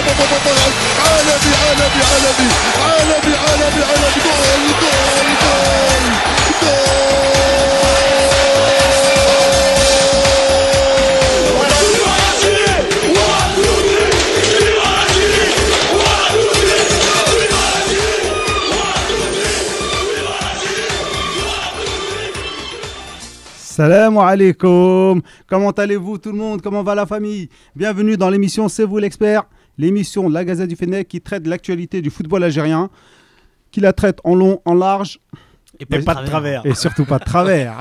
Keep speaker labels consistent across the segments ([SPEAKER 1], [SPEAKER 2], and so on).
[SPEAKER 1] Salam alaikum. Comment allez-vous tout le monde? Comment va la famille? Bienvenue dans l'émission C'est vous l'expert, l'émission de la Gazette du Fennec qui traite de l'actualité du football algérien, qui la traite en long, en large
[SPEAKER 2] et pas de travers.
[SPEAKER 1] Et surtout pas de travers.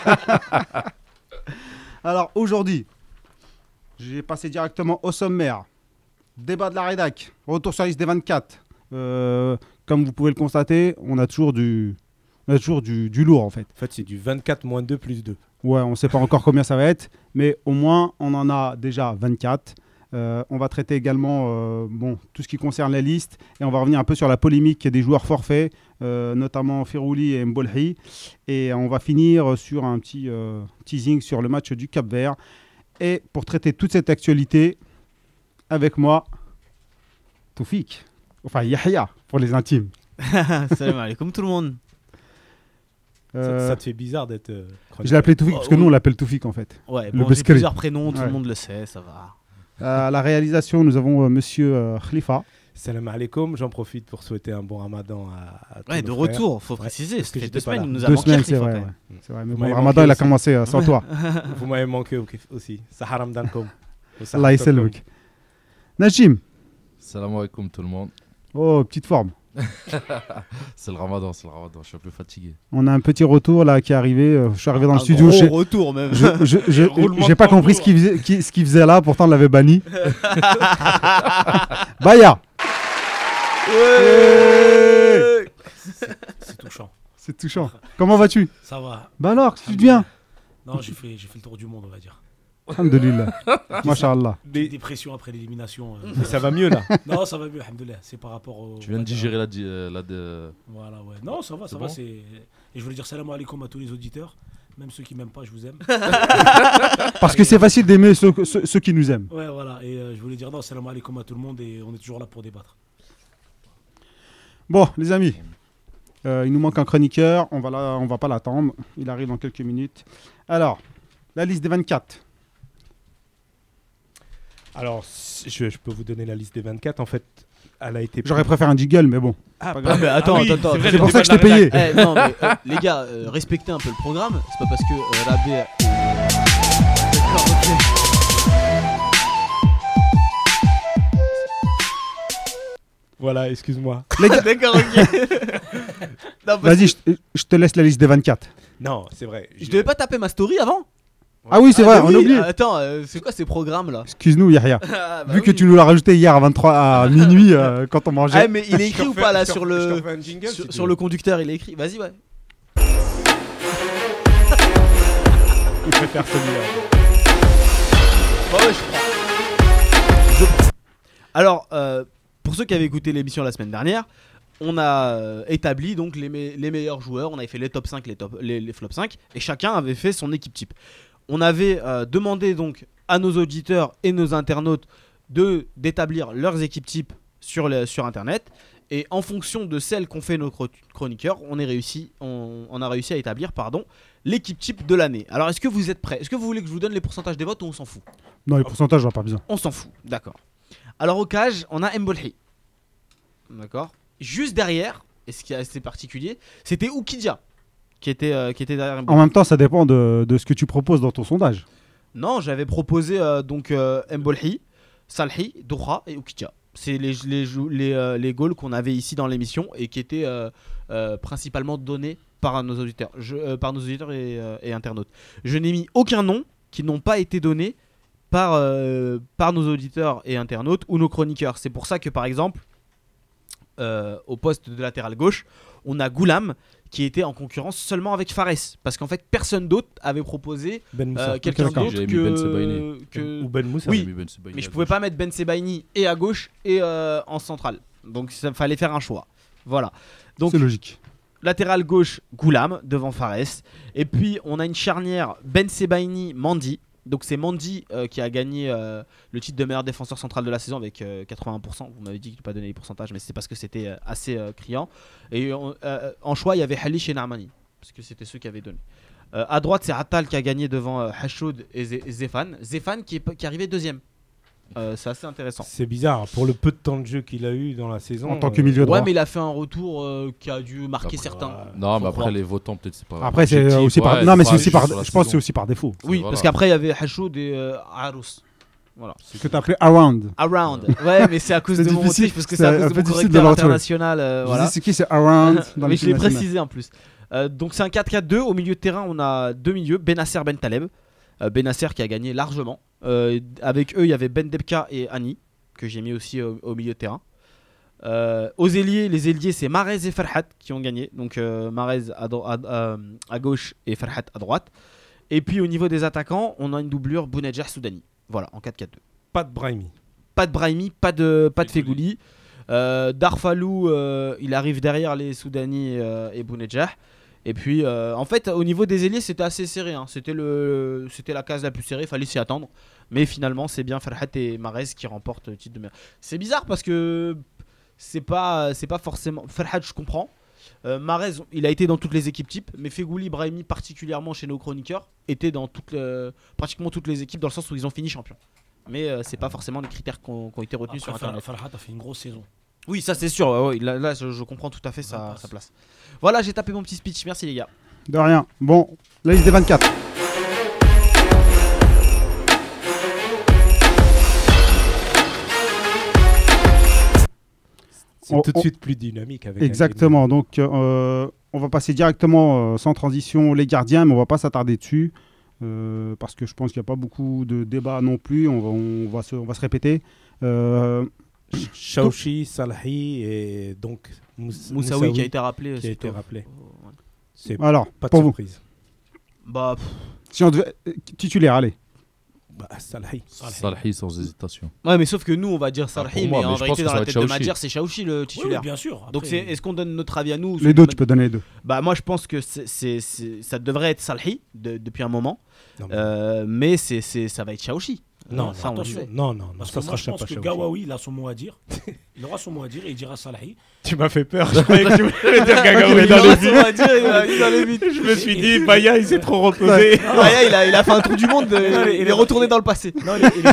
[SPEAKER 1] Alors aujourd'hui, j'ai passé directement au sommaire. Débat de la rédac, retour sur la liste des 24. Comme vous pouvez le constater, on a toujours du lourd en fait.
[SPEAKER 2] En fait, c'est du 24 moins 2 plus 2.
[SPEAKER 1] Ouais, on ne sait pas encore combien ça va être, mais au moins, on en a déjà 24. On va traiter également tout ce qui concerne la liste et on va revenir un peu sur la polémique des joueurs forfaits, notamment Firouli et Mbolhi. Et on va finir sur un petit teasing sur le match du Cap-Vert. Et pour traiter toute cette actualité, avec moi, Toufik, enfin Yahya pour les intimes.
[SPEAKER 3] Salam alaikum tout le monde.
[SPEAKER 2] Ça te fait bizarre d'être...
[SPEAKER 1] je l'ai appelé Toufik parce que nous on l'appelle Toufik en fait.
[SPEAKER 3] Ouais, bon, j'ai plusieurs prénoms, tout le monde le sait, ça va.
[SPEAKER 1] À la réalisation, nous avons monsieur Khalifa.
[SPEAKER 2] Salam alaikum, j'en profite pour souhaiter un bon ramadan à tous nos
[SPEAKER 3] de
[SPEAKER 2] frères.
[SPEAKER 3] Retour, faut préciser, ça fait 2 semaines, il nous a
[SPEAKER 1] 2
[SPEAKER 3] manqué.
[SPEAKER 1] semaines, c'est vrai. C'est vrai, mais bon, le ramadan il a commencé sans toi.
[SPEAKER 2] Vous m'avez manqué aussi. Saharam dankom.
[SPEAKER 1] Allah ysellouk. Najim.
[SPEAKER 4] Salam alaikum tout le monde.
[SPEAKER 1] Oh, petite forme.
[SPEAKER 4] c'est le ramadan, je suis un peu fatigué.
[SPEAKER 1] On a un petit retour là qui est arrivé. Je suis arrivé dans le studio.
[SPEAKER 3] Retour même.
[SPEAKER 1] J'ai pas compris ce qu'il faisait là, pourtant on l'avait banni. Baya.
[SPEAKER 5] Ouais. C'est touchant.
[SPEAKER 1] C'est touchant. Comment vas-tu?
[SPEAKER 5] Ça va.
[SPEAKER 1] Bah alors, tu viens?
[SPEAKER 5] Non, j'ai fait le tour du monde, on va dire.
[SPEAKER 1] Alhamdulillah. Masha'Allah.
[SPEAKER 5] Dépression après l'élimination.
[SPEAKER 2] Mais ça va mieux là.
[SPEAKER 5] Non, ça va mieux, alhamdulillah. C'est par rapport au.
[SPEAKER 4] Tu viens de digérer la.
[SPEAKER 5] Voilà, ouais. Non, ça va, ça va. Et je voulais dire salam alaikum à tous les auditeurs. Même ceux qui m'aiment pas, je vous aime.
[SPEAKER 1] Parce que c'est facile d'aimer ceux qui nous aiment.
[SPEAKER 5] Ouais, voilà. Et je voulais dire non, salam alaikum à tout le monde et on est toujours là pour débattre.
[SPEAKER 1] Bon, les amis. Il nous manque un chroniqueur. On va pas l'attendre. Il arrive dans quelques minutes. Alors, la liste des 24.
[SPEAKER 2] Alors, je peux vous donner la liste des 24. En fait, elle a été...
[SPEAKER 1] J'aurais préféré un jiggle, mais bon.
[SPEAKER 3] Mais attends.
[SPEAKER 1] C'est pour ça que je t'ai payé.
[SPEAKER 3] Non, mais les gars, respectez un peu le programme. C'est pas parce que Rabé... D'accord,
[SPEAKER 2] Voilà, excuse-moi.
[SPEAKER 3] D'accord, ok. Non,
[SPEAKER 1] vas-y, je te laisse la liste des 24.
[SPEAKER 2] Non, c'est vrai.
[SPEAKER 3] Je devais pas taper ma story avant?
[SPEAKER 1] Ah oui, c'est vrai, on a oublié.
[SPEAKER 3] Attends, c'est quoi ces programmes là?
[SPEAKER 1] Excuse-nous, Yahya. Vu que tu nous l'as rajouté hier à minuit quand on mangeait.
[SPEAKER 3] Ah, mais il est écrit ou pas là sur le conducteur? Il est écrit. Vas-y, ouais.
[SPEAKER 2] Il préfère celui-là.
[SPEAKER 3] Bon, ouais, je prends. Alors, pour ceux qui avaient écouté l'émission la semaine dernière, on a établi donc les meilleurs joueurs. On avait fait les top 5, les flop 5, et chacun avait fait son équipe type. On avait demandé donc à nos auditeurs et nos internautes d'établir leurs équipes types sur internet, et en fonction de celles qu'ont fait nos chroniqueurs, on a réussi à établir l'équipe type de l'année. Alors est-ce que vous êtes prêts? Est-ce que vous voulez que je vous donne les pourcentages des votes ou on s'en fout?
[SPEAKER 1] Non, les pourcentages, j'en ai pas besoin.
[SPEAKER 3] On s'en fout, d'accord. Alors au cage, on a Mbolhi. D'accord. Juste derrière, et ce qui est assez particulier, c'était Oukidia qui était derrière Mbolhi.
[SPEAKER 1] En même temps, ça dépend de ce que tu proposes dans ton sondage.
[SPEAKER 3] Non, j'avais proposé Mbolhi, Salhi, Doura et Oukidia. C'est les goals qu'on avait ici dans l'émission et qui étaient principalement donnés par nos auditeurs, et internautes. Je n'ai mis aucun nom qui n'ont pas été donnés par nos auditeurs et internautes ou nos chroniqueurs. C'est pour ça que par exemple, au poste de latéral gauche, on a Goulam qui était en concurrence seulement avec Fares, parce qu'en fait personne d'autre avait proposé quelqu'un d'autre que
[SPEAKER 2] ou Ben Moussa.
[SPEAKER 3] Oui, mais je pouvais pas mettre Ben Sebaini et à gauche et en centrale, donc ça fallait faire un choix. Voilà, donc
[SPEAKER 1] c'est logique.
[SPEAKER 3] Latéral gauche Goulam devant Fares, et puis on a une charnière Ben Sebaini Mandi Donc c'est Mandy qui a gagné le titre de meilleur défenseur central de la saison avec 80%. Vous m'avez dit qu'il n'a pas donné les pourcentages, mais c'est parce que c'était assez criant. Et en choix, il y avait Halish et Narmani, parce que c'était ceux qui avaient donné. À droite, c'est Attal qui a gagné devant Hashoud et Zéphane. Zéphane qui est arrivé deuxième. C'est assez intéressant.
[SPEAKER 2] C'est bizarre, pour le peu de temps de jeu qu'il a eu dans la saison.
[SPEAKER 1] En tant que milieu droit.
[SPEAKER 3] Ouais, mais il a fait un retour qui a dû marquer
[SPEAKER 4] Après,
[SPEAKER 3] certains.
[SPEAKER 4] Non, mais
[SPEAKER 3] Faut
[SPEAKER 4] après,
[SPEAKER 3] croire.
[SPEAKER 4] les votants, peut-être, c'est pas.
[SPEAKER 1] Après, c'est
[SPEAKER 4] objectif,
[SPEAKER 1] aussi par.
[SPEAKER 4] ouais,
[SPEAKER 1] Non, mais
[SPEAKER 4] pas
[SPEAKER 1] c'est aussi par.
[SPEAKER 4] juste sur la
[SPEAKER 1] Je pense que c'est
[SPEAKER 4] saison.
[SPEAKER 1] aussi par défaut.
[SPEAKER 3] Oui,
[SPEAKER 4] Voilà.
[SPEAKER 3] parce qu'après il y avait Hashoud et Arous. Voilà.
[SPEAKER 1] Ce que tu as appelé around.
[SPEAKER 3] Around. Ouais, mais c'est à cause
[SPEAKER 1] C'est
[SPEAKER 3] de mon
[SPEAKER 1] difficile,
[SPEAKER 3] motif, parce que
[SPEAKER 1] c'est
[SPEAKER 3] c'est à
[SPEAKER 1] un
[SPEAKER 3] cause de
[SPEAKER 1] peu
[SPEAKER 3] mon
[SPEAKER 1] difficile de
[SPEAKER 3] correcteur
[SPEAKER 1] le retrouver.
[SPEAKER 3] international.
[SPEAKER 1] Je
[SPEAKER 3] Voilà.
[SPEAKER 1] dis c'est qui c'est around dans
[SPEAKER 3] Mais je
[SPEAKER 1] l'équipe
[SPEAKER 3] l'ai
[SPEAKER 1] nationale.
[SPEAKER 3] précisé en plus. Donc c'est un 4-4-2. Au milieu de terrain, on a deux milieux, Benasser, Ben Taleb. Benasser qui a gagné largement. Avec eux, il y avait Ben Debka et Ani, que j'ai mis aussi au milieu de terrain. Aux ailiers, les ailiers, c'est Marez et Ferhat qui ont gagné. Donc Marez à gauche et Ferhat à droite. Et puis au niveau des attaquants, on a une doublure Bounedjah Soudani. Voilà, en 4-4-2.
[SPEAKER 2] Pas de Brahimi.
[SPEAKER 3] Pas de Brahimi, pas de Fegouli. Darfalou, il arrive derrière les Soudani et Bounedjah. Et puis, en fait, au niveau des ailiers, c'était assez serré. Hein. C'était la case la plus serrée, il fallait s'y attendre. Mais finalement, c'est bien Ferhat et Marez qui remportent le titre de meilleur. C'est bizarre parce que c'est pas forcément. Ferhat, je comprends. Marez, il a été dans toutes les équipes types. Mais Fegouli, Brahimi, particulièrement chez nos chroniqueurs, étaient dans pratiquement toutes les équipes dans le sens où ils ont fini champion. Mais c'est pas forcément les critères qui ont été retenus sur Internet.
[SPEAKER 5] Farhat a fait une grosse saison.
[SPEAKER 3] Oui, ça c'est sûr. Ouais, là, je comprends tout à fait sa place. Voilà, j'ai tapé mon petit speech. Merci les gars.
[SPEAKER 1] De rien. Bon, la liste des 24.
[SPEAKER 2] C'est tout de suite plus dynamique avec.
[SPEAKER 1] Exactement. Donc, on va passer directement sans transition les gardiens, mais on va pas s'attarder dessus parce que je pense qu'il n'y a pas beaucoup de débats non plus. On va se répéter.
[SPEAKER 2] Chaouchi, Salhi et donc
[SPEAKER 3] Moussaoui qui a été rappelé.
[SPEAKER 2] qui a été rappelé.
[SPEAKER 3] Ouais.
[SPEAKER 2] C'est
[SPEAKER 1] Alors,
[SPEAKER 2] pas de
[SPEAKER 1] pour vous,
[SPEAKER 2] surprise.
[SPEAKER 3] Bah,
[SPEAKER 1] si on devait titulaire, allez.
[SPEAKER 2] Bah, Salhi.
[SPEAKER 4] Salhi sans hésitation.
[SPEAKER 3] ouais, mais sauf que nous on va dire
[SPEAKER 4] pour
[SPEAKER 3] Sarhi,
[SPEAKER 4] moi,
[SPEAKER 3] mais
[SPEAKER 4] mais
[SPEAKER 3] en
[SPEAKER 4] je pense
[SPEAKER 3] vérité
[SPEAKER 4] que
[SPEAKER 3] dans
[SPEAKER 4] ça
[SPEAKER 3] la
[SPEAKER 4] va
[SPEAKER 3] tête
[SPEAKER 4] être
[SPEAKER 3] de
[SPEAKER 4] Chaouchi.
[SPEAKER 3] Madjer c'est Chaouchi le
[SPEAKER 5] Oui,
[SPEAKER 3] titulaire.
[SPEAKER 5] bien sûr.
[SPEAKER 3] Donc
[SPEAKER 5] Après,
[SPEAKER 3] est-ce qu'on donne notre avis à nous ou
[SPEAKER 1] Les deux, tu peux donner les deux.
[SPEAKER 3] Bah moi je pense que ça devrait être Salhi depuis un moment,
[SPEAKER 2] Non,
[SPEAKER 3] mais ça va être Chaouchi.
[SPEAKER 2] non,
[SPEAKER 3] ça, on le
[SPEAKER 5] attention.
[SPEAKER 3] sait.
[SPEAKER 2] non,
[SPEAKER 5] Parce
[SPEAKER 2] ça
[SPEAKER 5] que moi,
[SPEAKER 2] sera
[SPEAKER 5] je pense
[SPEAKER 2] pas
[SPEAKER 5] que
[SPEAKER 2] Chaouchi.
[SPEAKER 5] Gawawi, il a son mot à dire. Il aura son mot à dire et il dira Salhi.
[SPEAKER 2] Tu m'as fait peur. Je croyais que tu voulais dire Gawawi
[SPEAKER 3] Il
[SPEAKER 2] dans
[SPEAKER 3] aura
[SPEAKER 2] les
[SPEAKER 3] son
[SPEAKER 2] buts.
[SPEAKER 3] mot à dire, il va aller vite.
[SPEAKER 2] Je me suis dit, Baya, il s'est trop reposé.
[SPEAKER 3] Raya, il a fait un tour du monde, il est retourné dans le passé.
[SPEAKER 5] Non,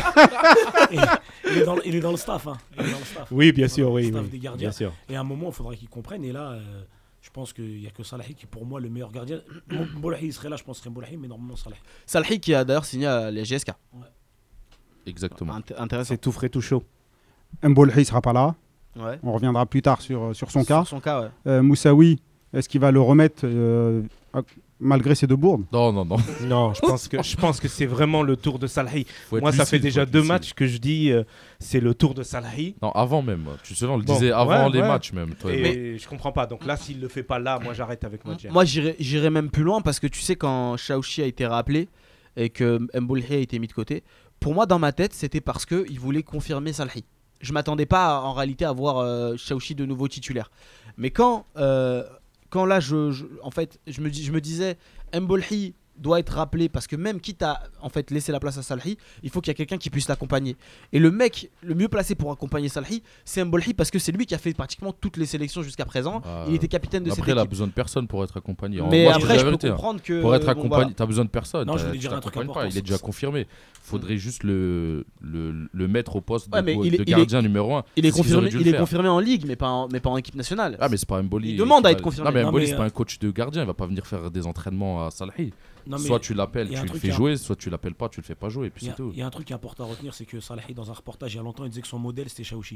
[SPEAKER 5] il est dans le staff. Hein. Il est dans le staff.
[SPEAKER 2] Oui, bien sûr,
[SPEAKER 5] Dans le
[SPEAKER 2] oui.
[SPEAKER 5] staff
[SPEAKER 2] oui,
[SPEAKER 5] des gardiens.
[SPEAKER 2] bien sûr.
[SPEAKER 5] Et à un moment, il faudra qu'ils comprennent. Et là, je pense qu'il n'y a que Salhi qui est pour moi le meilleur gardien. Mboulahi, il serait là, je pense que ce serait Mboulahi, mais normalement Salhi.
[SPEAKER 3] Salhi qui a d'ailleurs signé à la GSK.
[SPEAKER 4] Exactement.
[SPEAKER 3] Intéressant.
[SPEAKER 2] C'est tout frais, tout chaud.
[SPEAKER 1] Mbolhi sera pas là.
[SPEAKER 3] Ouais.
[SPEAKER 1] On reviendra plus tard sur son cas.
[SPEAKER 3] Son cas, ouais.
[SPEAKER 1] Moussaoui, est-ce qu'il va le remettre malgré ses deux bourdes?
[SPEAKER 4] Non.
[SPEAKER 2] Non, je pense que c'est vraiment le tour de Salhi.
[SPEAKER 4] Faut être
[SPEAKER 2] Moi, ça
[SPEAKER 4] lucide,
[SPEAKER 2] fait déjà
[SPEAKER 4] faut être
[SPEAKER 2] 2
[SPEAKER 4] lucide.
[SPEAKER 2] matchs que je dis c'est le tour de Salhi.
[SPEAKER 4] Non, avant même. Tu sais, on le
[SPEAKER 2] Bon,
[SPEAKER 4] disait avant
[SPEAKER 2] ouais,
[SPEAKER 4] les
[SPEAKER 2] ouais.
[SPEAKER 4] matchs même. Toi et moi.
[SPEAKER 2] Et je comprends pas. Donc là, s'il le fait pas là, moi j'arrête avec Madjer.
[SPEAKER 3] Moi, j'irais même plus loin parce que tu sais, quand Chaouchi a été rappelé et que Mbolhi a été mis de côté, pour moi, dans ma tête, c'était parce qu'il voulait confirmer Salhi. Je m'attendais pas en réalité à voir Chaouchi de nouveau titulaire. Mais quand là, en fait, je me disais, Mbolhi doit être rappelé parce que même quitte à en fait laisser la place à Salhi, il faut qu'il y ait quelqu'un qui puisse l'accompagner. Et le mec le mieux placé pour accompagner Salhi, c'est Mbolhi parce que c'est lui qui a fait pratiquement toutes les sélections jusqu'à présent. Il était capitaine de cette
[SPEAKER 4] Après, il a
[SPEAKER 3] équipe.
[SPEAKER 4] besoin de personne pour être accompagné.
[SPEAKER 3] Mais
[SPEAKER 4] Moi,
[SPEAKER 3] après, je
[SPEAKER 4] te dis la
[SPEAKER 3] peux
[SPEAKER 4] vérité, hein.
[SPEAKER 3] comprendre que
[SPEAKER 4] Pour être
[SPEAKER 3] bon,
[SPEAKER 4] accompagné,
[SPEAKER 3] voilà.
[SPEAKER 4] t'as besoin de personne.
[SPEAKER 5] Non, je voulais
[SPEAKER 4] Tu
[SPEAKER 5] dire un truc
[SPEAKER 4] t'accompagnes
[SPEAKER 5] important,
[SPEAKER 4] pas. Il est déjà confirmé. Faudrait juste le mettre au poste
[SPEAKER 3] Ouais, mais
[SPEAKER 4] de gardien numéro 1.
[SPEAKER 3] Il est confirmé en ligue, mais pas en équipe nationale.
[SPEAKER 4] Ah, mais c'est pas un Mboli.
[SPEAKER 3] Il demande à être confirmé.
[SPEAKER 4] Non, mais
[SPEAKER 5] Non,
[SPEAKER 4] Mboli,
[SPEAKER 5] mais,
[SPEAKER 4] c'est pas un coach de gardien. Il va pas venir faire des entraînements à Salhi.
[SPEAKER 5] Non, mais
[SPEAKER 4] Soit tu l'appelles,
[SPEAKER 5] il y a
[SPEAKER 4] tu
[SPEAKER 5] un
[SPEAKER 4] le
[SPEAKER 5] truc
[SPEAKER 4] fais
[SPEAKER 5] qui est
[SPEAKER 4] jouer, soit tu l'appelles pas, tu le fais pas jouer, et puis
[SPEAKER 5] il y
[SPEAKER 4] c'est
[SPEAKER 5] a-
[SPEAKER 4] tout.
[SPEAKER 5] il y a un truc qui est important à retenir, c'est que Salhi, dans un reportage il y a longtemps, il disait que son modèle c'était Chaouchi.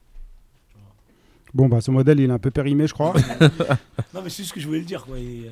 [SPEAKER 1] Bon, bah, ce modèle, il est un peu périmé, je crois.
[SPEAKER 5] Non, mais c'est ce que je voulais le dire. Quoi. Et,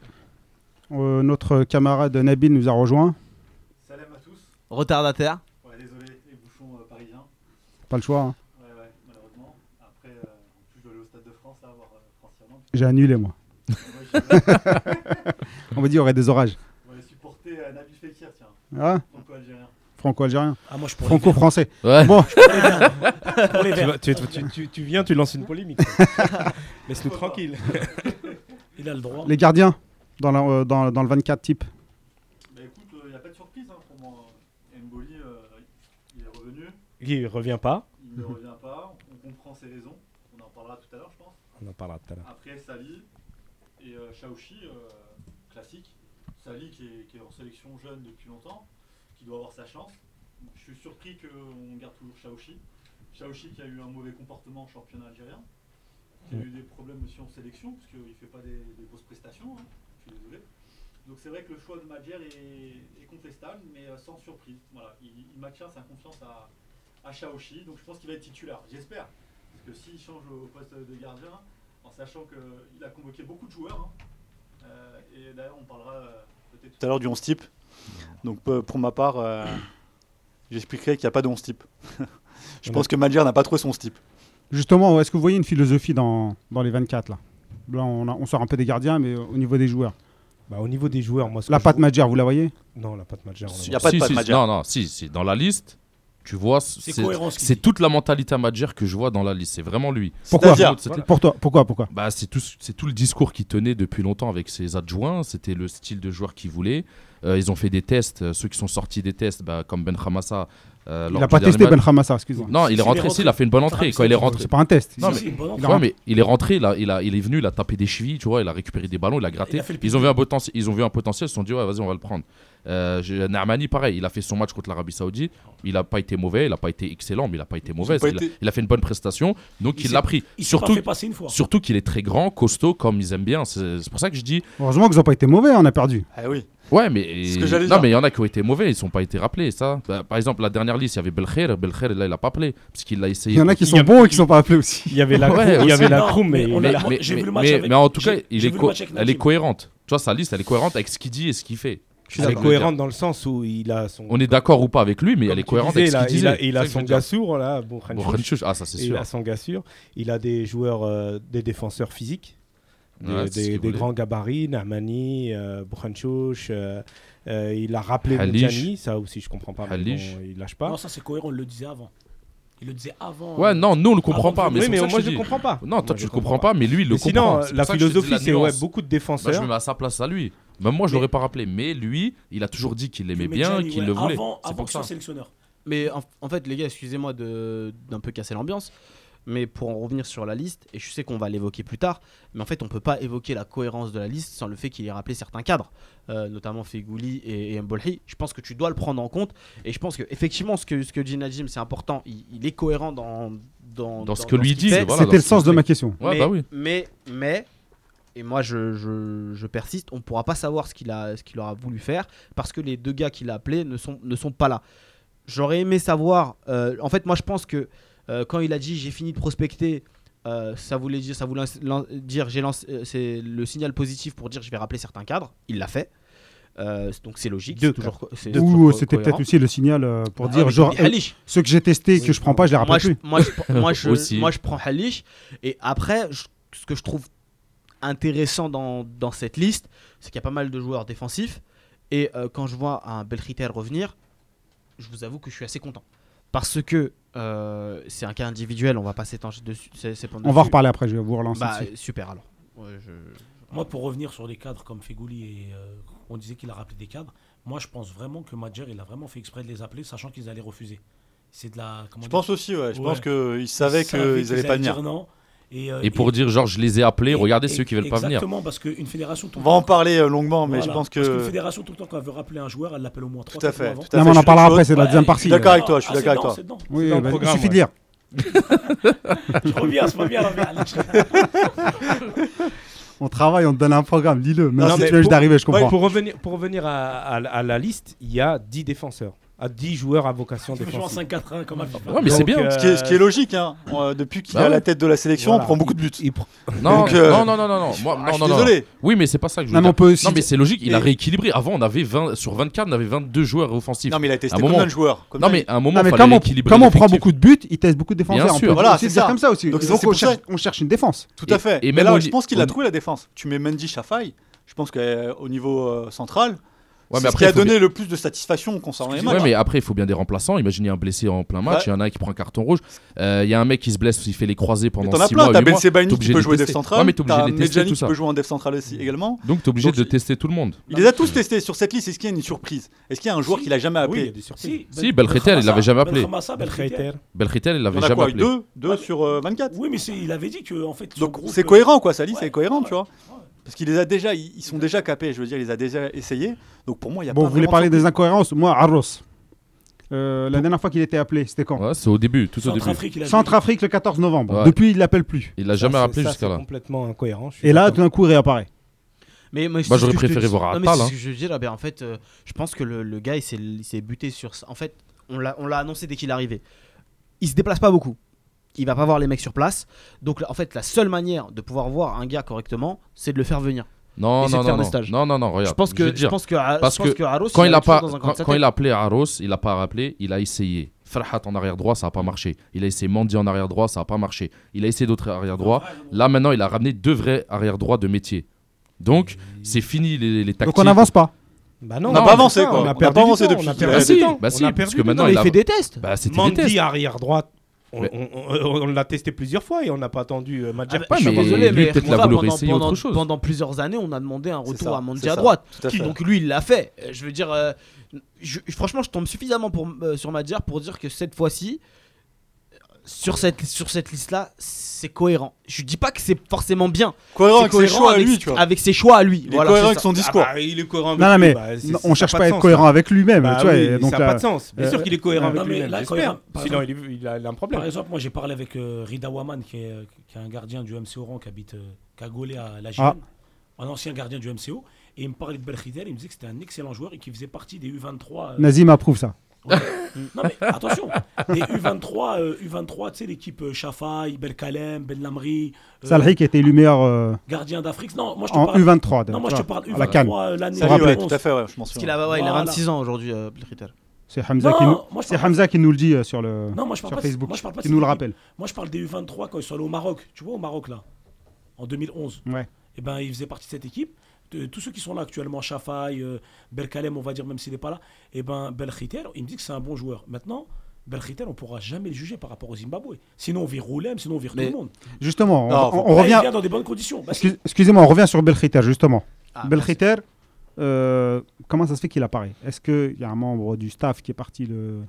[SPEAKER 1] Notre camarade Nabil nous a rejoint.
[SPEAKER 6] Salam à tous.
[SPEAKER 3] Retardataire.
[SPEAKER 6] Ouais, désolé, les bouchons parisiens.
[SPEAKER 1] Pas le choix. Hein.
[SPEAKER 6] Ouais, malheureusement. Après, en plus, je dois aller au Stade de France, là, voir France-Irlande.
[SPEAKER 1] J'ai annulé, moi.
[SPEAKER 6] Moi, je vais
[SPEAKER 1] On m'a dit qu'il y aurait des orages.
[SPEAKER 6] supporter Nabil Fekir, tiens,
[SPEAKER 1] Ah,
[SPEAKER 6] franco-algérien.
[SPEAKER 1] franco-algérien.
[SPEAKER 5] ah, moi je pourrais.
[SPEAKER 1] Franco-français.
[SPEAKER 4] Ouais.
[SPEAKER 1] Bon,
[SPEAKER 5] Pour les verts.
[SPEAKER 2] Tu viens, tu lances une polémique. Laisse-nous tranquille.
[SPEAKER 5] Il a le droit.
[SPEAKER 1] les gardiens dans le 24 type.
[SPEAKER 6] Bah écoute, il n'y a pas de surprise, surprise. Pour moi, Mboli, il est revenu.
[SPEAKER 2] Il revient pas.
[SPEAKER 6] Il ne revient pas. On comprend ses raisons. On en parlera tout à l'heure, je pense.
[SPEAKER 2] On en parlera tout à l'heure.
[SPEAKER 6] Après, Sali et Chaouchi, classique. Sali qui est en sélection jeune depuis longtemps, qui doit avoir sa chance. Je suis surpris qu'on garde toujours Chaouchi. Chaouchi qui a eu un mauvais comportement en championnat algérien, qui a eu des problèmes aussi en sélection, parce qu'il ne fait pas des grosses prestations. Je suis désolé. Donc c'est vrai que le choix de Madjer est contestable, mais sans surprise. Voilà, il maintient sa confiance à Chaouchi, donc je pense qu'il va être titulaire, j'espère. Parce que s'il change au poste de gardien, en sachant qu'il a convoqué beaucoup de joueurs, et d'ailleurs on parlera peut-être tout à l'heure du 11 type. Donc pour ma part, j'expliquerai qu'il n'y a pas de 11 type. Je pense que Madjer n'a pas trouvé son type.
[SPEAKER 1] Justement, est-ce que vous voyez une philosophie dans les 24 là on sort un peu des gardiens, mais au niveau des joueurs.
[SPEAKER 2] Au niveau des joueurs, moi...
[SPEAKER 1] La patte Madjer, vous la voyez?
[SPEAKER 2] Non, la patte Madjer.
[SPEAKER 4] Il n'y a pas de patte Madjer. Non, si, dans la liste, tu vois, c'est toute la mentalité à Madjer que je vois dans la liste. C'est vraiment lui.
[SPEAKER 1] Pourquoi? Pour toi, pourquoi?
[SPEAKER 4] C'est tout le discours qu'il tenait depuis longtemps avec ses adjoints. C'était le style de joueur qu'il voulait. Ils ont fait des tests. Ceux qui sont sortis des tests, comme Ben Khamassa.
[SPEAKER 1] Il n'a pas testé Ben Khamassa, excuse-moi.
[SPEAKER 4] Non, il est rentré, il a fait une bonne entrée. Quand il est rentré,
[SPEAKER 1] c'est pas un test.
[SPEAKER 4] Non, mais il est rentré, il est venu, il a tapé des chevilles, tu vois, il a récupéré des ballons, il a gratté. Ils ont vu un potentiel, ils se sont dit ouais, vas-y, on va le prendre. Narmani, pareil, il a fait son match contre l'Arabie Saoudite, il n'a pas été mauvais, il n'a pas été excellent, mais il n'a pas été mauvais. Il a fait une bonne prestation, donc il l'a pris. Surtout qu'il est très grand, costaud, comme ils aiment bien. C'est pour ça que je dis.
[SPEAKER 1] Heureusement qu'ils n'ont pas été mauvais, on a perdu.
[SPEAKER 6] Ah oui.
[SPEAKER 4] Ouais, mais mais il y en a qui ont été mauvais, ils sont pas été rappelés, ça. Par exemple, la dernière liste, il y avait Belkher, là il a pas appelé parce qu'il l'a essayé.
[SPEAKER 1] Il y en a qui sont bons et qui sont pas appelés aussi.
[SPEAKER 2] Il y avait la Croum, mais en tout cas,
[SPEAKER 4] elle est cohérente. Tu vois, sa liste, elle est cohérente avec ce qu'il dit et ce qu'il fait.
[SPEAKER 2] Elle est cohérente dans le sens où il a son.
[SPEAKER 4] On est d'accord ou pas avec lui, mais elle est cohérente avec ce qu'il disait.
[SPEAKER 2] Il a son Gassour là,
[SPEAKER 4] Boukhrenchouch, ça c'est sûr.
[SPEAKER 2] Il a son Gassour. Il a des joueurs, des défenseurs physiques. Des grands gabarits, Narmani, Boukhrenchouch, il a rappelé Moudjani, ça aussi je comprends pas, mais bon, il lâche pas.
[SPEAKER 5] Non, ça c'est cohérent, il le disait avant. Il le disait avant.
[SPEAKER 4] Ouais, non, nous on le comprend pas. Mais
[SPEAKER 2] moi je le comprends pas.
[SPEAKER 4] Non, toi tu le comprends pas, mais lui il le comprend.
[SPEAKER 2] Sinon, la philosophie c'est beaucoup de défenseurs.
[SPEAKER 4] Je me mets à sa place à lui. Même moi je l'aurais pas rappelé, mais lui il a toujours dit qu'il l'aimait bien, qu'il le voulait.
[SPEAKER 5] C'est pour ça. Sélectionneur.
[SPEAKER 3] Mais en fait, les gars, excusez-moi d'un peu casser l'ambiance. Mais pour en revenir sur la liste, et je sais qu'on va l'évoquer plus tard, mais en fait on peut pas évoquer la cohérence de la liste sans le fait qu'il ait rappelé certains cadres, notamment Fegouli et Mbolhi. Je pense que tu dois le prendre en compte, et je pense que effectivement ce que dit Najim c'est important, il est cohérent dans
[SPEAKER 4] ce que lui dit.
[SPEAKER 1] C'était le sens de ma question.
[SPEAKER 3] Mais et moi je persiste, on pourra pas savoir ce qu'il aura voulu faire parce que les deux gars qu'il a appelés ne sont pas là. J'aurais aimé savoir, en fait moi je pense que quand il a dit j'ai fini de prospecter, ça voulait dire c'est le signal positif pour dire je vais rappeler certains cadres. Il l'a fait, donc c'est logique.
[SPEAKER 1] Ou c'était peut-être aussi le signal pour dire genre ceux que j'ai testés que je prends pas, je les rappelle plus.
[SPEAKER 3] Moi je prends Halish, et après ce que je trouve intéressant dans cette liste, c'est qu'il y a pas mal de joueurs défensifs, et quand je vois un Belkhiter revenir, je vous avoue que je suis assez content. Parce que c'est un cas individuel, on va pas s'étendre dessus.
[SPEAKER 1] On va en reparler après, je vais vous relancer.
[SPEAKER 3] Super alors.
[SPEAKER 5] Moi, pour revenir sur les cadres comme Fegouli, et on disait qu'il a rappelé des cadres, moi je pense vraiment que Madjer il a vraiment fait exprès de les appeler, sachant qu'ils allaient refuser. C'est de la.
[SPEAKER 6] Je pense aussi, ouais. Je pense qu'ils savaient qu'ils allaient pas venir.
[SPEAKER 5] Non.
[SPEAKER 4] Et pour dire genre je les ai appelés, regardez ceux qui veulent pas venir.
[SPEAKER 5] Exactement, parce qu'une fédération.
[SPEAKER 6] On va en parler longuement, mais je pense que.
[SPEAKER 5] Parce qu'une fédération tout le temps quand elle veut rappeler un joueur, elle l'appelle au moins 3 fois avant.
[SPEAKER 1] Non, mais on en parlera après, c'est la deuxième partie.
[SPEAKER 6] Je suis d'accord avec toi, je suis d'accord avec toi.
[SPEAKER 1] Oui, il suffit de lire.
[SPEAKER 5] Je reviens, c'est pas bien.
[SPEAKER 1] On travaille, on te donne un programme, lis-le. Même si tu viens juste d'arriver, je comprends.
[SPEAKER 2] Pour revenir à la liste, il y a 10 défenseurs. À 10 joueurs à vocation défensive.
[SPEAKER 5] 5-4-1 comme FIFA.
[SPEAKER 4] Ouais, mais c'est bien.
[SPEAKER 6] Ce qui est logique, hein. Depuis qu'il est à la tête de la sélection, on prend beaucoup de buts.
[SPEAKER 4] Non. Moi,
[SPEAKER 6] je suis désolé.
[SPEAKER 4] Oui, mais c'est pas ça que je veux dire.
[SPEAKER 1] Non,
[SPEAKER 4] mais c'est logique, il a rééquilibré. Avant, on avait 20 sur 24, on avait 22 joueurs offensifs.
[SPEAKER 6] Non, mais il a testé combien de joueurs?
[SPEAKER 4] Non, mais à un moment, il fallait rééquilibrer.
[SPEAKER 1] Comme on prend beaucoup de buts, il teste beaucoup de défenseurs.
[SPEAKER 4] Bien sûr.
[SPEAKER 1] Voilà, c'est ça comme ça aussi. Donc
[SPEAKER 6] on
[SPEAKER 1] cherche une défense.
[SPEAKER 6] Tout à fait. Mais là, je pense qu'il a trouvé la défense. Tu mets Mendy, Chafaï. Je pense qu'au niveau central.
[SPEAKER 4] Ouais,
[SPEAKER 7] c'est ce qui a donné le plus de satisfaction concernant les matchs.
[SPEAKER 4] Ouais, mais après, il faut bien des remplaçants. Imaginez un blessé en plein match, il y en a un qui prend un carton rouge. Il y a un mec qui se blesse, il fait les croisés pendant 6 mois.
[SPEAKER 7] T'en as plein, t'as Belsebaini qui peut jouer def central,
[SPEAKER 4] t'as
[SPEAKER 7] Medjani qui peut jouer en def central aussi également.
[SPEAKER 4] Donc t'es obligé de tester tout le monde.
[SPEAKER 7] Il les a tous testés sur cette liste. Est-ce qu'il y a une surprise? Est-ce qu'il y a un joueur qu'il a jamais appelé?
[SPEAKER 2] Oui, il y a des surprises.
[SPEAKER 4] Si, Belkhiter, il l'avait jamais appelé.
[SPEAKER 2] Belkhiter,
[SPEAKER 4] il l'avait jamais appelé.
[SPEAKER 7] 2 sur 24.
[SPEAKER 5] Oui, mais il avait dit que en fait.
[SPEAKER 7] Donc c'est cohérent quoi, sa liste est cohérente, tu vois. Parce qu'ils les a déjà, ils sont déjà capés, je veux dire, il les a déjà essayés. Donc pour moi, il y a pas.
[SPEAKER 1] Bon, vous voulez parler des incohérences? Moi, Arros. La dernière fois qu'il était appelé, c'était quand?
[SPEAKER 4] Ouais, c'est au début, tout au début.
[SPEAKER 1] Centrafrique le 14 novembre.
[SPEAKER 4] Ouais.
[SPEAKER 1] Depuis, il l'appelle plus.
[SPEAKER 4] Il l'a jamais rappelé jusqu'à là.
[SPEAKER 2] C'est complètement incohérent.
[SPEAKER 1] Et là, tout d'un coup, il réapparaît.
[SPEAKER 3] Mais
[SPEAKER 4] moi, j'aurais préféré voir Attal.
[SPEAKER 3] C'est ce que je veux dire. En fait, je pense que le gars, il s'est buté sur ça. En fait, on l'a annoncé dès qu'il est arrivé. Il se déplace pas beaucoup. Il va pas voir les mecs sur place. Donc, en fait, la seule manière de pouvoir voir un gars correctement, c'est de le faire venir.
[SPEAKER 4] Non, regarde.
[SPEAKER 3] Je pense que Arros,
[SPEAKER 4] quand il a appelé Arros, il a pas rappelé, il a essayé. Farhat en arrière droit, ça a pas marché. Il a essayé Mandi en arrière droit, ça a pas marché. Il a essayé d'autres arrière droits. Là maintenant, il a ramené 2 vrais arrière droits de métier. Donc c'est fini les tactiques.
[SPEAKER 1] Donc on n'avance pas.
[SPEAKER 2] Bah non,
[SPEAKER 7] on n'a pas avancé quoi.
[SPEAKER 2] On a pas avancé depuis.
[SPEAKER 4] Bah si, parce que maintenant
[SPEAKER 3] il fait des tests.
[SPEAKER 4] Bah c'était des tests.
[SPEAKER 2] Mandi arrière droite. On l'a testé plusieurs fois et on n'a pas attendu Madjer.
[SPEAKER 3] Je suis désolé, mais pendant plusieurs années, on a demandé un retour à Mandi à droite. Donc lui, il l'a fait. Je veux dire, franchement, je tombe suffisamment sur Madjer pour dire que cette fois-ci, sur cette liste-là, c'est cohérent. Je dis pas que c'est forcément bien.
[SPEAKER 7] Cohérent avec ses choix à lui, tu vois.
[SPEAKER 3] Avec ses choix à lui.
[SPEAKER 7] Il est cohérent avec son discours.
[SPEAKER 2] Il est cohérent
[SPEAKER 1] avec lui. Non, on cherche pas à être cohérent avec lui-même.
[SPEAKER 2] Ça n'a pas de sens. Bien sûr qu'il est cohérent avec lui-même. J'espère. Sinon, il a un problème.
[SPEAKER 5] Par exemple, moi j'ai parlé avec Rida Waman, qui est un gardien du MC Oran qui a gaulé à la GN, un ancien gardien du MCO. Et il me parlait de Belkhiter, il me disait que c'était un excellent joueur et qu'il faisait partie des U23.
[SPEAKER 1] Nazim approuve ça.
[SPEAKER 5] Ouais. Non mais attention, les U23, tu sais, l'équipe Chafaï, Belkalem, Ben Lamri,
[SPEAKER 1] Salhi qui a été élu meilleur
[SPEAKER 5] gardien d'Afrique. Non, moi je te
[SPEAKER 1] en
[SPEAKER 5] parle
[SPEAKER 1] U23.
[SPEAKER 5] Non, moi je te parle
[SPEAKER 1] à la CAN.
[SPEAKER 5] l'année.
[SPEAKER 7] Ouais, tout à fait, ouais, je m'en souviens.
[SPEAKER 3] Il a 26 ans aujourd'hui, Belkhiter.
[SPEAKER 1] C'est Hamza qui nous le dit sur Facebook, qui nous le rappelle.
[SPEAKER 5] Moi je parle des U23 quand ils sont allés au Maroc. Tu vois, au Maroc là, en 2011.
[SPEAKER 1] Ouais.
[SPEAKER 5] Et ben ils faisaient partie de cette équipe. Tous ceux qui sont là actuellement, Chafaï, Belkalem, on va dire, même s'il n'est pas là, et ben Belkhiter, il me dit que c'est un bon joueur. Maintenant, Belkhiter, on ne pourra jamais le juger par rapport au Zimbabwe. Sinon, on vire Roulem, sinon on vire tout le monde.
[SPEAKER 1] Justement, on revient.
[SPEAKER 5] Il vient dans des bonnes conditions.
[SPEAKER 1] Excusez-moi, on revient sur Belkhiter, justement. Belkhiter, comment ça se fait qu'il apparaît? Est-ce qu'il y a un membre du staff qui est parti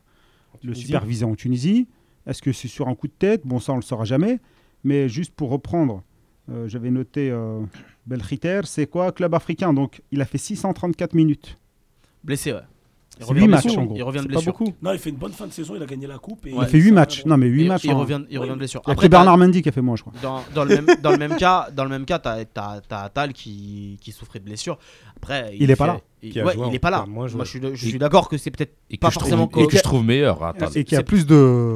[SPEAKER 1] le superviser en Tunisie? Est-ce que c'est sur un coup de tête? Bon, ça, on ne le saura jamais. Mais juste pour reprendre, j'avais noté Belkhiter, c'est quoi? Club africain. Donc, il a fait 634 minutes.
[SPEAKER 3] Blessé, ouais.
[SPEAKER 1] C'est 8 matchs, en gros.
[SPEAKER 3] Il revient de blessure.
[SPEAKER 1] Pas beaucoup.
[SPEAKER 5] Non, il fait une bonne fin de saison, il a gagné la coupe.
[SPEAKER 1] Il a fait 8 matchs. Non, mais 8 matchs.
[SPEAKER 3] Il revient de blessure.
[SPEAKER 1] Il y a que Bernard Mendy qui a fait moins, je crois.
[SPEAKER 3] Dans le même cas, t'as Attal qui souffrait de blessure. Après,
[SPEAKER 1] il est pas là.
[SPEAKER 3] Il est pas là. Moi, je suis d'accord que c'est peut-être pas forcément.
[SPEAKER 4] Et que je trouve meilleur, Attal.
[SPEAKER 1] Et qui a plus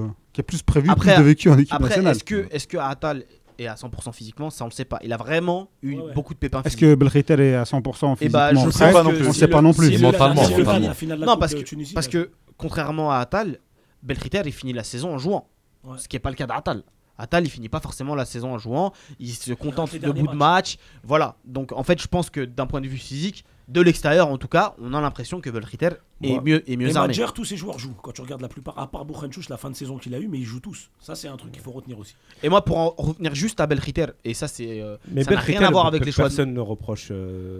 [SPEAKER 1] prévu, plus de vécu en équipe nationale.
[SPEAKER 3] Est-ce que Attal est à 100% physiquement, ça on le sait pas. Il a vraiment eu beaucoup de pépins physiques.
[SPEAKER 1] Est-ce que Belkhiter est à 100% physiquement?
[SPEAKER 7] Je sais pas non plus.
[SPEAKER 1] On ne sait pas non plus.
[SPEAKER 4] Mentalement.
[SPEAKER 3] Non, parce que contrairement à Attal, Belkhiter il finit la saison en jouant. Ce qui n'est pas le cas d'Attal. Attal il finit pas forcément la saison en jouant, il se contente de bout de match. Voilà. Donc en fait, je pense que d'un point de vue physique, de l'extérieur en tout cas, on a l'impression que Belkhiter est mieux armé.
[SPEAKER 5] Madjer, tous ces joueurs jouent. Quand tu regardes la plupart, à part Bouchenchouch, la fin de saison qu'il a eu, mais ils jouent tous. Ça, c'est un truc qu'il faut retenir aussi.
[SPEAKER 3] Et moi, pour en revenir juste à Belkhiter, et ça, c'est
[SPEAKER 2] mais
[SPEAKER 3] ça n'a rien à voir avec les choix.
[SPEAKER 2] Personne ne reproche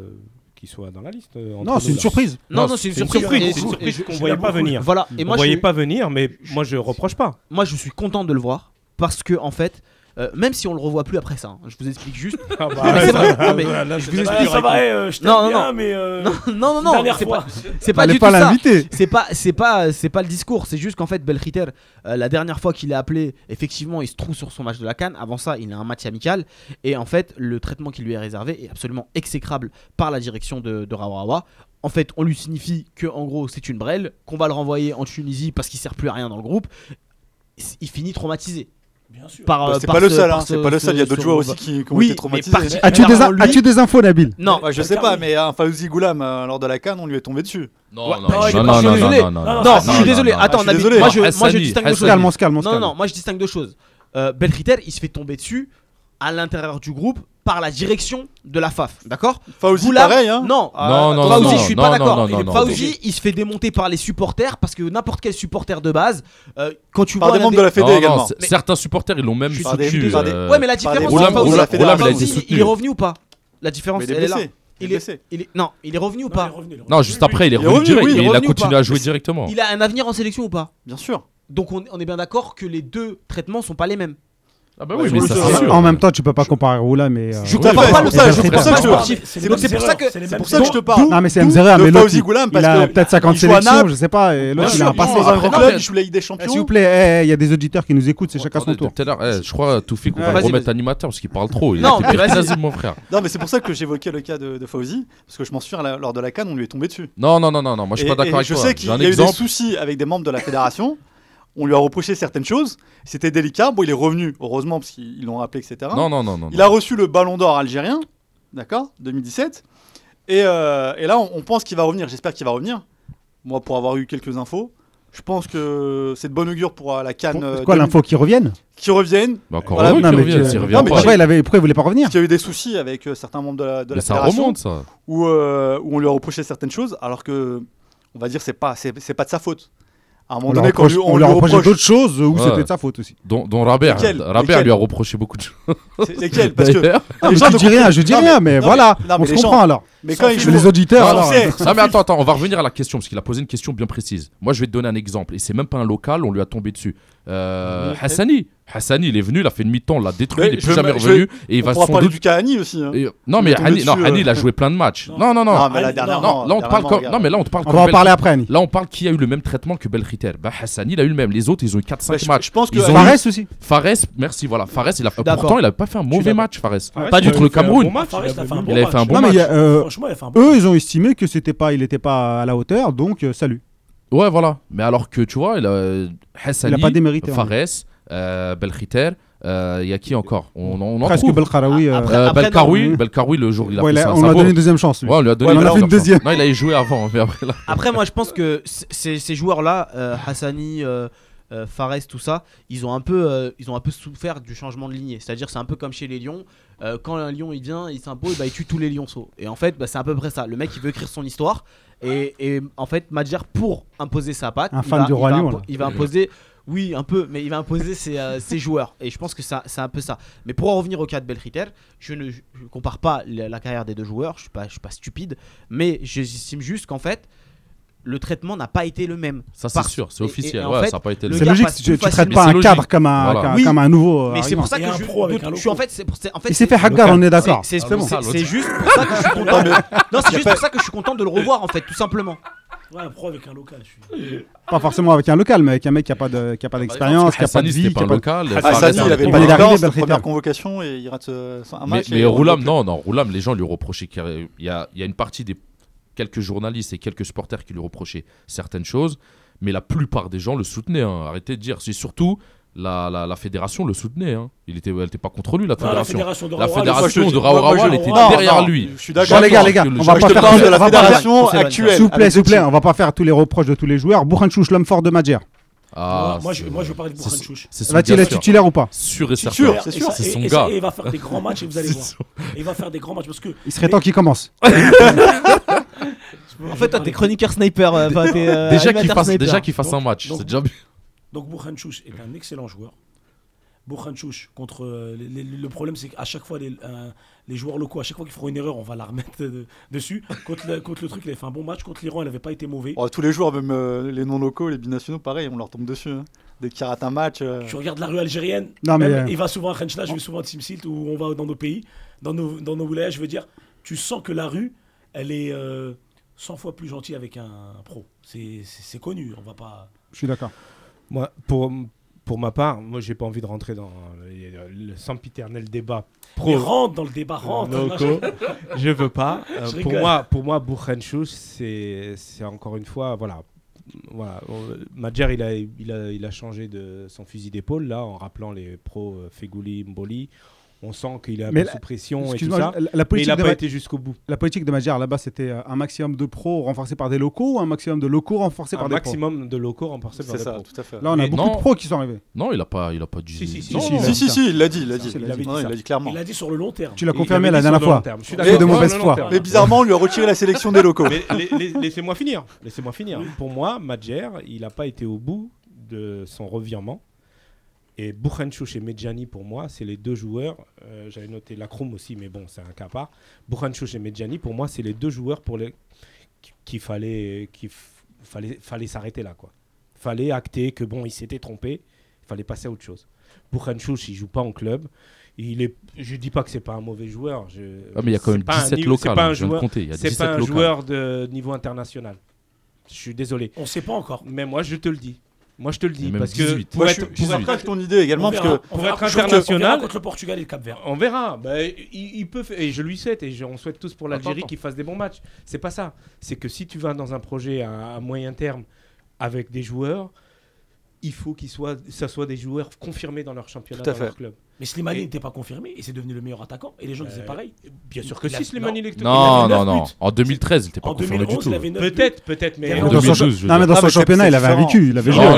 [SPEAKER 2] qu'il soit dans la liste.
[SPEAKER 1] Non, c'est une surprise.
[SPEAKER 3] Non, c'est une surprise.
[SPEAKER 2] C'est une surprise qu'on ne voyait pas venir.
[SPEAKER 3] Voilà.
[SPEAKER 2] Et moi, voyais pas venir, mais moi, je reproche pas.
[SPEAKER 3] Moi, je suis content de le voir parce que en fait. Même si on le revoit plus après ça, je vous explique juste.
[SPEAKER 5] Mais c'est vrai. Non, mais je vous explique. Ça va, je t'aime bien, mais
[SPEAKER 3] non. C'est pas du tout ça. C'est pas le discours. C'est juste qu'en fait, Belkhiter, la dernière fois qu'il est appelé, effectivement, il se trouve sur son match de la CAN. Avant ça, il a un match amical. Et en fait, le traitement qui lui est réservé est absolument exécrable par la direction de Rawarawa. En fait, on lui signifie que, en gros, c'est une brêle, qu'on va le renvoyer en Tunisie parce qu'il sert plus à rien dans le groupe. Il finit traumatisé.
[SPEAKER 5] Bien sûr.
[SPEAKER 7] C'est pas le seul, c'est pas le seul. Il y a d'autres joueurs aussi qui ont été traumatisés.
[SPEAKER 1] As-tu des infos, Nabil?
[SPEAKER 3] Non,
[SPEAKER 7] je sais pas, mais Fawzi Goulam, lors de la CAN, on lui est tombé dessus.
[SPEAKER 4] Non,
[SPEAKER 3] je suis désolé. Attends, Nabil, moi je distingue deux choses.
[SPEAKER 1] Calme.
[SPEAKER 3] Non, moi je distingue deux choses. Belkhiter, il se fait tomber dessus à l'intérieur du groupe par la direction de la FAF, d'accord?
[SPEAKER 7] Fawzi, pareil, hein.
[SPEAKER 3] Non, Fawzi, je suis pas d'accord. Fawzi, il se fait démonter par les supporters parce que n'importe quel supporter de base, quand tu vois
[SPEAKER 7] des membres de la Fédé également.
[SPEAKER 4] Certains supporters, ils l'ont même soutenu.
[SPEAKER 3] Ouais, mais la différence, Fawzi, il est revenu ou pas? La différence, elle est là. Non, il est revenu ou pas?
[SPEAKER 4] Non, juste après, il est revenu direct. Il a continué à jouer directement.
[SPEAKER 3] Il a un avenir en sélection ou pas?
[SPEAKER 7] Bien sûr.
[SPEAKER 3] Donc on est bien d'accord que les deux traitements sont pas les mêmes.
[SPEAKER 4] Ah bah oui, mais ça c'est sûr.
[SPEAKER 1] En même temps, tu peux pas comparer Roula, mais
[SPEAKER 3] je compare pas le ça, c'est pour ça que
[SPEAKER 7] c'est pour ça que je te parle.
[SPEAKER 1] Non, mais c'est Mzera, mais l'autre il a
[SPEAKER 7] que
[SPEAKER 1] peut-être 50 sélections, je sais pas, et l'autre il a un passé
[SPEAKER 7] dans un grand club, il joue la Ligue des Champions.
[SPEAKER 1] S'il vous plaît, il y a des auditeurs qui nous écoutent, c'est chacun son tour.
[SPEAKER 4] Tout à l'heure, je crois Toufik on va le remettre animateur parce qu'il parle trop. Il
[SPEAKER 3] Non,
[SPEAKER 4] vas-y mon frère.
[SPEAKER 7] Non, mais c'est pour ça que j'évoquais le cas de Fawzi parce que je m'en souviens lors de la CAN, on lui est tombé dessus.
[SPEAKER 4] Non, moi je suis pas d'accord avec toi.
[SPEAKER 7] Je sais qu'il y a eu des soucis avec des membres de la fédération. On lui a reproché certaines choses, c'était délicat. Bon, il est revenu, heureusement, parce qu'ils l'ont rappelé, etc.
[SPEAKER 4] Non.
[SPEAKER 7] Il a reçu le Ballon d'Or algérien, d'accord, 2017. Et là, on pense qu'il va revenir. J'espère qu'il va revenir. Moi, pour avoir eu quelques infos, je pense que c'est de bonne augure pour la CAN.
[SPEAKER 1] C'est quoi l'info qu'ils reviennent?
[SPEAKER 7] Qui reviennent.
[SPEAKER 4] Encore heureux qu'ils reviennent.
[SPEAKER 1] Pourquoi il voulait pas revenir?
[SPEAKER 7] Parce qu'il y a eu des soucis avec certains membres de la fédération.
[SPEAKER 4] Ça remonte, ça.
[SPEAKER 7] Où on lui a reproché certaines choses, alors que, on va dire, c'est pas de sa faute. À un moment donné,
[SPEAKER 1] on lui a reproché d'autres choses où c'était de sa faute aussi.
[SPEAKER 4] Dont Rabert lui a reproché beaucoup de choses.
[SPEAKER 7] Lesquelles? Parce que
[SPEAKER 1] je dis rien, mais voilà, on se comprend alors.
[SPEAKER 7] Mais quand il joue
[SPEAKER 1] les auditeurs, alors.
[SPEAKER 4] Non mais attends, on va revenir à la question parce qu'il a posé une question bien précise. Moi, je vais te donner un exemple et c'est même pas un local, on lui a tombé dessus. Hassani, il est venu, il a fait une mi-temps, on l'a détruit, il n'est plus jamais revenu. Et il va
[SPEAKER 7] sans parler du cas Hani aussi.
[SPEAKER 4] Non, mais Hani, il a joué plein de matchs. Non.
[SPEAKER 7] Mais la dernière.
[SPEAKER 4] Là, on te parle. Non, mais là, on te parle.
[SPEAKER 1] On va en parler après, Hani.
[SPEAKER 4] Là, on parle qui a eu le même traitement que Belkhiter. Hassani, il a eu le même. Les autres, ils ont eu 4-5 matchs.
[SPEAKER 7] Je pense que
[SPEAKER 1] Fares aussi.
[SPEAKER 4] Fares, merci, voilà. Fares, pourtant, il n'avait pas fait un mauvais match, Fares.
[SPEAKER 5] Pas
[SPEAKER 4] du tout le Cameroun.
[SPEAKER 5] Il avait fait un bon
[SPEAKER 4] match.
[SPEAKER 5] Franchement, il a fait un bon
[SPEAKER 1] match. Eux, ils ont estimé que il n'était pas à la hauteur, donc salut.
[SPEAKER 4] Ouais, voilà. Mais alors que, tu vois, Hassani,
[SPEAKER 1] il a pas démérité.
[SPEAKER 4] Fares, Belkhiter. Il y a qui encore? On
[SPEAKER 1] presque
[SPEAKER 4] trouve.
[SPEAKER 1] Belkaroui,
[SPEAKER 4] le jour il a fait ça.
[SPEAKER 1] On lui a donné une deuxième chance.
[SPEAKER 4] Ouais, on lui a donné
[SPEAKER 1] une deuxième.
[SPEAKER 4] Non, il a joué avant. Mais après,
[SPEAKER 3] après, moi, je pense que ces joueurs-là, Hassani, Fares, tout ça, ils ont un peu souffert du changement de lignée. C'est-à-dire, c'est un peu comme chez les Lions. Quand un Lion il vient, il s'impose, il tue tous les lionceaux. Et en fait, c'est à peu près ça. Le mec, il veut écrire son histoire. Et en fait, Madjer, pour imposer sa patte, il va imposer. Oui, un peu, mais il va imposer ses joueurs. Et je pense que c'est un peu ça. Mais pour en revenir au cas de Belkhiter, je ne compare pas la carrière des deux joueurs. Je suis pas stupide. Mais j'estime juste qu'en fait, le traitement n'a pas été le même.
[SPEAKER 4] Ça, c'est sûr, c'est officiel.
[SPEAKER 3] En fait,
[SPEAKER 4] ça n'a pas été le
[SPEAKER 1] même. C'est logique, tu ne traites pas un cadre comme un nouveau.
[SPEAKER 3] Mais c'est pour ça que je suis en fait.
[SPEAKER 1] Il s'est fait Hagar, on est d'accord.
[SPEAKER 3] C'est juste pour ça que je suis content. Non, c'est juste pour ça que je suis content de le revoir, en fait, tout simplement.
[SPEAKER 5] Ouais, pro avec un local.
[SPEAKER 1] Pas forcément avec un local, mais avec un mec qui a pas d'expérience, qui a pas de vie,
[SPEAKER 4] qui a pas de local.
[SPEAKER 7] Hassani, il avait pas d'expérience, sa première convocation et il rate un match.
[SPEAKER 4] Mais Roulam, Roulam, les gens lui reprochaient qu'il y a une partie des quelques journalistes et quelques supporters qui lui reprochaient certaines choses, mais la plupart des gens le soutenaient. Arrêtez de dire, c'est surtout la fédération le soutenait. Elle était pas contre lui, la fédération. La fédération de Raourawa, elle était derrière lui.
[SPEAKER 7] Je suis d'accord.
[SPEAKER 1] Les gars, on va pas
[SPEAKER 7] faire de la fédération actuelle.
[SPEAKER 1] S'il vous plaît, on va pas faire tous les reproches de tous les joueurs. Bourhanchouch, l'homme fort de Madjer.
[SPEAKER 5] Moi, je veux parler de Bourhanchouch.
[SPEAKER 1] Va-t-il être titulaire ou pas?
[SPEAKER 4] Sûr et certain.
[SPEAKER 7] C'est sûr.
[SPEAKER 4] C'est son gars.
[SPEAKER 5] Et il va faire des grands matchs et vous allez voir. Il va faire des grands matchs parce que.
[SPEAKER 1] Il serait temps qu'il commence.
[SPEAKER 3] En fait, toi, t'es chroniqueur sniper.
[SPEAKER 4] Déjà qu'il fasse un match, c'est déjà bien.
[SPEAKER 5] Donc Bourhanchouch est un excellent joueur. Bourhanchouch contre le problème c'est qu'à chaque fois les joueurs locaux, à chaque fois qu'ils feront une erreur, on va la remettre dessus. Contre le truc, il avait fait un bon match. Contre l'Iran, il n'avait pas été mauvais.
[SPEAKER 7] Tous les joueurs, même les non locaux, les binationaux, pareil, on leur tombe dessus. Dès qu'ils ratent un match.
[SPEAKER 5] Tu regardes la rue algérienne. Il va souvent à Khenchla, je vais souvent à Timsilt où on va dans nos pays, dans nos wilayas. Je veux dire, tu sens que la rue, elle est 100 fois plus gentille avec un pro. C'est connu. On va pas.
[SPEAKER 1] Je suis d'accord.
[SPEAKER 2] Moi, pour ma part, moi, j'ai pas envie de rentrer dans le sempiternel débat
[SPEAKER 5] pro. Rentre dans le débat, rentre.
[SPEAKER 2] Je veux pas. Pour moi, Bourhanchouch, c'est encore une fois, voilà. Madjer, il a changé de son fusil d'épaule là, en rappelant les pros Fegouli, Mboli. On sent qu'il est un peu sous pression et tout ça.
[SPEAKER 1] Mais
[SPEAKER 2] il n'a pas été jusqu'au bout.
[SPEAKER 1] La politique de Madjer là-bas, c'était un maximum de pros renforcés par des locaux ou un maximum de locaux renforcés par des pros?
[SPEAKER 2] Un maximum de locaux renforcés par des pros.
[SPEAKER 7] Tout à fait.
[SPEAKER 1] Là, on a beaucoup de pros qui sont arrivés.
[SPEAKER 4] Non, il a pas dit.
[SPEAKER 7] Si, il l'a dit. Il l'a dit clairement.
[SPEAKER 5] Il l'a dit sur le long terme.
[SPEAKER 1] Tu l'as confirmé la dernière fois.
[SPEAKER 2] Je suis d'accord.
[SPEAKER 1] De mauvaise foi.
[SPEAKER 7] Mais bizarrement, on lui a retiré la sélection des locaux.
[SPEAKER 2] Laissez-moi finir. Pour moi, Madjer, il n'a pas été au bout de son revirement. Et Bouchenchouch et Medjani, pour moi, c'est les deux joueurs. J'avais noté Lacroum aussi, mais bon, c'est un cas à part. Bouchenchouch et Medjani, pour moi, c'est les deux joueurs qu'il fallait s'arrêter là, quoi. Fallait acter que bon, il s'était trompé. Il fallait passer à autre chose. Bouchenchouch, il joue pas en club. Je dis pas que c'est pas un mauvais joueur.
[SPEAKER 4] Mais il y a quand même 17 locales. Je viens de compter.
[SPEAKER 2] C'est pas un joueur de niveau international. Je suis désolé.
[SPEAKER 5] On sait pas encore.
[SPEAKER 2] Mais moi, je te le dis. Parce que
[SPEAKER 7] pour être ton idée également, parce que
[SPEAKER 2] pour être international
[SPEAKER 5] contre le Portugal et le Cap-Vert.
[SPEAKER 2] On verra. Il peut et je lui souhaite et on souhaite tous pour l'Algérie qu'il fasse des bons matchs. C'est pas ça. C'est que si tu vas dans un projet à moyen terme avec des joueurs, il faut ça soit des joueurs confirmés dans leur championnat, dans leur club.
[SPEAKER 5] Mais Slimani n'était pas confirmé et c'est devenu le meilleur attaquant et les gens disaient pareil.
[SPEAKER 2] Bien sûr que si Slimani l'était.
[SPEAKER 4] Non. En 2013, il n'était pas confirmé du tout.
[SPEAKER 2] Peut-être, mais
[SPEAKER 4] en 2012.
[SPEAKER 1] Non, mais dans son championnat, il avait un vécu. Il avait joué.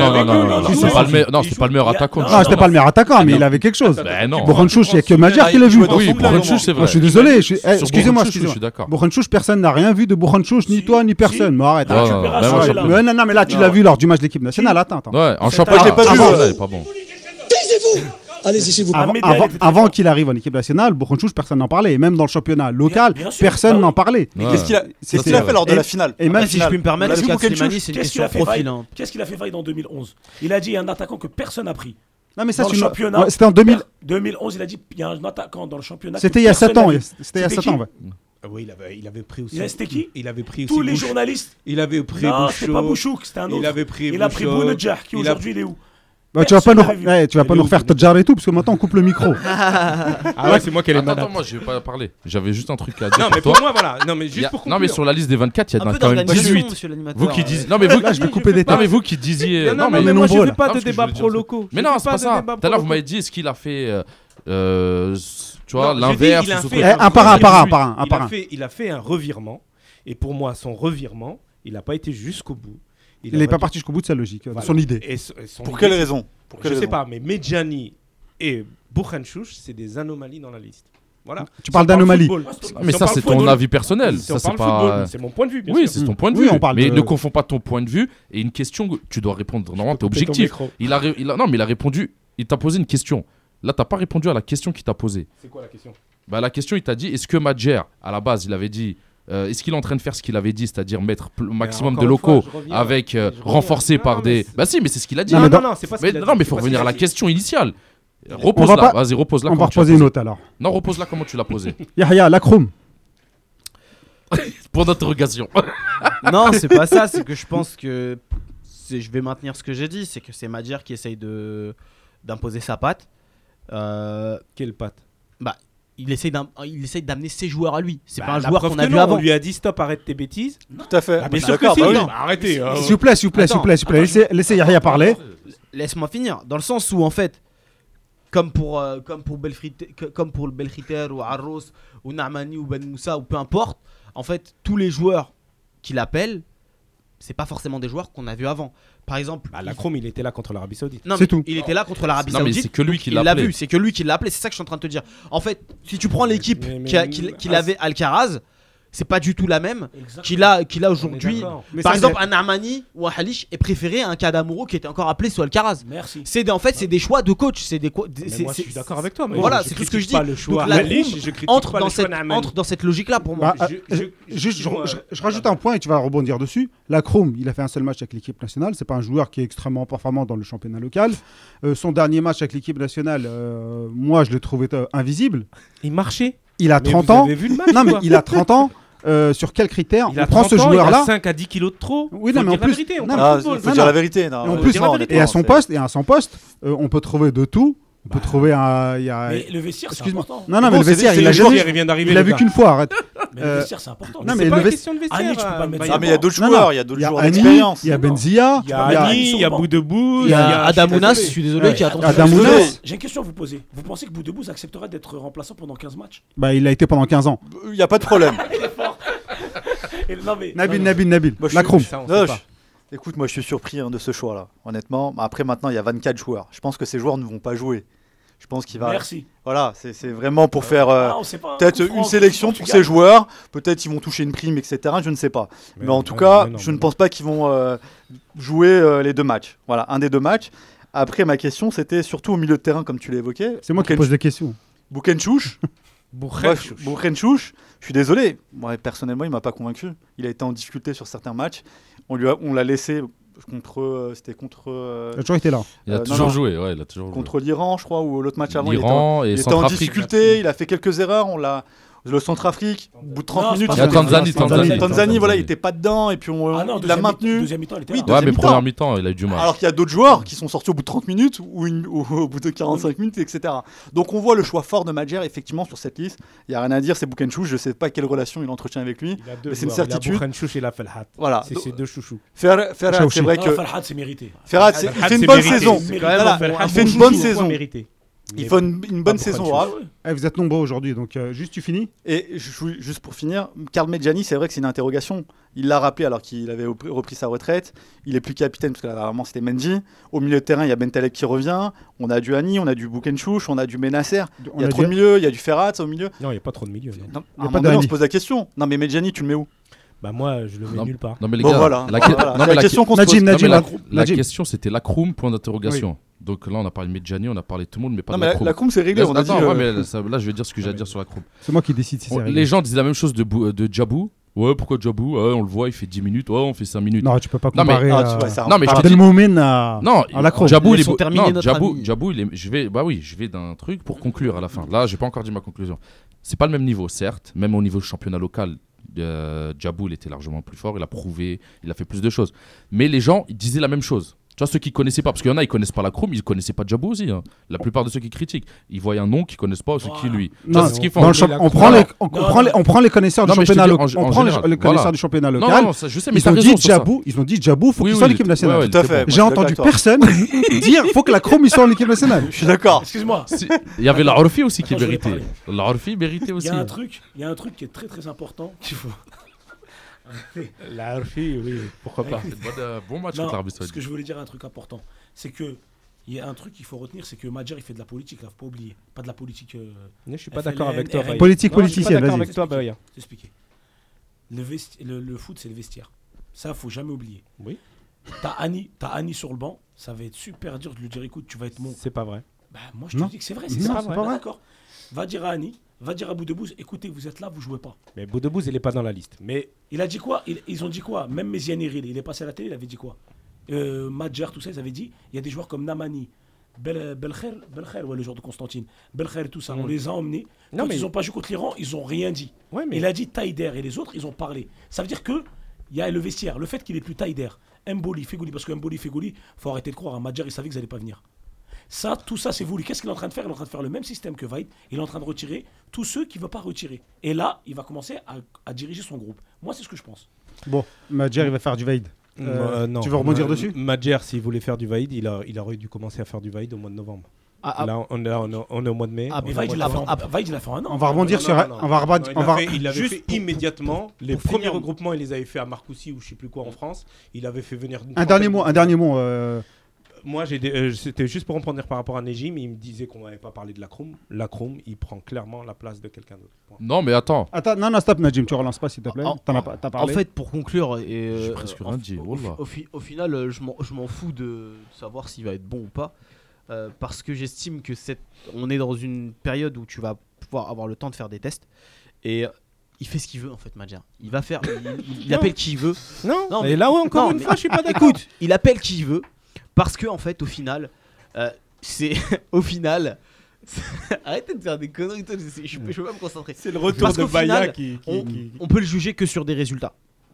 [SPEAKER 4] Non, c'était pas le meilleur attaquant.
[SPEAKER 1] Non, c'était pas le meilleur attaquant, mais il avait quelque chose. Bouchenchouch, il n'y a que Madjer qui l'a vu.
[SPEAKER 4] Oui, Bouchenchouch, c'est vrai.
[SPEAKER 1] Je suis désolé. Excusez-moi.
[SPEAKER 4] Je suis d'accord.
[SPEAKER 1] Bouchenchouch, personne n'a rien vu de Bouchenchouch, ni toi, ni personne. Mais arrête.
[SPEAKER 5] Non,
[SPEAKER 1] mais là, tu l'as vu lors du match de l'équipe nationale. Attends.
[SPEAKER 4] Ouais, en championnat, il n'est pas bon.
[SPEAKER 8] Taisez-vous! Allez-y, s'il vous plaît.
[SPEAKER 1] Avant qu'il arrive en équipe nationale, Bouchenchouch, personne n'en parlait. Et même dans le championnat local, personne n'en parlait.
[SPEAKER 7] Qu'est-ce qu'il a fait lors de la finale?
[SPEAKER 3] Et même si je puis me permettre, Slimani, c'est une question profil.
[SPEAKER 5] Qu'est-ce qu'il a fait faille dans 2011? Il a dit il y a un attaquant que personne n'a pris.
[SPEAKER 1] Non, mais ça,
[SPEAKER 5] dans le championnat.
[SPEAKER 1] C'était en
[SPEAKER 5] 2011, il a dit il y a un attaquant dans le championnat.
[SPEAKER 1] C'était il y a 7 ans. C'était il y a 7 ans, ouais.
[SPEAKER 2] Oui, il avait pris aussi.
[SPEAKER 5] C'était qui?
[SPEAKER 2] Il avait pris aussi
[SPEAKER 5] tous les journalistes.
[SPEAKER 2] Il avait pris
[SPEAKER 5] non, c'était pas Bouchouk, c'était un autre. Il a pris Bounedjah, qui aujourd'hui il est où?
[SPEAKER 1] Bah, tu vas pas nous refaire Tadjar et tout parce que maintenant on coupe le micro.
[SPEAKER 2] Ah ouais, c'est moi qui ai les
[SPEAKER 4] Attends, moi je vais pas parler. J'avais juste un truc à dire.
[SPEAKER 2] Non, mais pour moi, voilà. Non, mais juste pour conclure.
[SPEAKER 4] Non, mais sur la liste des 24, il y en a quand même 18.
[SPEAKER 3] Vous
[SPEAKER 4] qui disiez. Non, mais vous,
[SPEAKER 1] là, je vais couper des temps.
[SPEAKER 4] Non, mais vous qui disiez.
[SPEAKER 2] Non, mais moi je fais pas de débat pro-locaux.
[SPEAKER 4] Mais non, c'est pas ça. Tout à l'heure, vous m'avez dit, est-ce qu'il a fait. Tu vois, l'inverse.
[SPEAKER 1] Un par un.
[SPEAKER 2] Il a fait un revirement. Et pour moi, son revirement, il n'a pas été jusqu'au bout.
[SPEAKER 1] Il n'est pas parti jusqu'au bout de sa logique, de son idée.
[SPEAKER 7] Pour quelle raison?
[SPEAKER 2] Je sais pas, mais Medjani et Bouchenchouch, c'est des anomalies dans la liste. Voilà.
[SPEAKER 1] Tu parles d'anomalie.
[SPEAKER 4] Mais ça, c'est ton avis personnel. Ça, c'est pas.
[SPEAKER 2] C'est mon point de vue, bien sûr.
[SPEAKER 4] Oui, c'est ton point de vue. Mais ne confonds pas ton point de vue et une question. Tu dois répondre. Normalement, t'es objectif. Non, mais il a répondu. Il t'a posé une question. Là, t'as pas répondu à la question qu'il t'a posée.
[SPEAKER 2] C'est quoi la question?
[SPEAKER 4] La question, il t'a dit est-ce que Madjer, à la base, il avait dit. Est-ce qu'il est en train de faire ce qu'il avait dit, c'est-à-dire mettre le maximum de locaux avec renforcés par des. Bah si, mais c'est ce qu'il a dit.
[SPEAKER 2] Non, c'est pas ce qu'il a dit.
[SPEAKER 4] Non, mais il faut revenir à la question initiale. Repose-la. Vas-y, repose-la.
[SPEAKER 1] On va reposer une autre alors.
[SPEAKER 4] Non, repose-la comment tu l'as posée.
[SPEAKER 1] Yahya, Lacroum.
[SPEAKER 4] Pour d'interrogation.
[SPEAKER 3] Non, c'est pas ça. C'est que je pense que je vais maintenir ce que j'ai dit. C'est que c'est Madjer qui essaye d'imposer sa patte.
[SPEAKER 2] Quelle patte?
[SPEAKER 3] Bah. Il essaye d'amener ses joueurs à lui. C'est pas un joueur qu'on a vu avant.
[SPEAKER 2] On lui a dit stop, arrête tes bêtises.
[SPEAKER 7] Tout à fait.
[SPEAKER 2] Bien sûr que si. Arrêtez.
[SPEAKER 1] S'il vous plaît. Laissez Yahya parler.
[SPEAKER 3] Laisse-moi finir. Dans le sens où en fait, comme pour le Belkhiter ou Arros ou Nahmani ou Ben Moussa ou peu importe, en fait, tous les joueurs qu'il appelle, c'est pas forcément des joueurs qu'on a vus avant. Par exemple,
[SPEAKER 2] Lacroum, il était là contre l'Arabie Saoudite.
[SPEAKER 3] Non, c'est tout. Il était là contre l'Arabie Saoudite.
[SPEAKER 4] Mais c'est que lui qui l'a
[SPEAKER 3] appelé. C'est que lui qui l'a appelé. C'est ça que je suis en train de te dire. En fait, si tu prends l'équipe qu'il avait Alcaraz, c'est pas du tout la même qu'il a aujourd'hui. Par exemple, un Armani ou un Halish est préféré à un Kadamouro qui était encore appelé sous Alcaraz.
[SPEAKER 5] Merci.
[SPEAKER 3] C'est des choix de coach.
[SPEAKER 2] Moi, je suis d'accord avec toi.
[SPEAKER 3] Voilà, c'est tout ce que je dis.
[SPEAKER 2] Donc
[SPEAKER 3] entre dans cette logique-là pour moi.
[SPEAKER 1] Je rajoute un point et tu vas rebondir dessus. Lacroum, il a fait un seul match avec l'équipe nationale. C'est pas un joueur qui est extrêmement performant dans le championnat local. Son dernier match avec l'équipe nationale, moi, je l'ai trouvé invisible.
[SPEAKER 2] Il marchait.
[SPEAKER 1] Il a 30 ans.
[SPEAKER 2] Vous avez vu le match,
[SPEAKER 1] non, mais il a 30 ans. Sur quels critères
[SPEAKER 2] on prend ce joueur-là? Il a 5 à 10 kilos de trop.
[SPEAKER 1] Oui, non, mais en plus,
[SPEAKER 7] il faut dire la vérité.
[SPEAKER 1] Et à son poste, on peut trouver de tout On peut trouver un.
[SPEAKER 5] Mais le vestiaire, c'est important.
[SPEAKER 1] Non, mais le vestiaire, il a jamais. Il a vu qu'une fois, arrête.
[SPEAKER 5] Mais le vestiaire, c'est important.
[SPEAKER 2] Non, mais c'est pas question de vestiaire.
[SPEAKER 5] Annie, tu peux pas le mettre.
[SPEAKER 7] Mais il y a d'autres joueurs, il y a d'autres joueurs d'expérience.
[SPEAKER 1] Il y a Benzia,
[SPEAKER 2] il y a Annie, il y a Boudebouz,
[SPEAKER 3] il y a Adamounas, je suis désolé, qui a attendu.
[SPEAKER 1] Adamounas.
[SPEAKER 5] J'ai une question à vous poser. Vous pensez que Boudebouz accepterait d'être remplaçant pendant 15 matchs?
[SPEAKER 1] Bah, il a été pendant 15 ans.
[SPEAKER 7] Il n'y a pas de problème.
[SPEAKER 1] Nabil. La Chrome.
[SPEAKER 7] Écoute, moi je suis surpris de ce choix-là, honnêtement. Après, maintenant, il y a 24 joueurs. Je pense que ces joueurs ne vont pas jouer. Je pense qu'il va.
[SPEAKER 5] Merci.
[SPEAKER 7] Voilà, c'est vraiment pour faire peut-être une sélection pour
[SPEAKER 5] ces
[SPEAKER 7] ces joueurs. Peut-être ils vont toucher une prime, etc. Je ne sais pas. Mais en tout cas, je ne pense pas qu'ils vont jouer les 2 matchs. Voilà, un des 2 matchs. Après, ma question, c'était surtout au milieu de terrain, comme tu l'as évoqué.
[SPEAKER 1] C'est moi qui pose des questions.
[SPEAKER 7] Boukenchouch. Boukenchouch, je suis désolé. Moi, personnellement, il ne m'a pas convaincu. Il a été en difficulté sur certains matchs. On l'a laissé contre. C'était contre.
[SPEAKER 1] Il a toujours été là.
[SPEAKER 4] Il a toujours joué, ouais. Il a toujours
[SPEAKER 7] contre l'Iran, je crois, ou l'autre match avant.
[SPEAKER 4] L'Iran
[SPEAKER 7] il était en difficulté. Il a fait quelques erreurs. Le Centrafrique, au bout de 30 minutes.
[SPEAKER 4] Il y a
[SPEAKER 7] Tanzanie, voilà, il n'était pas dedans. Et puis on l'a maintenu.
[SPEAKER 5] Deuxième mi-temps, il était
[SPEAKER 4] là. Ouais, mais première mi-temps, il a eu du mal.
[SPEAKER 7] Alors qu'il y a d'autres joueurs qui sont sortis au bout de 30 minutes ou au bout de 45 minutes, etc. Donc on voit le choix fort de Madjer, effectivement, sur cette liste. Il n'y a rien à dire, c'est Boukenchouch. Je ne sais pas quelle relation il entretient avec lui. Mais c'est une certitude.
[SPEAKER 2] Boukenchouch et la Felhat.
[SPEAKER 7] Voilà.
[SPEAKER 2] C'est ses 2 chouchous.
[SPEAKER 7] Ferhat, c'est vrai que.
[SPEAKER 5] Ferhat, c'est mérité.
[SPEAKER 7] Ferhat, il fait une bonne saison. Il fait une bonne saison. Il fait une bonne saison.
[SPEAKER 1] Vous êtes nombreux aujourd'hui, donc juste tu finis.
[SPEAKER 7] Et juste pour finir, Karl Medjani, c'est vrai que c'est une interrogation. Il l'a rappelé alors qu'il avait repris sa retraite. Il est plus capitaine parce que là, vraiment c'était Mendy. Au milieu de terrain, il y a Bentaleb qui revient. On a du Annie, on a du Boukenchouch, on a du Benasser. Il y a trop de milieu, il y a du Ferhat au milieu.
[SPEAKER 2] Non, il n'y a pas trop de milieu.
[SPEAKER 7] On se pose la question. Non, mais Medjani, tu le mets où?
[SPEAKER 2] Bah moi, je le mets nulle part.
[SPEAKER 4] Non mais les gars,
[SPEAKER 7] voilà. La question qu'on se pose.
[SPEAKER 4] La question c'était la Kroum, point d'interrogation. Donc là, on a parlé de Medjani, on a parlé de tout le monde, mais pas de la Kroum.
[SPEAKER 7] La Kroum, c'est réglé. On a dit.
[SPEAKER 4] Mais là, je vais dire ce que j'ai à dire sur la Kroum.
[SPEAKER 1] C'est moi qui décide si c'est réglé.
[SPEAKER 4] Les gens disent la même chose de Djabou. Ouais, pourquoi Djabou? On le voit, il fait 10 minutes. Ouais, on fait 5 minutes.
[SPEAKER 1] Non, tu peux pas comparer.
[SPEAKER 4] Non, mais
[SPEAKER 1] Abdelmoumen à la Kroum.
[SPEAKER 4] Djabou, je vais d'un truc pour conclure à la fin. Là, j'ai pas encore dit ma conclusion. C'est pas le même niveau, certes, même au niveau championnat local. Djabou, il était largement plus fort, il a prouvé, il a fait plus de choses. Mais les gens, ils disaient la même chose. Tu vois, ceux qui connaissaient pas, parce qu'il y en a, ils connaissent pas la Kroum, ils connaissaient pas Djabou aussi. Hein. La plupart de ceux qui critiquent, ils voient un nom qu'ils connaissent pas, c'est qui lui.
[SPEAKER 1] Non, c'est ce qu'ils font. On prend les connaisseurs du championnat local. On prend les connaisseurs du championnat local.
[SPEAKER 4] Non, je sais, mais t'as raison sur ça.
[SPEAKER 1] Ils ont dit Djabou, faut qu'il soit en équipe nationale.
[SPEAKER 7] Tout à fait.
[SPEAKER 1] J'ai entendu personne dire faut que la Kroum soit en équipe nationale.
[SPEAKER 7] Je suis d'accord.
[SPEAKER 5] Excuse-moi.
[SPEAKER 4] Il y avait la Orfi aussi qui méritait. La Orfi méritait aussi.
[SPEAKER 5] Il y a un truc qui est très très important qu'il faut.
[SPEAKER 2] La Orfi, oui, pourquoi pas.
[SPEAKER 4] C'est bon match contre l'Arabie Saoudite.
[SPEAKER 5] Ce que je voulais dire un truc important, c'est que il y a un truc qu'il faut retenir, c'est que Madjer il fait de la politique, là, faut pas oublier, pas de la politique.
[SPEAKER 2] Je suis pas d'accord avec toi.
[SPEAKER 1] Politique politicienne.
[SPEAKER 2] Je suis pas d'accord avec toi, Baya.
[SPEAKER 5] T'expliquer. Le foot, c'est le vestiaire. Ça, faut jamais oublier.
[SPEAKER 2] Oui.
[SPEAKER 5] T'as Annie sur le banc, ça va être super dur de lui dire écoute, tu vas être mon.
[SPEAKER 2] C'est pas vrai.
[SPEAKER 5] Bah, moi, je te dis que c'est vrai. C'est pas vrai. D'accord. Va dire à Annie. Va dire à Boudebouz, écoutez, vous êtes là, vous jouez pas.
[SPEAKER 2] Mais Boudebouz, il est pas dans la liste. Mais
[SPEAKER 5] il a dit quoi? Ils ont dit quoi? Même Méziane Eril, il est passé à la télé, il avait dit quoi? Madjer, tout ça, ils avaient dit, il y a des joueurs comme Namani, Belkher, ouais, le joueur de Constantine, Belkher et tout ça, on les a emmenés. Quand ils ont pas joué contre l'Iran, ils ont rien dit. Ouais, mais... Il a dit Taïder et les autres, ils ont parlé. Ça veut dire que il y a le vestiaire, le fait qu'il est plus Taïder, Mboli, Fegouli, parce que Mboli, Fegouli, faut arrêter de croire. Madjer, il savait qu'ils n'allaient pas venir. Ça, tout ça, c'est voulu. Qu'est-ce qu'il est en train de faire? Il est en train de faire le même système que Vaid. Il est en train de retirer tous ceux qui ne veulent pas retirer. Et là, il va commencer à diriger son groupe. Moi, c'est ce que je pense.
[SPEAKER 1] Bon, Madjer, il va faire du Vaid.
[SPEAKER 2] Non.
[SPEAKER 1] Tu veux rebondir dessus?
[SPEAKER 2] Madjer, s'il voulait faire du Vaid, il aurait dû commencer à faire du Vaid au mois de novembre. Là, on est au mois de mai.
[SPEAKER 5] Mais Vaid, il a fait un an.
[SPEAKER 1] On va rebondir sur.
[SPEAKER 2] Il avait fait immédiatement. Les premiers regroupements, il les avait fait à Marcoussis ou je ne sais plus quoi en France. Il avait fait venir.
[SPEAKER 1] Un dernier mot.
[SPEAKER 2] Moi, c'était juste pour répondre par rapport à Nejim. Il me disait qu'on n'avait pas parlé de la Kroum. La Kroum, il prend clairement la place de quelqu'un d'autre.
[SPEAKER 4] Non, mais attends.
[SPEAKER 1] Non, stop, Najim, tu relances pas, s'il te plaît. T'as parlé.
[SPEAKER 3] En fait, pour conclure,
[SPEAKER 4] j'ai presque rien dit.
[SPEAKER 3] Au final, je m'en fous de savoir s'il va être bon ou pas. Parce que j'estime que on est dans une période où tu vas pouvoir avoir le temps de faire des tests. Et il fait ce qu'il veut en fait, Madjer. Il va faire. Il appelle qui il veut.
[SPEAKER 2] Non, mais là, encore une fois, je suis pas d'accord.
[SPEAKER 3] Écoute, il appelle qui il veut. Parce que en fait, au final, arrêtez de faire des conneries, je peux pas me concentrer.
[SPEAKER 2] C'est le retour de Baya qui...
[SPEAKER 3] On peut le juger que sur des résultats.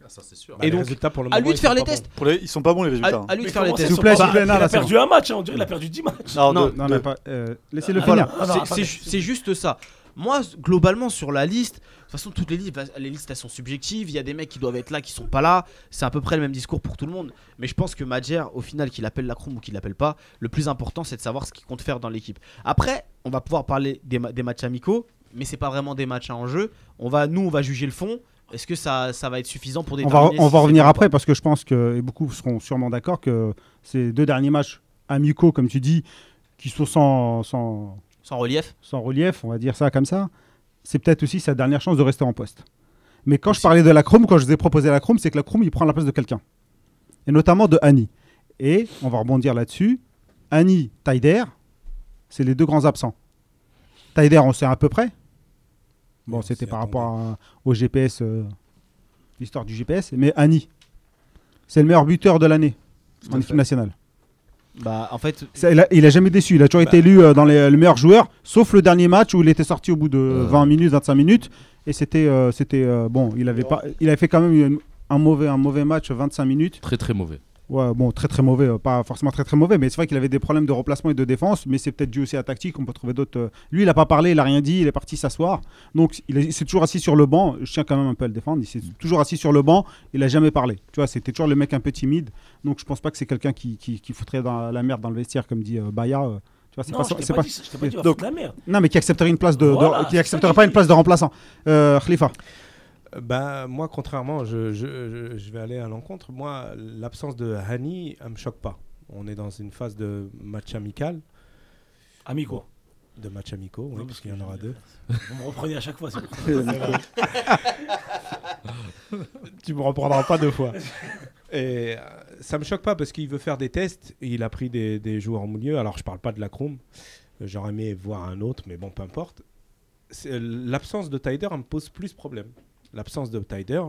[SPEAKER 4] Ça, c'est sûr.
[SPEAKER 3] Et donc,
[SPEAKER 2] pour le
[SPEAKER 3] à lui
[SPEAKER 2] moment,
[SPEAKER 3] de faire les
[SPEAKER 2] sont pas
[SPEAKER 3] tests.
[SPEAKER 7] Ils sont pas bons les résultats.
[SPEAKER 3] À lui de
[SPEAKER 5] Mais
[SPEAKER 3] faire les
[SPEAKER 5] comment
[SPEAKER 3] tests.
[SPEAKER 1] S'il vous plaît,
[SPEAKER 5] il a perdu un match, on dirait qu'il a perdu 10 matchs.
[SPEAKER 7] Non,
[SPEAKER 1] laissez-le
[SPEAKER 3] Voilà.
[SPEAKER 1] finir.
[SPEAKER 3] C'est juste ça. Moi, globalement, sur la liste, de toute façon, toutes les listes, elles sont subjectives. Il y a des mecs qui doivent être là, qui sont pas là. C'est à peu près le même discours pour tout le monde. Mais je pense que Madjer, au final, qu'il appelle Lacroum ou qu'il l'appelle pas, le plus important, c'est de savoir ce qu'il compte faire dans l'équipe. Après, on va pouvoir parler des matchs amicaux, mais c'est pas vraiment des matchs à enjeu. On va juger le fond. Est-ce que ça va être suffisant pour déterminer
[SPEAKER 1] On va revenir
[SPEAKER 3] bon
[SPEAKER 1] après parce que je pense que et beaucoup seront sûrement d'accord que ces 2 derniers matchs amicaux, comme tu dis, qui sont
[SPEAKER 3] sans relief,
[SPEAKER 1] on va dire ça comme ça, c'est peut-être aussi sa dernière chance de rester en poste. Mais quand je parlais de Lacroum, quand je vous ai proposé Lacroum, c'est que Lacroum, il prend la place de quelqu'un. Et notamment de Hani. Et on va rebondir là-dessus. Hani, Taider, c'est les 2 grands absents. Taider, on sait à peu près. Bon, c'était par rapport au GPS, l'histoire du GPS. Mais Hani, c'est le meilleur buteur de l'année en équipe nationale.
[SPEAKER 3] Bah, en fait,
[SPEAKER 1] il a jamais déçu. Il a toujours été élu dans le meilleur joueur, sauf le dernier match où il était sorti au bout de 20 minutes, 25 minutes. Et c'était bon. Il avait fait quand même un mauvais match, 25 minutes.
[SPEAKER 4] Très très mauvais.
[SPEAKER 1] Ouais, bon, très très mauvais, pas forcément très très mauvais, mais c'est vrai qu'il avait des problèmes de remplacement et de défense, mais c'est peut-être dû aussi à la tactique, on peut trouver d'autres. Lui, il n'a pas parlé, il n'a rien dit, il est parti s'asseoir, donc il s'est toujours assis sur le banc, je tiens quand même un peu à le défendre, il s'est toujours assis sur le banc, il n'a jamais parlé, tu vois, c'était toujours le mec un peu timide, donc je pense pas que c'est quelqu'un qui foutrait dans la merde dans le vestiaire, comme dit Baya. Tu vois,
[SPEAKER 5] je t'ai pas dit
[SPEAKER 1] donc,
[SPEAKER 5] la merde.
[SPEAKER 1] Non, mais qui accepterait une place
[SPEAKER 5] Voilà,
[SPEAKER 1] qui accepterait pas une place de remplaçant. Khalifa.
[SPEAKER 2] Moi, contrairement, je vais aller à l'encontre. Moi, l'absence de Hani ne me choque pas. On est dans une phase de match amical.
[SPEAKER 5] Amicaux.
[SPEAKER 2] De match amicaux, oui, parce qu'il y en aura 2.
[SPEAKER 5] Vous me reprenez à chaque fois, c'est pour ça.
[SPEAKER 2] Tu me reprendras pas 2 fois. Et ça me choque pas parce qu'il veut faire des tests. Il a pris des joueurs au milieu. Alors, je parle pas de Lacroum. J'aurais aimé voir un autre, mais bon, peu importe. L'absence de Taider me pose plus problème. L'absence de Taider,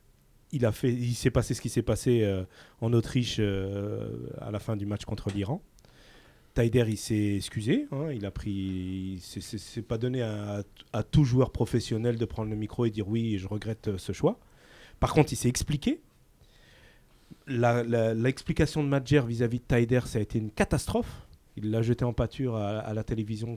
[SPEAKER 2] il s'est passé ce qui s'est passé en Autriche à la fin du match contre l'Iran. Taider, il s'est excusé. Il a pris. C'est pas donné à tout joueur professionnel de prendre le micro et dire oui, je regrette ce choix. Par contre, il s'est expliqué. L'explication de Madjer vis-à-vis de Taider, ça a été une catastrophe. Il l'a jeté en pâture à la télévision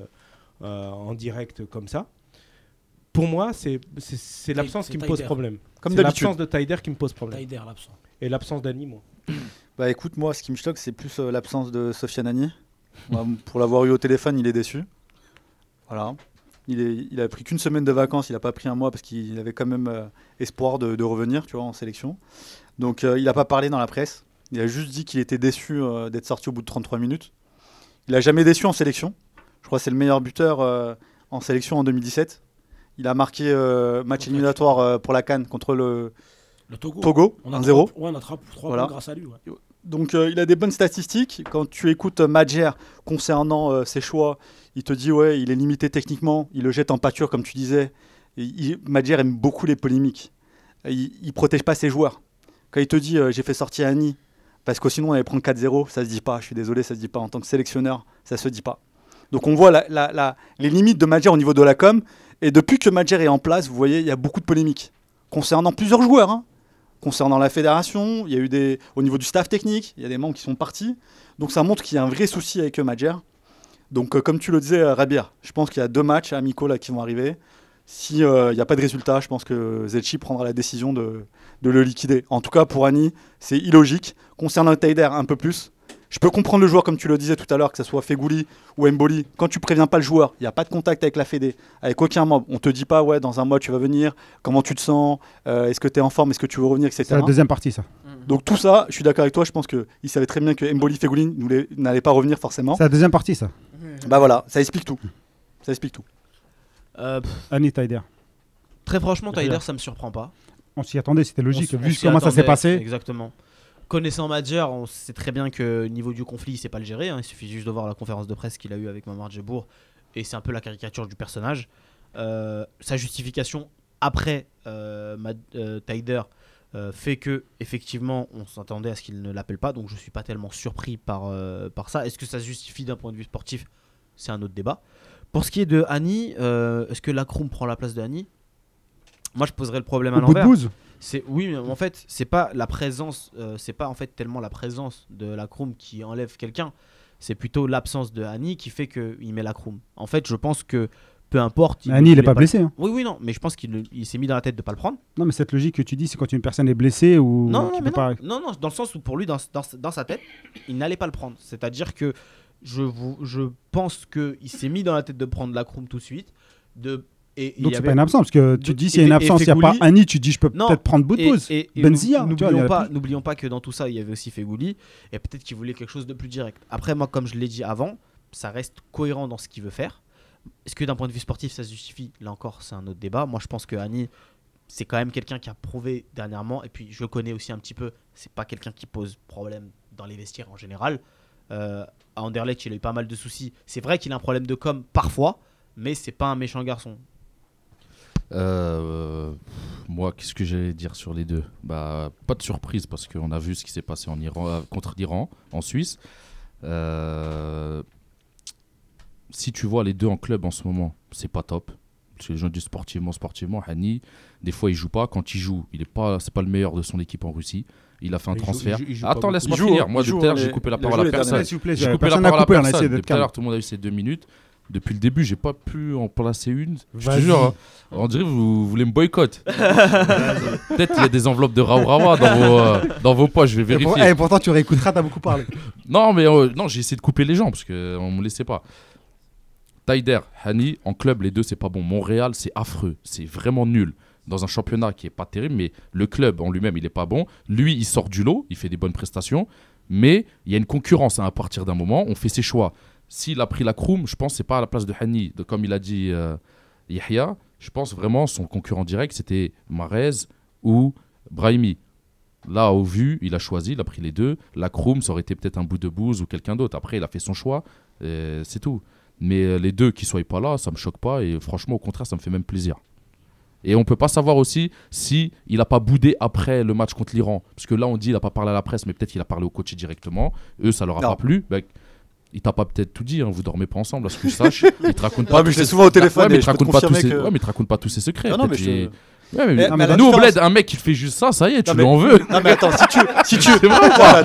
[SPEAKER 2] en direct comme ça. Pour moi, c'est l'absence qui me pose problème.
[SPEAKER 7] Comme
[SPEAKER 2] c'est
[SPEAKER 7] d'habitude.
[SPEAKER 2] l'absence de Taider qui me pose problème.
[SPEAKER 5] Taider, l'absent.
[SPEAKER 2] Et l'absence d'Ani, moi.
[SPEAKER 7] Bah écoute, moi, ce qui me choque, c'est plus l'absence de Sofiane Hani. Moi, pour l'avoir eu au téléphone, il est déçu. Voilà. Il a pris qu'une semaine de vacances, il n'a pas pris un mois parce qu'il avait quand même espoir de revenir, tu vois, en sélection. Donc il n'a pas parlé dans la presse. Il a juste dit qu'il était déçu d'être sorti au bout de 33 minutes. Il n'a jamais déçu en sélection. Je crois que c'est le meilleur buteur en sélection en 2017. Il a marqué match éliminatoire pour la CAN contre le Togo, 1-0.
[SPEAKER 5] On a 3
[SPEAKER 7] voilà.
[SPEAKER 5] points grâce à lui. Ouais.
[SPEAKER 7] Donc il a des bonnes statistiques. Quand tu écoutes Madjer concernant ses choix, il te dit ouais, il est limité techniquement, il le jette en pâture comme tu disais. Madjer aime beaucoup les polémiques. Il protège pas ses joueurs. Quand il te dit j'ai fait sortir Hani parce que sinon on allait prendre 4-0, ça se dit pas. Je suis désolé, ça se dit pas. En tant que sélectionneur, ça se dit pas. Donc on voit les limites de Madjer au niveau de la com. Et depuis que Madjer est en place, vous voyez, il y a beaucoup de polémiques concernant plusieurs joueurs. Concernant la fédération, il y a eu au niveau du staff technique, il y a des membres qui sont partis. Donc ça montre qu'il y a un vrai souci avec Madjer. Donc comme tu le disais, Rabia, je pense qu'il y a 2 matchs amicaux là, qui vont arriver. S'il n'y a pas de résultat, je pense que Zetchi prendra la décision de le liquider. En tout cas, pour Hani, c'est illogique. Concernant Taider, un peu plus. Je peux comprendre le joueur, comme tu le disais tout à l'heure, que ce soit Fegouli ou Mboli. Quand tu préviens pas le joueur, il n'y a pas de contact avec la Fédé, avec aucun membre. On te dit pas, ouais, dans un mois tu vas venir, comment tu te sens, est-ce que tu es en forme, est-ce que tu veux revenir, etc.
[SPEAKER 1] C'est la deuxième partie, ça.
[SPEAKER 7] Donc tout ça, je suis d'accord avec toi, je pense qu'il savait très bien que Mboli, Fegouli n'allaient pas revenir forcément.
[SPEAKER 1] C'est la deuxième partie, ça.
[SPEAKER 7] Bah voilà, ça explique tout. Ça explique tout.
[SPEAKER 1] Hani, Taider.
[SPEAKER 3] Très franchement, Taider, ça me surprend pas.
[SPEAKER 1] On s'y attendait, c'était logique, vu comment ça s'est passé.
[SPEAKER 3] Exactement. Connaissant Madjer, on sait très bien que niveau du conflit, il sait pas le gérer. Il suffit juste de voir la conférence de presse qu'il a eue avec Mamar Djebour. Et c'est un peu la caricature du personnage. Sa justification après Taider fait que effectivement on s'attendait à ce qu'il ne l'appelle pas. Donc je suis pas tellement surpris par ça. Est-ce que ça se justifie d'un point de vue sportif? C'est un autre débat. Pour ce qui est de Hani, est-ce que Lacroum prend la place de Hani? Moi je poserais le problème à l'envers. Oui, mais en fait, c'est pas la présence, c'est pas en fait tellement la présence de la Kroom qui enlève quelqu'un, c'est plutôt l'absence de Hani qui fait qu'il met la Kroom. En fait, je pense que peu importe.
[SPEAKER 1] Hani, il est pas blessé. Hein.
[SPEAKER 3] Oui, non, mais je pense qu'il s'est mis dans la tête de pas le prendre.
[SPEAKER 1] Non, mais cette logique que tu dis, c'est quand une personne est blessée ou.
[SPEAKER 3] Non, dans le sens où pour lui, dans sa tête, il n'allait pas le prendre. C'est-à-dire que je pense qu'il s'est mis dans la tête de prendre la Kroom tout de suite.
[SPEAKER 1] Donc c'est pas une absence, parce que tu dis s'il y a une absence, il n'y a pas Hani, tu dis je peux peut-être prendre Boudbouz. Benzia.
[SPEAKER 3] N'oublions pas que dans tout ça, il y avait aussi Fegouli, et peut-être qu'il voulait quelque chose de plus direct. Après, moi, comme je l'ai dit avant, ça reste cohérent dans ce qu'il veut faire. Est-ce que d'un point de vue sportif, ça se justifie ? Là encore, c'est un autre débat. Moi, je pense que Hani, c'est quand même quelqu'un qui a prouvé dernièrement, et puis je le connais aussi un petit peu, c'est pas quelqu'un qui pose problème dans les vestiaires en général. À Anderlecht, il a eu pas mal de soucis. C'est vrai qu'il a un problème de com parfois, mais c'est pas un méchant garçon.
[SPEAKER 4] Moi, qu'est-ce que j'allais dire sur les deux ? Pas de surprise parce qu'on a vu ce qui s'est passé en Iran, contre l'Iran, en Suisse. Si tu vois les deux en club en ce moment, c'est pas top. C'est les gens du sportivement, Hani, des fois il joue pas. Quand il joue, c'est pas le meilleur de son équipe en Russie. Il a fait un transfert. Attends, laisse-moi finir. Moi, de tout à l'heure, j'ai coupé la parole à personne. J'ai coupé la parole à personne. Depuis tout à l'heure, tout le monde a eu ses 2 minutes. Depuis le début, j'ai pas pu en placer une. Je te jure, hein. On dirait que vous voulez me boycotter. Peut-être qu'il y a des enveloppes de Raourawa dans vos poches, je vais vérifier.
[SPEAKER 1] Et pourtant, tu réécouteras, t'as beaucoup parlé.
[SPEAKER 4] Non, mais non, j'ai essayé de couper les gens parce qu'on me laissait pas. Taider, Hani, en club, les deux, c'est pas bon. Montréal, c'est affreux. C'est vraiment nul. Dans un championnat qui est pas terrible, mais le club en lui-même, il est pas bon. Lui, il sort du lot, il fait des bonnes prestations. Mais il y a une concurrence à partir d'un moment. On fait ses choix. S'il a pris la Kroom, je pense que ce n'est pas à la place de Hani. Comme il a dit Yahya, je pense vraiment son concurrent direct, c'était Mahrez ou Brahimi. Là, au vu, il a choisi, il a pris les deux. La Kroom, ça aurait été peut-être un Boudbouz ou quelqu'un d'autre. Après, il a fait son choix, c'est tout. Mais les deux qui ne soient pas là, ça ne me choque pas. Et franchement, au contraire, ça me fait même plaisir. Et on ne peut pas savoir aussi s'il n'a pas boudé après le match contre l'Iran. Parce que là, on dit qu'il n'a pas parlé à la presse, mais peut-être qu'il a parlé au coach directement. Eux, ça ne leur a pas plu. Il t'a pas peut-être tout dit, hein, vous dormez pas ensemble, à ce que je sache. Il te raconte pas.
[SPEAKER 7] Mais je l'ai souvent au téléphone.
[SPEAKER 4] Mais il te raconte pas tous ses secrets.
[SPEAKER 7] Non,
[SPEAKER 4] mais nous, au bled, un mec qui fait juste ça y est, tu lui en veux.
[SPEAKER 7] Non, mais attends, si tu.
[SPEAKER 4] C'est vrai, quoi.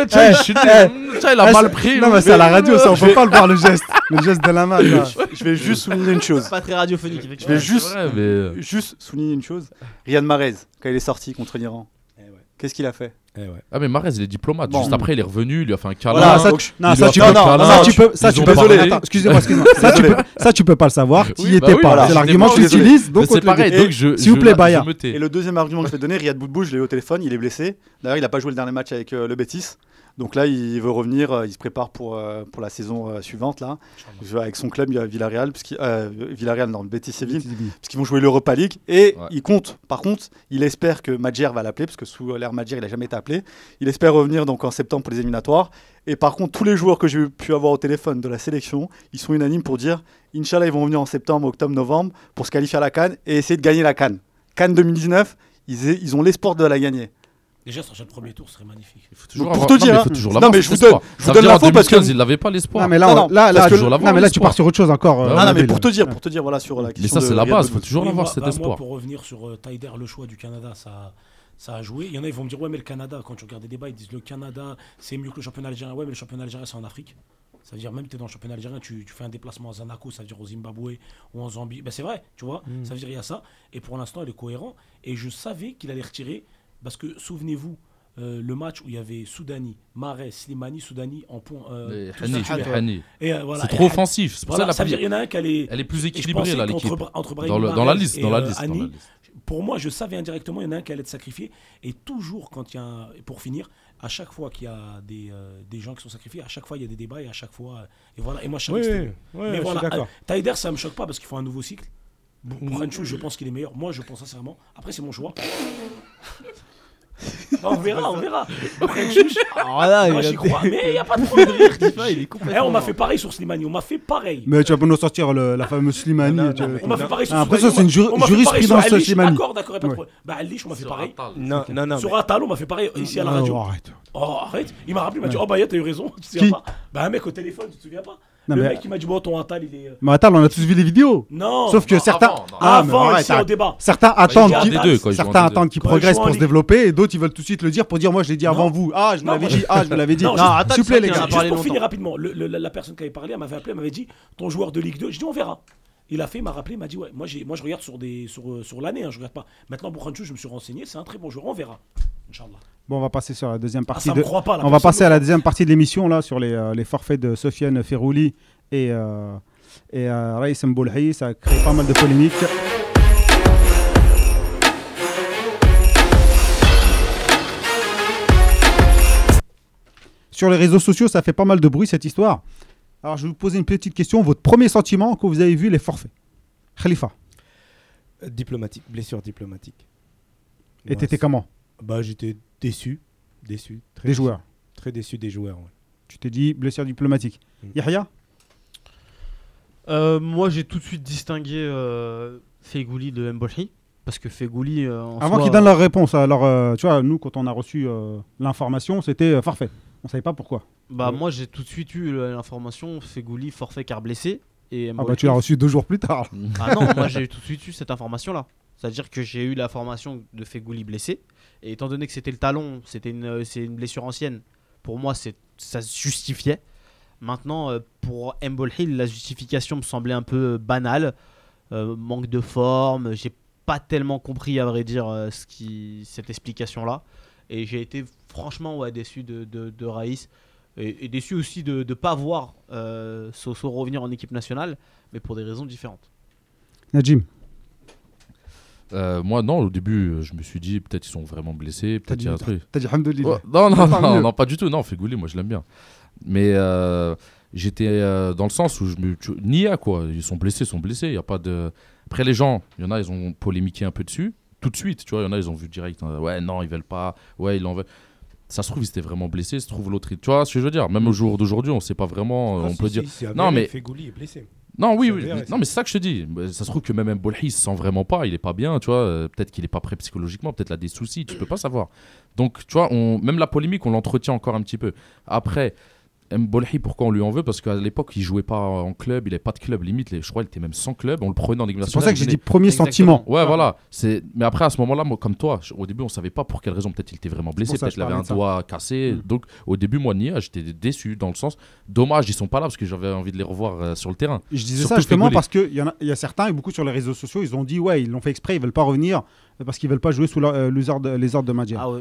[SPEAKER 4] Il a mal pris.
[SPEAKER 1] Non, mais c'est à la radio, ça, on peut pas le voir, le geste. Le geste de la main.
[SPEAKER 7] Je vais juste souligner une chose.
[SPEAKER 3] Pas très radiophonique, effectivement.
[SPEAKER 7] Je vais juste souligner une chose. Riyad Mahrez, quand il est sorti contre l'Iran, qu'est-ce qu'il a fait ?
[SPEAKER 4] Ah mais Mahrez il est diplomate. Bon. Juste après il est revenu, il lui a fait un câlin.
[SPEAKER 1] Voilà, excusez-moi. Ça tu peux pas le savoir. Tu y étais pas. C'est l'argument que j'utilise. Donc
[SPEAKER 4] c'est pareil. Donc
[SPEAKER 1] s'il vous plaît, Baya.
[SPEAKER 7] Et le deuxième argument que je vais donner, Riyad Boudbouz, je l'ai eu au téléphone, il est blessé. D'ailleurs, il a pas joué le dernier match avec le Betis. Donc là, il veut revenir, il se prépare pour la saison suivante là, avec son club Villarreal, Villarreal non, Betis Séville, parce qu'ils vont jouer l'Europa League et il compte. Par contre, il espère que Madjer va l'appeler parce que sous l'ère Madjer, il a jamais été appelé. Il espère revenir donc en septembre pour les éliminatoires. Et par contre, tous les joueurs que j'ai pu avoir au téléphone de la sélection, ils sont unanimes pour dire, Inch'Allah, ils vont venir en septembre, octobre, novembre pour se qualifier à la CAN et essayer de gagner la CAN. CAN 2019, ils ont l'espoir de la gagner.
[SPEAKER 5] Déjà, sur le premier tour, ce serait magnifique.
[SPEAKER 7] Pour te dire,
[SPEAKER 4] non, mais je vous donne
[SPEAKER 7] l'info parce que
[SPEAKER 4] il n'avait pas l'espoir.
[SPEAKER 1] Non, mais là, tu pars sur autre chose encore.
[SPEAKER 7] Non, mais pour te dire, voilà, sur la question.
[SPEAKER 4] Mais ça, c'est la base. Il faut toujours avoir cet espoir.
[SPEAKER 5] Moi, pour revenir sur Taider, le choix du Canada, ça a joué. Il y en a, ils vont me dire, ouais, mais le Canada, quand tu regardes des débats, ils disent le Canada, c'est mieux que le championnat algérien. Ouais, mais le championnat algérien, c'est en Afrique. Ça veut dire, même tu es dans le championnat algérien, tu fais un déplacement à Zanaco, ça veut dire au Zimbabwe ou en Zambie. Ben, c'est vrai, tu vois. Ça veut dire, il y a ça. Et pour l'instant, il est cohérent. Et je savais qu'il allait retirer. Parce que, souvenez-vous, le match où il y avait Soudani, Mahrez, Slimani, Soudani en point.
[SPEAKER 4] Hani. C'est trop offensif. C'est pour ça
[SPEAKER 5] veut dire qu'il y en a un qui
[SPEAKER 4] elle est plus équilibrée là, l'équipe.
[SPEAKER 5] Dans
[SPEAKER 4] la liste.
[SPEAKER 5] Hani, pour moi, je savais indirectement, il y en a un qui allait être sacrifié. Et toujours, pour finir, à chaque fois qu'il y a des gens qui sont sacrifiés, à chaque fois il y a des débats et à chaque fois. Et voilà. Et moi, je savais que c'était. Mais voilà, Taider, ça me choque pas parce qu'il faut un nouveau cycle. Boucranchou, je pense qu'il est meilleur. Moi, je pense sincèrement. Après, c'est mon choix. On verra. Après, moi j'y crois, mais il n'y a pas de problème de rire. On m'a fait pareil sur Slimani,
[SPEAKER 1] Mais tu vas pas nous sortir la fameuse Slimani.
[SPEAKER 5] On m'a fait pareil sur
[SPEAKER 1] Slimani. Après ça, c'est une jurisprudence de Slimani.
[SPEAKER 5] D'accord, pas de problème. Bah, Alish, on m'a fait pareil.
[SPEAKER 3] Non.
[SPEAKER 5] Sur Atal, on m'a fait pareil ici à la radio.
[SPEAKER 1] Arrête.
[SPEAKER 5] Oh, arrête. Il m'a rappelé, il m'a dit, oh, bah, t'as eu raison. Tu te souviens pas? Bah, un mec au téléphone, tu te souviens pas?
[SPEAKER 1] Non,
[SPEAKER 5] le mec qui m'a dit bon ton Attal il est.
[SPEAKER 1] Mais Attal, on a tous vu les vidéos.
[SPEAKER 5] Non.
[SPEAKER 1] Sauf que certains.
[SPEAKER 5] Avant ici au débat.
[SPEAKER 1] Certains attendent qu'il progresse pour se développer et d'autres ils veulent tout de suite le dire pour dire moi je l'ai dit avant vous. Ah je me l'avais dit. Ah je me l'avais dit.
[SPEAKER 5] Non,
[SPEAKER 1] s'il vous plaît les gars.
[SPEAKER 5] Juste pour finir rapidement, la personne qui avait parlé, elle m'avait appelé, elle m'avait dit ton joueur de Ligue 2. Je dis on verra. Il a fait, il m'a rappelé, il m'a dit ouais, moi je regarde sur l'année, je regarde pas. Maintenant Boukhanchou, je me suis renseigné, c'est un très bon joueur, on verra. Inch'Allah.
[SPEAKER 1] Bon, on va passer sur la deuxième partie.
[SPEAKER 5] On
[SPEAKER 1] va passer à la deuxième partie de l'émission là sur les forfaits de Sofiane Ferrouli et Raïs Mboulhi. Ça a créé pas mal de polémiques. Sur les réseaux sociaux, ça fait pas mal de bruit cette histoire. Alors, je vais vous poser une petite question. Votre premier sentiment quand vous avez vu les forfaits, Khalifa?
[SPEAKER 2] Diplomatique, blessure diplomatique.
[SPEAKER 1] Et t'étais comment?
[SPEAKER 2] J'étais déçu. Des
[SPEAKER 1] joueurs.
[SPEAKER 2] Très déçu des joueurs. Ouais.
[SPEAKER 1] Tu t'es dit blessure diplomatique. Yahya?
[SPEAKER 3] Moi, j'ai tout de suite distingué Fegouli de Mbolhi. Parce que Fegouli.
[SPEAKER 1] Avant qu'ils donnent leur réponse, alors, tu vois, nous, quand on a reçu l'information, c'était forfait. On savait pas pourquoi.
[SPEAKER 3] Moi, j'ai tout de suite eu l'information Fegouli, forfait car blessé. Et
[SPEAKER 1] Mbolhi, tu l'as reçu 2 jours plus tard.
[SPEAKER 3] Ah non, moi, j'ai tout de suite eu cette information-là. C'est-à-dire que j'ai eu l'information de Fegouli blessé. Et étant donné que c'était le talon, c'est une blessure ancienne, pour moi, ça se justifiait. Maintenant, pour Mbolhi, la justification me semblait un peu banale. Manque de forme. J'ai pas tellement compris, à vrai dire, cette explication-là. Et j'ai été franchement déçu de Raïs. Et déçu aussi de ne pas voir Soso revenir en équipe nationale, mais pour des raisons différentes.
[SPEAKER 1] Najim?
[SPEAKER 4] Moi, non, au début, je me suis dit peut-être ils sont vraiment blessés, peut-être il y a un truc.
[SPEAKER 1] T'as dit Alhamdoulilah.
[SPEAKER 4] Non, pas du tout. Non, Fegouli, moi je l'aime bien. Mais j'étais dans le sens où Nia, quoi. Ils sont blessés, Il y a pas de. Après, les gens, il y en a, ils ont polémiqué un peu dessus, tout de suite, tu vois. Il y en a, ils ont vu direct. Ouais, non, ils veulent pas. Ouais, ils en veulent. Ça se trouve, ils étaient vraiment blessés. Ça se trouve, l'autre. Tu vois ce que je veux dire? Même au jour d'aujourd'hui, on sait pas vraiment. On peut dire.
[SPEAKER 2] Non, mais Fegouli est blessé.
[SPEAKER 4] Non, oui. Non, mais c'est ça que je te dis. Ça se trouve que même Mbolhi, il se sent vraiment pas. Il est pas bien, tu vois. Peut-être qu'il est pas prêt psychologiquement. Peut-être qu'il a des soucis. Tu peux pas savoir. Donc, tu vois, même la polémique, on l'entretient encore un petit peu. Après, Mbolhi, pourquoi on lui en veut? Parce qu'à l'époque, il jouait pas en club. Il avait pas de club. Limite, je crois qu'il était même sans club. On le prenait en Ligue nationale.
[SPEAKER 1] C'est pour ça que j'ai dit premier sentiment.
[SPEAKER 4] Ouais, voilà. Mais après, à ce moment-là, moi, comme toi, au début, on savait pas pour quelle raison. Peut-être il était vraiment blessé. Peut-être qu'il avait un doigt cassé. Donc, au début, moi, Nia, j'étais déçu dans le sens. Dommage, ils sont pas là parce que j'avais envie de les revoir sur le terrain.
[SPEAKER 1] Je disais ça justement parce qu'il y a certains et beaucoup sur les réseaux sociaux, ils ont dit ouais, ils l'ont fait exprès, ils veulent pas revenir parce qu'ils veulent pas jouer sous les ordres de Madjer.
[SPEAKER 7] Moi,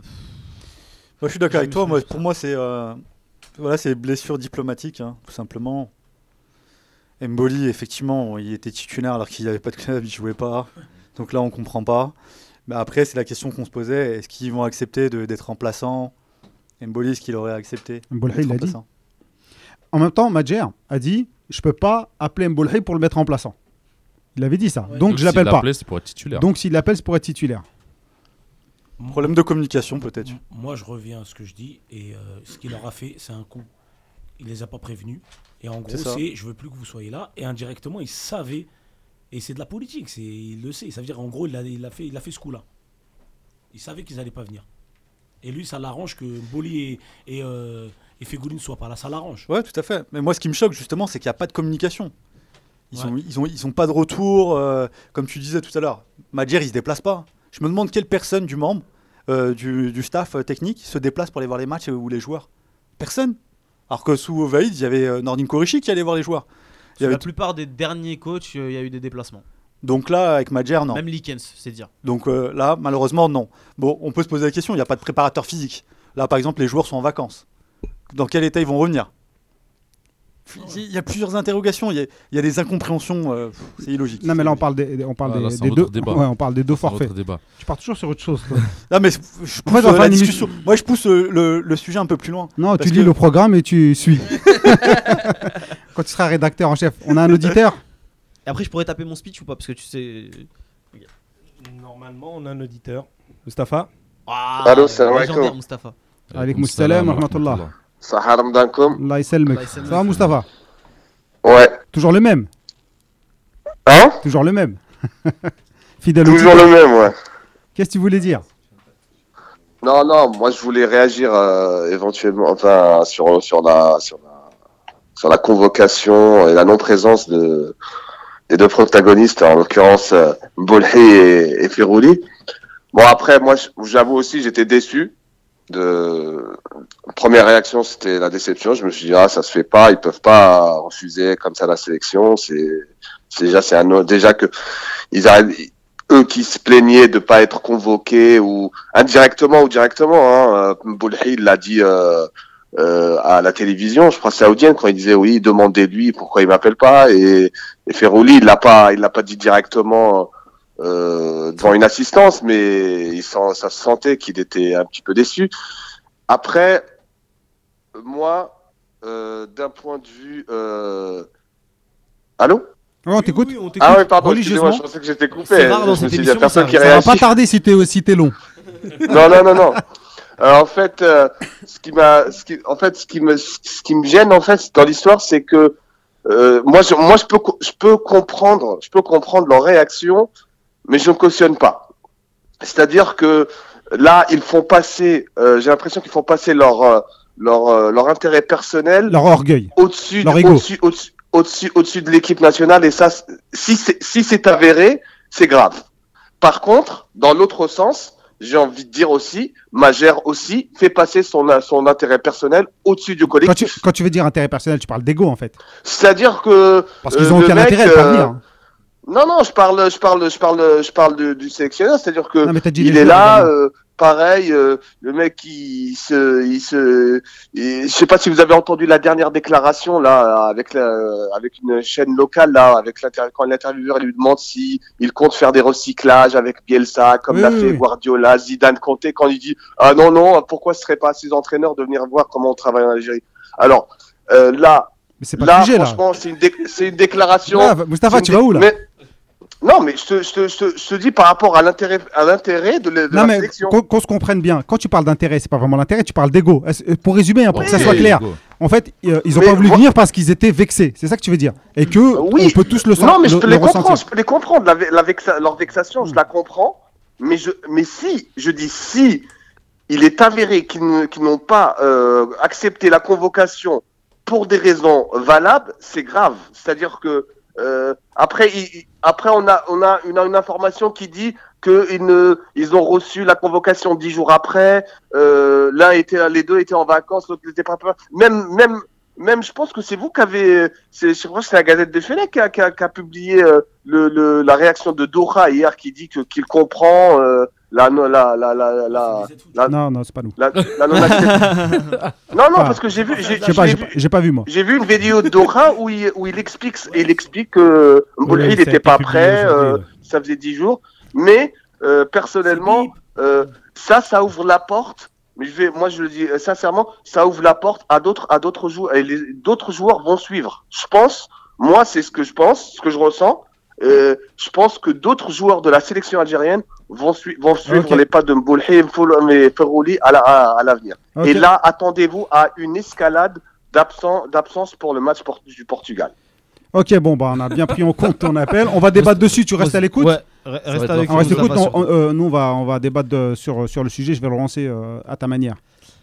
[SPEAKER 7] je suis d'accord avec toi. Pour moi, c'est blessure diplomatique, tout simplement. Mbolhi, effectivement, il était titulaire alors qu'il n'avait pas de club, il jouait pas. Donc là, on comprend pas. Mais après, c'est la question qu'on se posait. Est-ce qu'ils vont accepter d'être remplaçants? Mbolhi, est-ce qu'il aurait accepté?
[SPEAKER 1] Mbolhi, il l'a dit. En même temps, Madjer a dit je peux pas appeler Mbolhi pour le mettre remplaçant. Il avait dit ça. Ouais. Donc je l'appelle pas.
[SPEAKER 4] C'est pour être titulaire.
[SPEAKER 1] Donc s'il l'appelle, c'est pour être titulaire.
[SPEAKER 7] Problème de communication peut-être.
[SPEAKER 5] Moi je reviens à ce que je dis et ce qu'il leur a fait, c'est un coup. Il les a pas prévenus et en gros c'est je veux plus que vous soyez là et indirectement il savait et c'est de la politique, il le sait. Ça veut dire en gros il a fait ce coup-là. Il savait qu'ils allaient pas venir. Et lui ça l'arrange que Mbolhi et Fegouli ne soient pas là, ça l'arrange.
[SPEAKER 7] Ouais, tout à fait. Mais moi ce qui me choque justement c'est qu'il n'y a pas de communication. Ils sont pas de retour comme tu disais tout à l'heure. Madjer il se déplace pas. Je me demande quelle personne du membre du staff technique se déplace pour aller voir les matchs ou les joueurs. Personne. Alors que sous Ovaïd, il y avait Nordin Korichi qui allait voir les joueurs.
[SPEAKER 3] La plupart des derniers coachs, il y a eu des déplacements.
[SPEAKER 7] Donc là, avec Madjer, non.
[SPEAKER 3] Même Likens, c'est dire.
[SPEAKER 7] Donc là, malheureusement, non. Bon, on peut se poser la question, il n'y a pas de préparateur physique. Là, par exemple, les joueurs sont en vacances. Dans quel état ils vont revenir? Il y a plusieurs interrogations, il y a des incompréhensions, c'est illogique.
[SPEAKER 1] Non mais là on parle des deux débats. Ouais, on parle des deux forfaits. Tu pars toujours sur autre chose. Toi.
[SPEAKER 7] Non mais je pousse la discussion. Moi je pousse le sujet un peu plus loin.
[SPEAKER 1] Non, tu lis le programme et tu suis. Quand tu seras rédacteur en chef, on a un auditeur.
[SPEAKER 3] Et après je pourrais taper mon speech ou pas parce que tu sais.
[SPEAKER 2] Normalement on a un auditeur. Moustapha.
[SPEAKER 9] Allô, salam alaikum.
[SPEAKER 3] Moustapha.
[SPEAKER 1] Alaikum salam wa rahmatullah.
[SPEAKER 9] Saharam Dankoum.
[SPEAKER 1] Allah yselmek. Ça va Moustapha?
[SPEAKER 9] Ouais.
[SPEAKER 1] Toujours le même?
[SPEAKER 9] Hein?
[SPEAKER 1] Toujours le même. Fidèle
[SPEAKER 9] toujours le même, ouais.
[SPEAKER 1] Qu'est-ce que tu voulais dire?
[SPEAKER 9] Non, moi je voulais réagir éventuellement, enfin sur sur la convocation et la non-présence des deux protagonistes, en l'occurrence Bolhi et Ferrouli. Bon, après, moi, j'avoue aussi, j'étais déçu. Première réaction, c'était la déception. Je me suis dit, ça se fait pas, ils peuvent pas refuser comme ça la sélection. Déjà que ils arrêtent, eux qui se plaignaient de pas être convoqués ou indirectement ou directement. Bolhi, il l'a dit à la télévision, je crois saoudienne, quand il disait oui, demandez-lui pourquoi il m'appelle pas. Et Ferrouli, il l'a pas dit directement. Devant une assistance, mais ça se sentait qu'il était un petit peu déçu. Après, moi, d'un point de vue... Allô ?
[SPEAKER 1] On t'écoute.
[SPEAKER 5] Oui, on t'écoute.
[SPEAKER 9] Ah oui, pardon, excusez-moi, je pensais que j'étais coupé.
[SPEAKER 3] C'est rare dans cette émission,
[SPEAKER 1] Ça va pas tarder si t'es long.
[SPEAKER 9] Non. Alors, en fait, ce qui me gêne en fait dans l'histoire, c'est que moi, je peux comprendre leur réaction, mais je ne cautionne pas. C'est-à-dire que là, ils font passer, j'ai l'impression qu'ils font passer leur intérêt personnel,
[SPEAKER 1] leur orgueil,
[SPEAKER 9] au-dessus de l'équipe nationale. Et ça, si c'est avéré, c'est grave. Par contre, dans l'autre sens, j'ai envie de dire aussi, Magère aussi fait passer son intérêt personnel au-dessus du collectif.
[SPEAKER 1] Quand tu veux dire intérêt personnel, tu parles d'ego en fait.
[SPEAKER 9] C'est-à dire que
[SPEAKER 1] parce qu'ils n'ont aucun intérêt à pas venir.
[SPEAKER 9] Non, je parle du sélectionneur, c'est-à-dire que il est
[SPEAKER 1] joueurs,
[SPEAKER 9] là, pareil, le mec je sais pas si vous avez entendu la dernière déclaration là avec une chaîne locale là, quand l'intervieweur lui demande si il compte faire des recyclages avec Bielsa comme l'a fait Guardiola, Zidane, Conte, quand il dit non, pourquoi ce serait pas à ces entraîneurs de venir voir comment on travaille en Algérie. Alors là,
[SPEAKER 1] mais c'est pas sujet,
[SPEAKER 9] franchement, c'est une déclaration.
[SPEAKER 1] Moustapha, tu vas où là?
[SPEAKER 9] Non, mais je te dis par rapport à l'intérêt de la sélection.
[SPEAKER 1] Qu'on se comprenne bien. Quand tu parles d'intérêt, c'est pas vraiment l'intérêt, tu parles d'ego. Pour résumer, pour que ça soit clair. En fait, ils n'ont pas voulu venir parce qu'ils étaient vexés. C'est ça que tu veux dire. Et que on peut tous le sentir.
[SPEAKER 9] Non, mais je peux les comprendre. Leur vexation, je la comprends. Mais si il est avéré qu'ils n'ont pas accepté la convocation pour des raisons valables, c'est grave. C'est-à-dire que après on a une information qui dit que ils ont reçu la convocation 10 jours après. Les deux étaient en vacances, l'autre n'était pas. Même je pense que c'est vous qui avez. Je crois que c'est la Gazette des Fenech qui a publié la réaction de Doha hier, qui dit qu'il comprend non,
[SPEAKER 1] c'est pas nous.
[SPEAKER 9] Non, parce que j'ai vu.
[SPEAKER 1] J'ai pas vu moi.
[SPEAKER 9] J'ai vu une vidéo de Doha où il explique que Bolhi n'était pas prêt. Ça faisait 10 jours, mais personnellement, ça ouvre la porte. Mais je le dis sincèrement, ça ouvre la porte à d'autres joueurs, et d'autres joueurs vont suivre. Je pense, moi, c'est ce que je pense, ce que je ressens. Je pense que d'autres joueurs de la sélection algérienne vont suivre les pas de Bolhi et Ferrouli à l'avenir. Okay. Et là, attendez-vous à une escalade d'absence pour le match du Portugal.
[SPEAKER 1] Ok, bon, on a bien pris en compte ton appel. On va débattre dessus. Tu restes à l'écoute?
[SPEAKER 3] Ouais, reste avec nous.
[SPEAKER 1] Nous, on va débattre sur le sujet. Je vais le lancer à ta manière.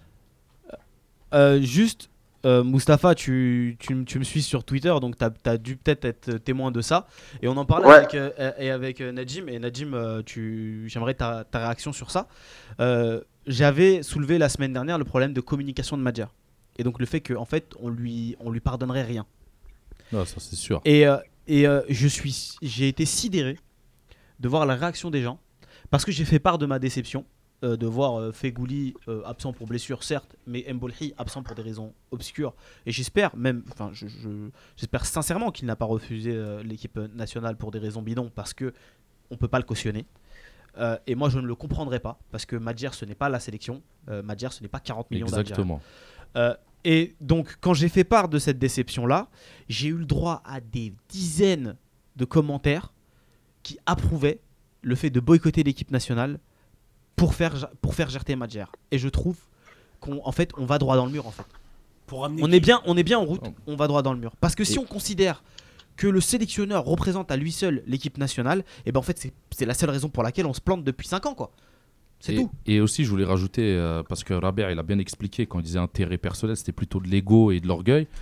[SPEAKER 3] Juste, Mustapha, tu me suis sur Twitter, donc tu as dû peut-être être témoin de ça. Et on en parlait avec Najim. Et Najim, j'aimerais ta réaction sur ça. J'avais soulevé la semaine dernière le problème de communication de Madjer. Et donc le fait qu'en fait, on lui pardonnerait rien.
[SPEAKER 4] Non, ça c'est sûr.
[SPEAKER 3] Et j'ai été sidéré de voir la réaction des gens, parce que j'ai fait part de ma déception de voir Feghouli absent pour blessure, certes, mais Mbolhi absent pour des raisons obscures. Et j'espère j'espère sincèrement qu'il n'a pas refusé l'équipe nationale pour des raisons bidons, parce que on peut pas le cautionner. Et moi je ne le comprendrai pas, parce que Madjer, ce n'est pas la sélection. Madjer, ce n'est pas 40 millions d'Algériens.
[SPEAKER 4] Exactement.
[SPEAKER 3] Et donc, quand j'ai fait part de cette déception-là, j'ai eu le droit à des dizaines de commentaires qui approuvaient le fait de boycotter l'équipe nationale pour faire Gerté Madjer. Et je trouve qu'on va droit dans le mur, en fait. On est bien en route, on va droit dans le mur. Parce que si on considère que le sélectionneur représente à lui seul l'équipe nationale, et ben en fait, c'est la seule raison pour laquelle on se plante depuis 5 ans, quoi. C'est tout.
[SPEAKER 4] Et aussi, je voulais rajouter, parce que Rabia, il a bien expliqué, quand il disait intérêt personnel, c'était plutôt de l'ego et de l'orgueil.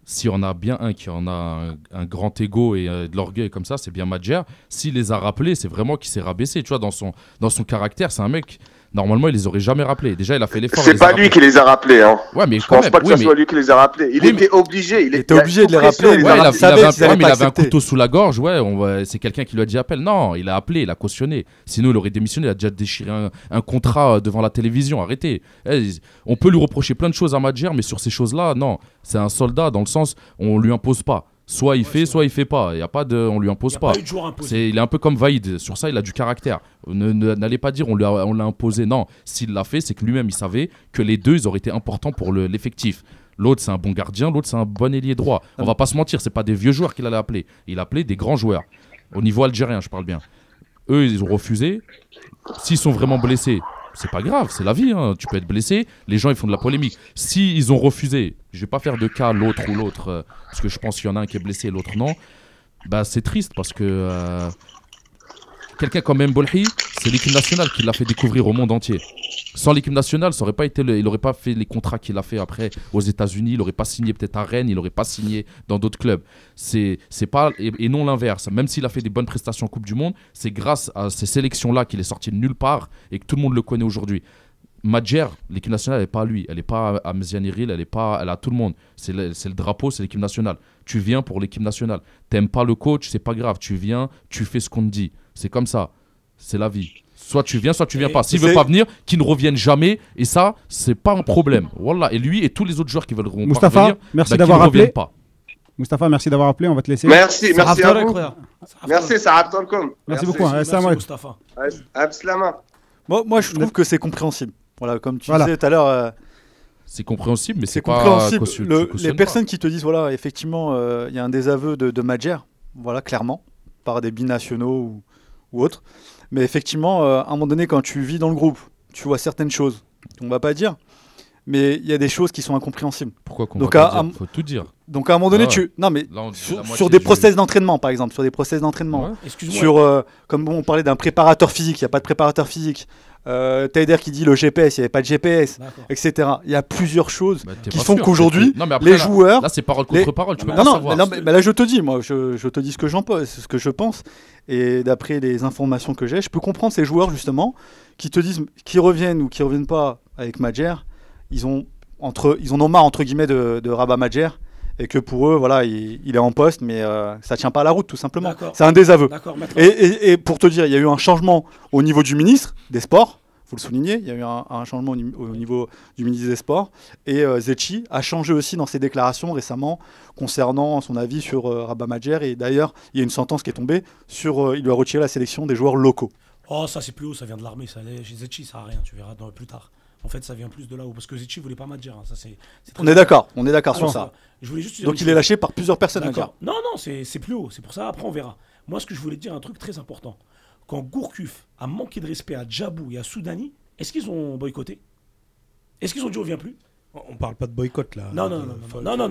[SPEAKER 4] Si on a bien un qui en a un grand ego et de l'orgueil comme ça, c'est bien Madjer. S'il les a rappelés, c'est vraiment qu'il s'est rabaissé. Tu vois, dans son caractère, c'est un mec... Normalement, il les aurait jamais rappelés. Déjà, il a fait l'effort.
[SPEAKER 9] C'est pas lui qui les a rappelés. Hein.
[SPEAKER 4] Ouais, mais
[SPEAKER 9] je pense pas que ce soit lui qui les a rappelés. Il était obligé. Il était obligé de les rappeler.
[SPEAKER 4] Il avait un couteau sous la gorge. Ouais, c'est quelqu'un qui lui a dit appelle. Non, il a appelé, il a cautionné. Sinon, il aurait démissionné. Il a déjà déchiré un contrat devant la télévision. Arrêtez. On peut lui reprocher plein de choses à Madjer, mais sur ces choses-là, non. C'est un soldat dans le sens on lui impose pas. Soit il fait, soit il fait pas. Il y a pas de, on lui impose pas. Il est un peu comme Vaïd. Sur ça, il a du caractère. N'allez pas dire on l'a imposé. Non, s'il l'a fait, c'est que lui-même il savait que les deux ils auraient été importants pour l'effectif. L'autre c'est un bon gardien, l'autre c'est un bon ailier droit. On va pas se mentir, c'est pas des vieux joueurs qu'il allait appeler. Il appelait des grands joueurs. Au niveau algérien, je parle bien. Eux, ils ont refusé. S'ils sont vraiment blessés, c'est pas grave, c'est la vie, hein. Tu peux être blessé, les gens ils font de la polémique. Si ils ont refusé, je vais pas faire de cas l'autre ou l'autre, parce que je pense qu'il y en a un qui est blessé et l'autre non, bah c'est triste parce que quelqu'un comme Mbolhi, c'est l'équipe nationale qui l'a fait découvrir au monde entier. Sans l'équipe nationale, ça aurait pas été il n'aurait pas fait les contrats qu'il a fait après aux États-Unis, il n'aurait pas signé peut-être à Rennes, il n'aurait pas signé dans d'autres clubs. C'est pas et non l'inverse. Même s'il a fait des bonnes prestations en Coupe du Monde, c'est grâce à ces sélections-là qu'il est sorti de nulle part et que tout le monde le connaît aujourd'hui. Madjer, l'équipe nationale, elle n'est pas à lui, elle n'est pas à Mzianiril, elle a à tout le monde. C'est le drapeau, c'est l'équipe nationale. Tu viens pour l'équipe nationale. T'aimes pas le coach, c'est pas grave. Tu viens, tu fais ce qu'on te dit. C'est comme ça. C'est la vie. Soit tu viens pas. S'il veut pas venir, qu'il ne revienne jamais. Et ça, c'est pas un problème. Voilà. Et lui et tous les autres joueurs qui veulent
[SPEAKER 1] Moustapha,
[SPEAKER 4] venir,
[SPEAKER 1] merci d'avoir appelé. Moustapha, merci d'avoir appelé. On va te laisser.
[SPEAKER 9] Merci à vous. Merci, ça a
[SPEAKER 1] Merci beaucoup. Merci
[SPEAKER 9] Moustapha.
[SPEAKER 7] Moi, je trouve que c'est compréhensible. Voilà, comme tu disais tout à l'heure.
[SPEAKER 4] C'est compréhensible, mais c'est
[SPEAKER 7] compréhensible. Les personnes qui te disent, voilà, effectivement, il y a un désaveu de Madjer, voilà, clairement, par des binationaux ou autres. Mais effectivement, à un moment donné, quand tu vis dans le groupe, tu vois certaines choses. On va pas dire, mais il y a des choses qui sont incompréhensibles.
[SPEAKER 4] Pourquoi qu'on va pas dire ? Faut tout dire.
[SPEAKER 7] Donc à un moment donné, non mais là, sur des process d'entraînement, par exemple, sur comme on parlait d'un préparateur physique, il y a pas de préparateur physique. Taider qui dit le GPS, il n'y avait pas de GPS, etc. Il y a plusieurs choses qui font qu'aujourd'hui, les joueurs.
[SPEAKER 4] Là, c'est parole contre parole. Tu peux pas savoir.
[SPEAKER 7] Mais là, je te dis, moi, je te dis ce que je pense. Et d'après les informations que j'ai, je peux comprendre ces joueurs, justement, qui te disent, qui reviennent ou qui ne reviennent pas avec Madjer, ils en ont marre, entre guillemets, de Rabat Madjer. Et que pour eux, voilà, il est en poste, mais ça ne tient pas à la route, tout simplement. C'est un désaveu. Et pour te dire, il y a eu un changement au niveau du ministre des Sports, il faut le souligner, il y a eu un changement au niveau du ministre des Sports. Et Zetchi a changé aussi dans ses déclarations récemment concernant son avis sur Rabat Madjer. Et d'ailleurs, il y a une sentence qui est tombée sur il lui a retiré la sélection des joueurs locaux.
[SPEAKER 5] Oh, ça c'est plus haut, ça vient de l'armée. Chez Zetchi, ça n'a rien, tu verras plus tard. En fait, ça vient plus de là-haut. Parce que Zetchi voulait pas Madjer. Hein.
[SPEAKER 7] On est d'accord sur ça.
[SPEAKER 5] Je voulais juste
[SPEAKER 7] donc il est lâché par plusieurs personnes.
[SPEAKER 5] Non, c'est plus haut. C'est pour ça, après on verra. Moi, ce que je voulais dire, un truc très important. Quand Gourcuff a manqué de respect à Djabou et à Soudani, est-ce qu'ils ont boycotté ? Est-ce qu'ils ont dit on vient plus ?
[SPEAKER 2] On parle pas de boycott là.
[SPEAKER 5] Non. Il y en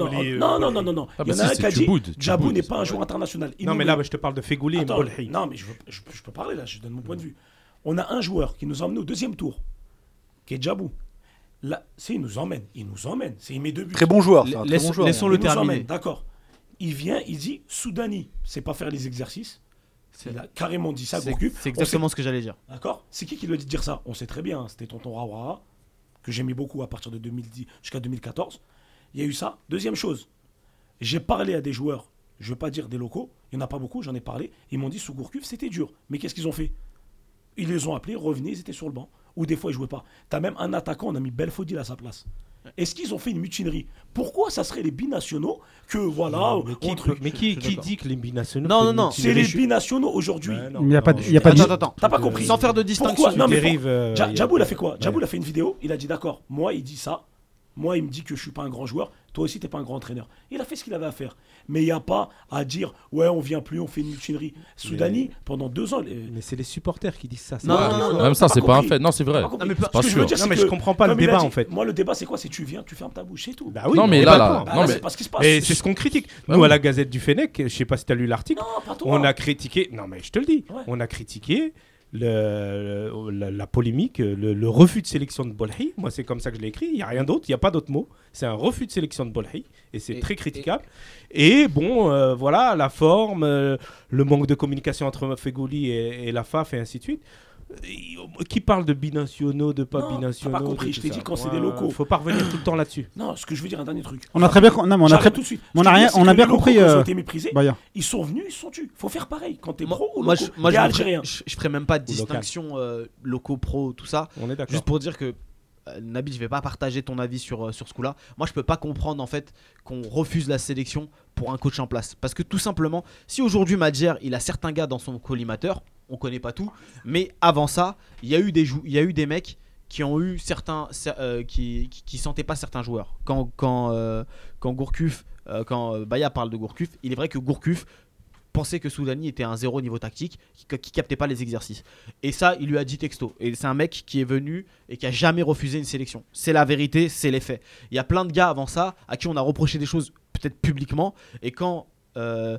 [SPEAKER 5] a un qui a dit Djabou n'est pas un joueur international.
[SPEAKER 2] Non, mais là, je te parle de Fegouli et Mbolhi.
[SPEAKER 5] Non, mais je peux parler là, je donne mon point de vue. On a un joueur qui nous a emmené au deuxième tour, qui est Djabou. Là, il nous emmène. Il met 2 buts.
[SPEAKER 7] Très bon joueur.
[SPEAKER 3] Laissons-le terminer.
[SPEAKER 5] D'accord. Il vient, il dit Soudani, c'est pas faire les exercices. Il a carrément dit ça, Gourcuff.
[SPEAKER 3] C'est exactement ce que j'allais dire.
[SPEAKER 5] D'accord. C'est qui lui a dit de dire ça ? On sait très bien. C'était tonton Rawara, que j'aimais beaucoup à partir de 2010 jusqu'à 2014. Il y a eu ça. Deuxième chose, j'ai parlé à des joueurs, je ne veux pas dire des locaux, il n'y en a pas beaucoup, j'en ai parlé. Ils m'ont dit sous Gourcuff, c'était dur. Mais qu'est-ce qu'ils ont fait ? Ils les ont appelés, revenez, ils étaient sur le banc. Ou des fois, ils ne jouaient pas. Tu as même un attaquant, on a mis Belfodil à sa place. Est-ce qu'ils ont fait une mutinerie ? Pourquoi ça serait les binationaux que voilà.
[SPEAKER 2] Mais qui dit que les binationaux.
[SPEAKER 3] Non.
[SPEAKER 5] C'est les binationaux aujourd'hui.
[SPEAKER 1] Il n'y a pas
[SPEAKER 3] de. Attends.
[SPEAKER 5] T'as pas compris.
[SPEAKER 3] Sans faire de distinction.
[SPEAKER 5] Djabou, il a fait quoi ? Djabou, il a fait une vidéo. Il a dit d'accord, moi, il dit ça. Moi, il me dit que je suis pas un grand joueur. Toi aussi, t'es pas un grand entraîneur. Il a fait ce qu'il avait à faire. Mais il n'y a pas à dire ouais, on vient plus, on fait une mutinerie. Soudani, pendant 2 ans.
[SPEAKER 2] Mais c'est les supporters qui disent ça.
[SPEAKER 4] Non. Même ça, c'est pas un fait. Non, c'est vrai.
[SPEAKER 2] Pas sûr. Non, mais je comprends pas le débat en fait.
[SPEAKER 5] Moi, le débat, c'est quoi ? C'est tu viens, tu fermes ta bouche, c'est tout.
[SPEAKER 2] Bah oui.
[SPEAKER 4] Non, mais là.
[SPEAKER 5] C'est pas ce qui se passe.
[SPEAKER 2] Et c'est ce qu'on critique. Nous, à la Gazette du Fennec, je sais pas si tu as lu l'article, on a critiqué. Non, mais je te le dis. On a critiqué la polémique, le refus de sélection de Bolhi. Moi, c'est comme ça que je l'ai écrit. Il n'y a rien d'autre, il n'y a pas d'autre mot. C'est un refus de sélection de Bolhi et c'est très critiquable. Et bon, voilà, la forme, le manque de communication entre Fegouli et la FAF et ainsi de suite. Qui parle de binationaux, de pas binationaux.
[SPEAKER 5] T'as pas compris, je t'ai dit quand c'est des locaux.
[SPEAKER 2] Faut pas revenir tout le temps là-dessus.
[SPEAKER 5] Non, ce que je veux dire, un dernier truc.
[SPEAKER 1] On a très bien, non, mais on a très,
[SPEAKER 5] tout de suite.
[SPEAKER 1] on a rien, on a bien compris.
[SPEAKER 5] Ils ont été méprisés.
[SPEAKER 1] Bahia.
[SPEAKER 5] Ils sont venus, ils sont tus. Faut faire pareil. Quand t'es pro ou
[SPEAKER 3] moi,
[SPEAKER 5] loco, t'es algérien.
[SPEAKER 3] Je ferais même pas de distinction locaux, pro, tout ça.
[SPEAKER 2] On est d'accord.
[SPEAKER 3] Juste pour dire que Nabil, je vais pas partager ton avis sur ce coup-là. Moi, je peux pas comprendre en fait qu'on refuse la sélection pour un coach en place, parce que tout simplement, si aujourd'hui Madjer, il a certains gars dans son collimateur, on connaît pas tout, mais avant ça, il y a eu des mecs qui ont eu certains qui sentaient pas certains joueurs. Quand Gourcuff, quand Bahia parle de Gourcuff, il est vrai que Gourcuff pensait que Soudani était un zéro niveau tactique, qui captait pas les exercices. Et ça, il lui a dit texto. Et c'est un mec qui est venu et qui a jamais refusé une sélection. C'est la vérité, c'est les faits. Il y a plein de gars avant ça à qui on a reproché des choses peut-être publiquement. Et quand le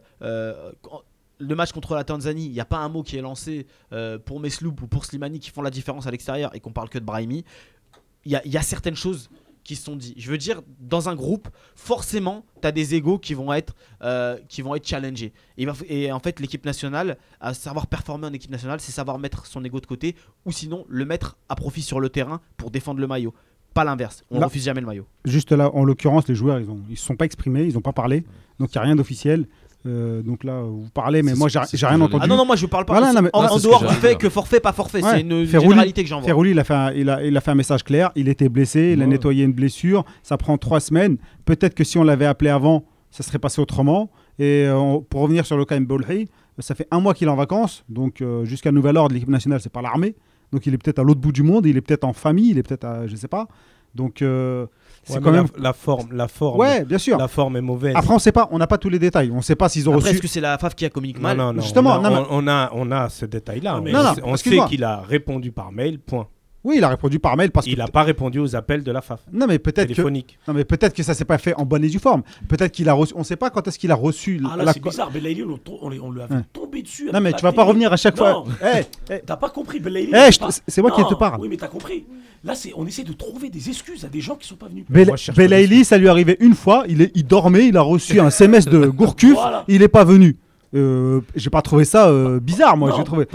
[SPEAKER 3] match contre la Tanzanie, il n'y a pas un mot qui est lancé pour Mesloub ou pour Slimani qui font la différence à l'extérieur et qu'on parle que de Brahimi, il y a certaines choses qui se sont dit. Je veux dire, dans un groupe, forcément, tu as des égos qui vont être challengés. Et en fait, l'équipe nationale, à savoir performer en équipe nationale, c'est savoir mettre son ego de côté ou sinon le mettre à profit sur le terrain pour défendre le maillot. Pas l'inverse. On refuse jamais le maillot.
[SPEAKER 1] Juste là, en l'occurrence, les joueurs, ils se sont pas exprimés, ils n'ont pas parlé. Donc, il n'y a rien d'officiel. Donc là, vous parlez, mais moi, j'ai rien entendu.
[SPEAKER 3] Ah non, moi, je parle pas.
[SPEAKER 1] Voilà,
[SPEAKER 3] en dehors du fait que forfait, pas forfait. Ouais. C'est une généralité que j'envoie.
[SPEAKER 1] Ferrouli, il a fait un message clair. Il était blessé, il a nettoyé une blessure. Ça prend 3 semaines. Peut-être que si on l'avait appelé avant, ça serait passé autrement. Et pour revenir sur le cas Mbolhi, ça fait 1 mois qu'il est en vacances. Donc, jusqu'à nouvel ordre, l'équipe nationale, c'est pas l'armée. Donc, il est peut-être à l'autre bout du monde. Il est peut-être en famille. Il est peut-être à, je sais pas. Donc, c'est quand même
[SPEAKER 2] la forme.
[SPEAKER 1] Ouais, bien sûr.
[SPEAKER 2] La forme est mauvaise.
[SPEAKER 1] Après, on n'a pas tous les détails. On ne sait pas s'ils ont reçu.
[SPEAKER 3] Est-ce que c'est la FAF qui a communiqué mal?
[SPEAKER 2] Non.
[SPEAKER 1] Justement,
[SPEAKER 2] on a ce détail-là. On sait qu'il a répondu par mail. Point.
[SPEAKER 1] Oui, il a répondu par mail parce
[SPEAKER 2] qu'il n'a pas répondu aux appels de la FAF.
[SPEAKER 1] Non, mais peut-être que ça s'est pas fait en bonne et due forme. Peut-être qu'il a reçu. On ne sait pas quand est-ce qu'il a reçu.
[SPEAKER 5] Ah là, c'est bizarre. Belaïli, on lui a fait tomber dessus.
[SPEAKER 1] Non, mais tu vas pas revenir à chaque fois.
[SPEAKER 5] T'as pas compris, Belaïli.
[SPEAKER 1] C'est moi qui te parle.
[SPEAKER 5] Oui, mais t'as compris. Là, on essaie de trouver des excuses à des gens qui sont pas venus.
[SPEAKER 1] Belaïli, ça lui est arrivé une fois. Il dormait. Il a reçu un SMS de Gourcuff. Il est pas venu. J'ai pas trouvé ça bizarre, moi. J'ai trouvé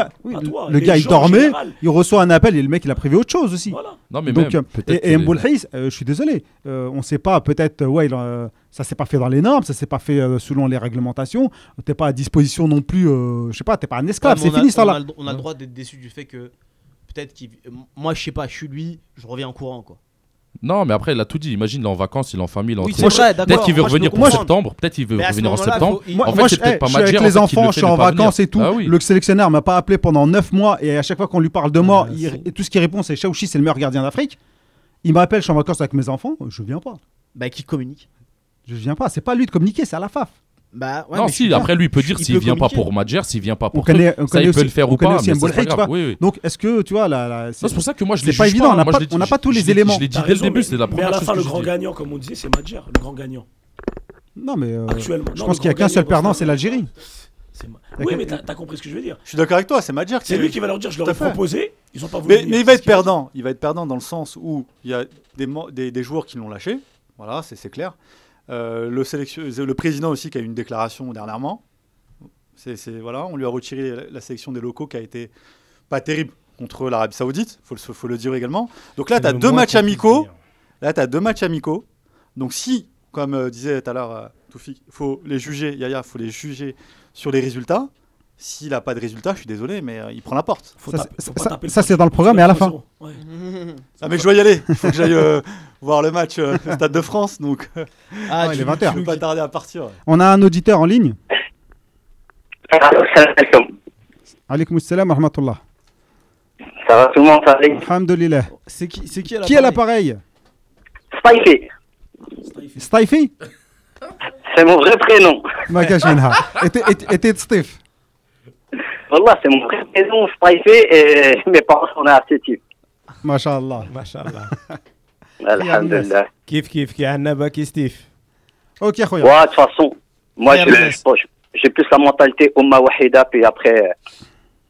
[SPEAKER 1] le gars, il dormait, il reçoit un appel et le mec, il a prévu autre chose aussi.
[SPEAKER 5] Voilà.
[SPEAKER 4] Non, mais
[SPEAKER 1] donc,
[SPEAKER 4] même,
[SPEAKER 1] et Mbolhi, je suis désolé, on sait pas, peut-être, ça s'est pas fait dans les normes, ça s'est pas fait selon les réglementations. T'es pas à disposition non plus, je sais pas, t'es pas un esclave, c'est fini ça là.
[SPEAKER 3] On a le droit d'être déçu du fait que peut-être moi, je sais pas, je suis lui, je reviens en courant quoi.
[SPEAKER 4] Non, mais après, il a tout dit. Imagine, il est en vacances, il est en famille.
[SPEAKER 3] Peut-être
[SPEAKER 4] qu'il veut revenir pour septembre. Peut-être qu'il veut revenir en septembre.
[SPEAKER 1] En fait, c'est peut-être pas Madjer. Je suis avec les enfants, je suis en vacances et tout. Le sélectionneur m'a pas appelé pendant 9 mois. Et à chaque fois qu'on lui parle de moi, tout ce qu'il répond, c'est Chaouchi, c'est le meilleur gardien d'Afrique. Il m'appelle, je suis en vacances avec mes enfants. Je viens pas.
[SPEAKER 3] Bah, qui communique?
[SPEAKER 1] Je viens pas. C'est pas lui de communiquer, c'est à la FAF.
[SPEAKER 3] Bah, ouais,
[SPEAKER 4] non, si, après lui il peut dire s'il vient pas pour Madjer, s'il vient pas pour ça, il peut le faire ou pas.
[SPEAKER 1] Donc est-ce que tu vois
[SPEAKER 4] c'est pour ça que moi je l'ai
[SPEAKER 1] pas évident, on n'a pas tous les éléments.
[SPEAKER 4] Je l'ai dit dès le début, c'est la première chose.
[SPEAKER 5] Mais à la fin, le grand gagnant, comme on disait, c'est Madjer, le grand gagnant.
[SPEAKER 1] Non, mais
[SPEAKER 5] actuellement,
[SPEAKER 1] je pense qu'il y a qu'un seul perdant, c'est l'Algérie.
[SPEAKER 5] Oui, mais t'as compris ce que je veux dire.
[SPEAKER 7] Je suis d'accord avec toi, c'est Madjer.
[SPEAKER 5] C'est lui qui va leur dire, je leur ai proposé, ils ont pas voulu.
[SPEAKER 7] Mais il va être perdant. Il va être perdant dans le sens où il y a des joueurs qui l'ont lâché. Voilà, c'est clair. Le président aussi qui a eu une déclaration dernièrement. Voilà, on lui a retiré la sélection des locaux qui a été pas terrible contre l'Arabie Saoudite, faut le dire également. Donc là, tu as 2 matchs amicaux. Donc si, comme disait tout à l'heure Toufik, il faut les juger, Yaya, il faut les juger sur les résultats. S'il n'a pas de résultat, je suis désolé, mais il prend la porte.
[SPEAKER 1] Ça c'est dans le programme et à la fin.
[SPEAKER 5] Ouais.
[SPEAKER 7] Ah mais je dois y aller. Il faut que j'aille voir le match au Stade de France. Donc
[SPEAKER 1] il est 20h.
[SPEAKER 7] Je ne peux pas tarder à partir.
[SPEAKER 1] On a un auditeur en ligne.
[SPEAKER 10] Salam alaikum.
[SPEAKER 1] Alaykoum salam wa rahmatullah.
[SPEAKER 10] Ça va tout le monde, ça va?
[SPEAKER 1] Alhamdulillah.
[SPEAKER 3] C'est qui
[SPEAKER 1] à l'appareil?
[SPEAKER 10] Staifi.
[SPEAKER 1] Staifi?
[SPEAKER 10] C'est mon vrai prénom.
[SPEAKER 1] Ma kachminha. Et t'es Stif?
[SPEAKER 10] Wallah, c'est mon vrai prénom, Staifi, et mes parents sont à Sétif.
[SPEAKER 1] Masha'Allah.
[SPEAKER 10] Alhamdulillah.
[SPEAKER 2] Kif, qui a un qui Steve.
[SPEAKER 1] Ok, khoya.
[SPEAKER 10] Ouais, de toute façon, moi j'ai plus la mentalité Umma Wahida, puis après,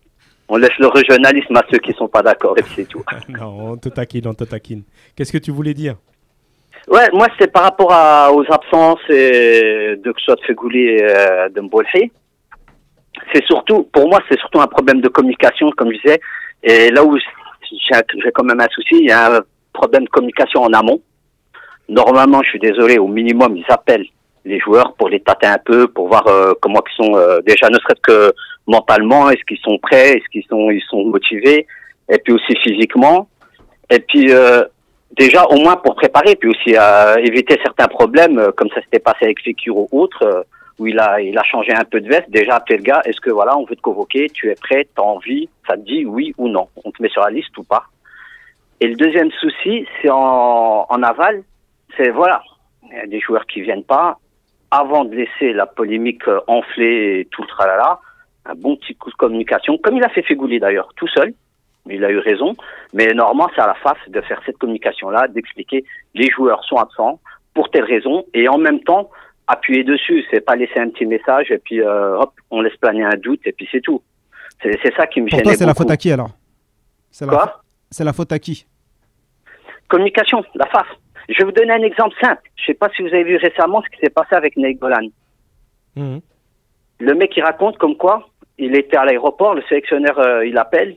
[SPEAKER 10] On laisse le régionalisme à ceux qui sont pas d'accord et puis c'est tout.
[SPEAKER 2] Non, on te taquine. Qu'est-ce que tu voulais dire?
[SPEAKER 10] Ouais, moi c'est par rapport aux absences de que ce soit de Fegouli et de Mbolhi. C'est surtout, pour moi, c'est surtout un problème de communication, comme je disais. Et là où j'ai quand même un souci, il y a un problème de communication en amont. Normalement, je suis désolé, au minimum, ils appellent les joueurs pour les tâter un peu, pour voir comment ils sont déjà, ne serait-ce que mentalement, est-ce qu'ils sont prêts, est-ce qu'ils sont motivés, et puis aussi physiquement. Et puis déjà, au moins pour préparer, puis aussi éviter certains problèmes, comme ça s'était passé avec Fekir ou autre, où il a changé un peu de veste. Déjà, appeler le gars, est-ce que voilà, on veut te convoquer, tu es prêt, t'as envie, ça te dit oui ou non, on te met sur la liste ou pas. Et le deuxième souci, c'est en aval, c'est voilà, il y a des joueurs qui viennent pas. Avant de laisser la polémique enfler et tout le tralala, un bon petit coup de communication, comme il a fait Fegouli d'ailleurs, tout seul, il a eu raison, mais normalement c'est à la FAF de faire cette communication-là, d'expliquer les joueurs sont absents pour telle raison, et en même temps appuyer dessus, c'est pas laisser un petit message et puis hop, on laisse planer un doute et puis c'est tout. C'est ça qui me gênait.
[SPEAKER 1] Pour toi, c'est
[SPEAKER 10] beaucoup.
[SPEAKER 1] la faute à qui alors?
[SPEAKER 10] Quoi?
[SPEAKER 1] C'est la faute à qui?
[SPEAKER 10] Communication, la FAF. Je vais vous donner un exemple simple. Je ne sais pas si vous avez vu récemment ce qui s'est passé avec Ney Golan.
[SPEAKER 2] Mmh.
[SPEAKER 10] Le mec, il raconte comme quoi il était à l'aéroport, le sélectionneur, il appelle,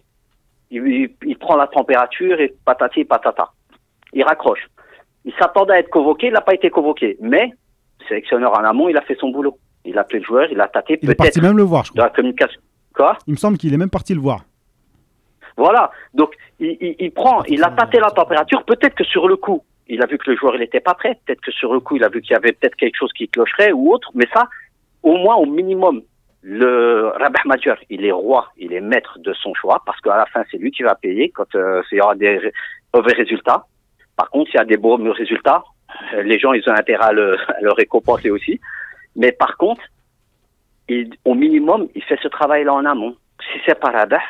[SPEAKER 10] il prend la température et patati patata. Il raccroche. Il s'attendait à être convoqué, il n'a pas été convoqué. Mais le sélectionneur en amont, il a fait son boulot. Il a appelé le joueur, il a tâté.
[SPEAKER 1] Il est parti même le voir, je crois.
[SPEAKER 10] De la communication. Quoi?
[SPEAKER 1] Il me semble qu'il est même parti le voir.
[SPEAKER 10] Voilà. Donc, il a tâté la température. Peut-être que sur le coup, il a vu que le joueur il n'était pas prêt. Peut-être que sur le coup, il a vu qu'il y avait peut-être quelque chose qui clocherait ou autre. Mais ça, au moins, au minimum, le Rabah Madjer, il est roi, il est maître de son choix parce qu'à la fin, c'est lui qui va payer quand il y aura des mauvais résultats. Par contre, s'il y a des bons résultats, les gens, ils ont intérêt à le récompenser aussi. Mais par contre, au minimum, il fait ce travail-là en amont. Si c'est pas Rabah,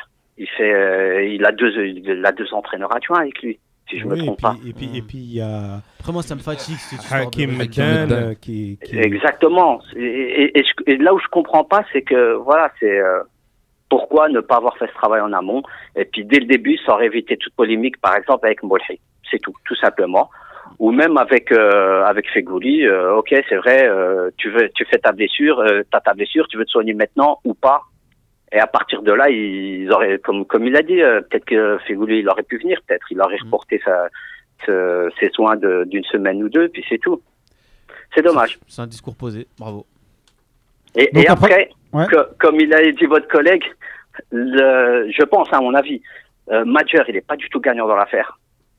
[SPEAKER 10] il a deux entraîneurs adjoints avec lui. Si je me trompe pas.
[SPEAKER 3] Et puis il y a. Après moi ça me fatigue cette
[SPEAKER 2] Hakim Meddan qui.
[SPEAKER 10] Exactement. Et là où je comprends pas, c'est que voilà, c'est pourquoi ne pas avoir fait ce travail en amont. Et puis dès le début, ça aurait évité toute polémique, par exemple avec Mbolhi. C'est tout simplement. Ou même avec Fegouli. Ok, c'est vrai. Tu fais ta blessure, t'as ta blessure, tu veux te soigner maintenant ou pas. Et à partir de là, ils auraient, comme il a dit, peut-être que Fegouli, il aurait pu venir, peut-être. Il aurait reporté ses soins d'une semaine ou deux, puis c'est tout. C'est dommage.
[SPEAKER 3] C'est un discours posé, bravo.
[SPEAKER 10] Et après, ouais. Comme il a dit votre collègue, je pense, à mon avis, Madjer, il n'est pas du tout gagnant dans l'affaire.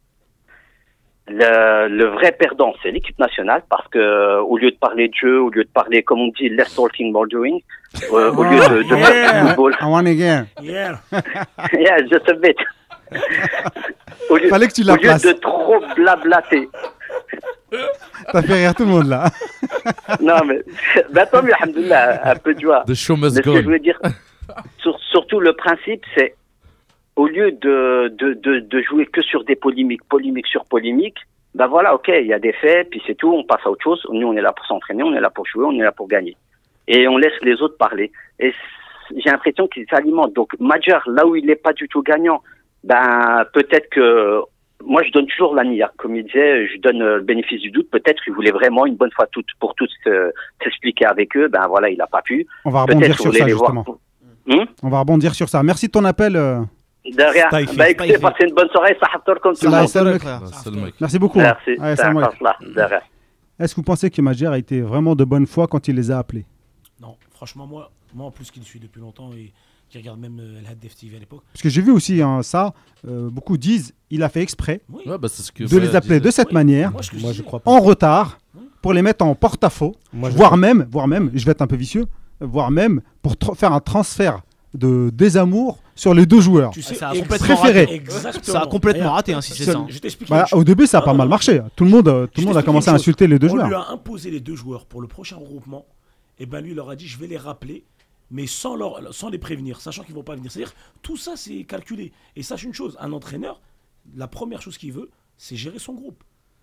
[SPEAKER 10] Le vrai perdant, c'est l'équipe nationale, parce que au lieu de parler de jeu, au lieu de parler, comme on dit, less talking, more doing, au lieu de faire du football.
[SPEAKER 1] I want again.
[SPEAKER 10] Yeah, just a bit.
[SPEAKER 1] Fallait que tu la places.
[SPEAKER 10] Au lieu de trop blablater.
[SPEAKER 1] T'as fait rire tout le monde là.
[SPEAKER 10] Non mais, tant mieux, alhamdoulilah, un peu de joie.
[SPEAKER 4] The show must go.
[SPEAKER 10] Ce que je veux dire, surtout le principe, c'est au lieu de jouer que sur des polémiques sur polémiques, ben voilà, ok, il y a des faits, puis c'est tout, on passe à autre chose. Nous, on est là pour s'entraîner, on est là pour jouer, on est là pour gagner. Et on laisse les autres parler. Et j'ai l'impression qu'ils s'alimentent. Donc, Madjer, là où il n'est pas du tout gagnant, ben peut-être que... Moi, je donne toujours la nia. Comme il disait, je donne le bénéfice du doute. Peut-être qu'il voulait vraiment, une bonne fois pour toutes, s'expliquer avec eux. Ben voilà, il n'a pas pu.
[SPEAKER 1] On va rebondir sur ça, justement. On va rebondir sur ça. Merci de ton appel.
[SPEAKER 10] De rien. Bah écoutez, passez une bonne soirée. Comme tout le monde.
[SPEAKER 1] Merci beaucoup.
[SPEAKER 10] Merci.
[SPEAKER 1] Ouais, est-ce que vous pensez que Madjer a été vraiment de bonne foi quand il les a appelés?
[SPEAKER 5] Non, franchement, moi en plus qui le suis depuis longtemps et qui regarde même le Haddef TV à l'époque.
[SPEAKER 1] Parce que j'ai vu aussi ça, beaucoup disent il a fait exprès
[SPEAKER 4] de
[SPEAKER 1] les appeler de cette manière,
[SPEAKER 2] moi, je crois pas.
[SPEAKER 1] en retard, pour les mettre en porte-à-faux, voire même, je vais être un peu vicieux, voire même pour faire un transfert de désamour sur les deux joueurs.
[SPEAKER 3] Tu sais,
[SPEAKER 1] ça a complètement raté.
[SPEAKER 3] Ça a complètement raté, si c'est ça.
[SPEAKER 5] Je t'explique.
[SPEAKER 1] Au début, ça a pas mal marché. Tout le monde a commencé à insulter les deux joueurs.
[SPEAKER 5] On lui a imposé les deux joueurs pour le prochain regroupement. Et ben lui, il leur a dit, je vais les rappeler, mais sans les prévenir, sachant qu'ils vont pas venir. C'est-à-dire, tout ça, c'est calculé. Et sache une chose, un entraîneur, la première chose qu'il veut, c'est gérer son groupe.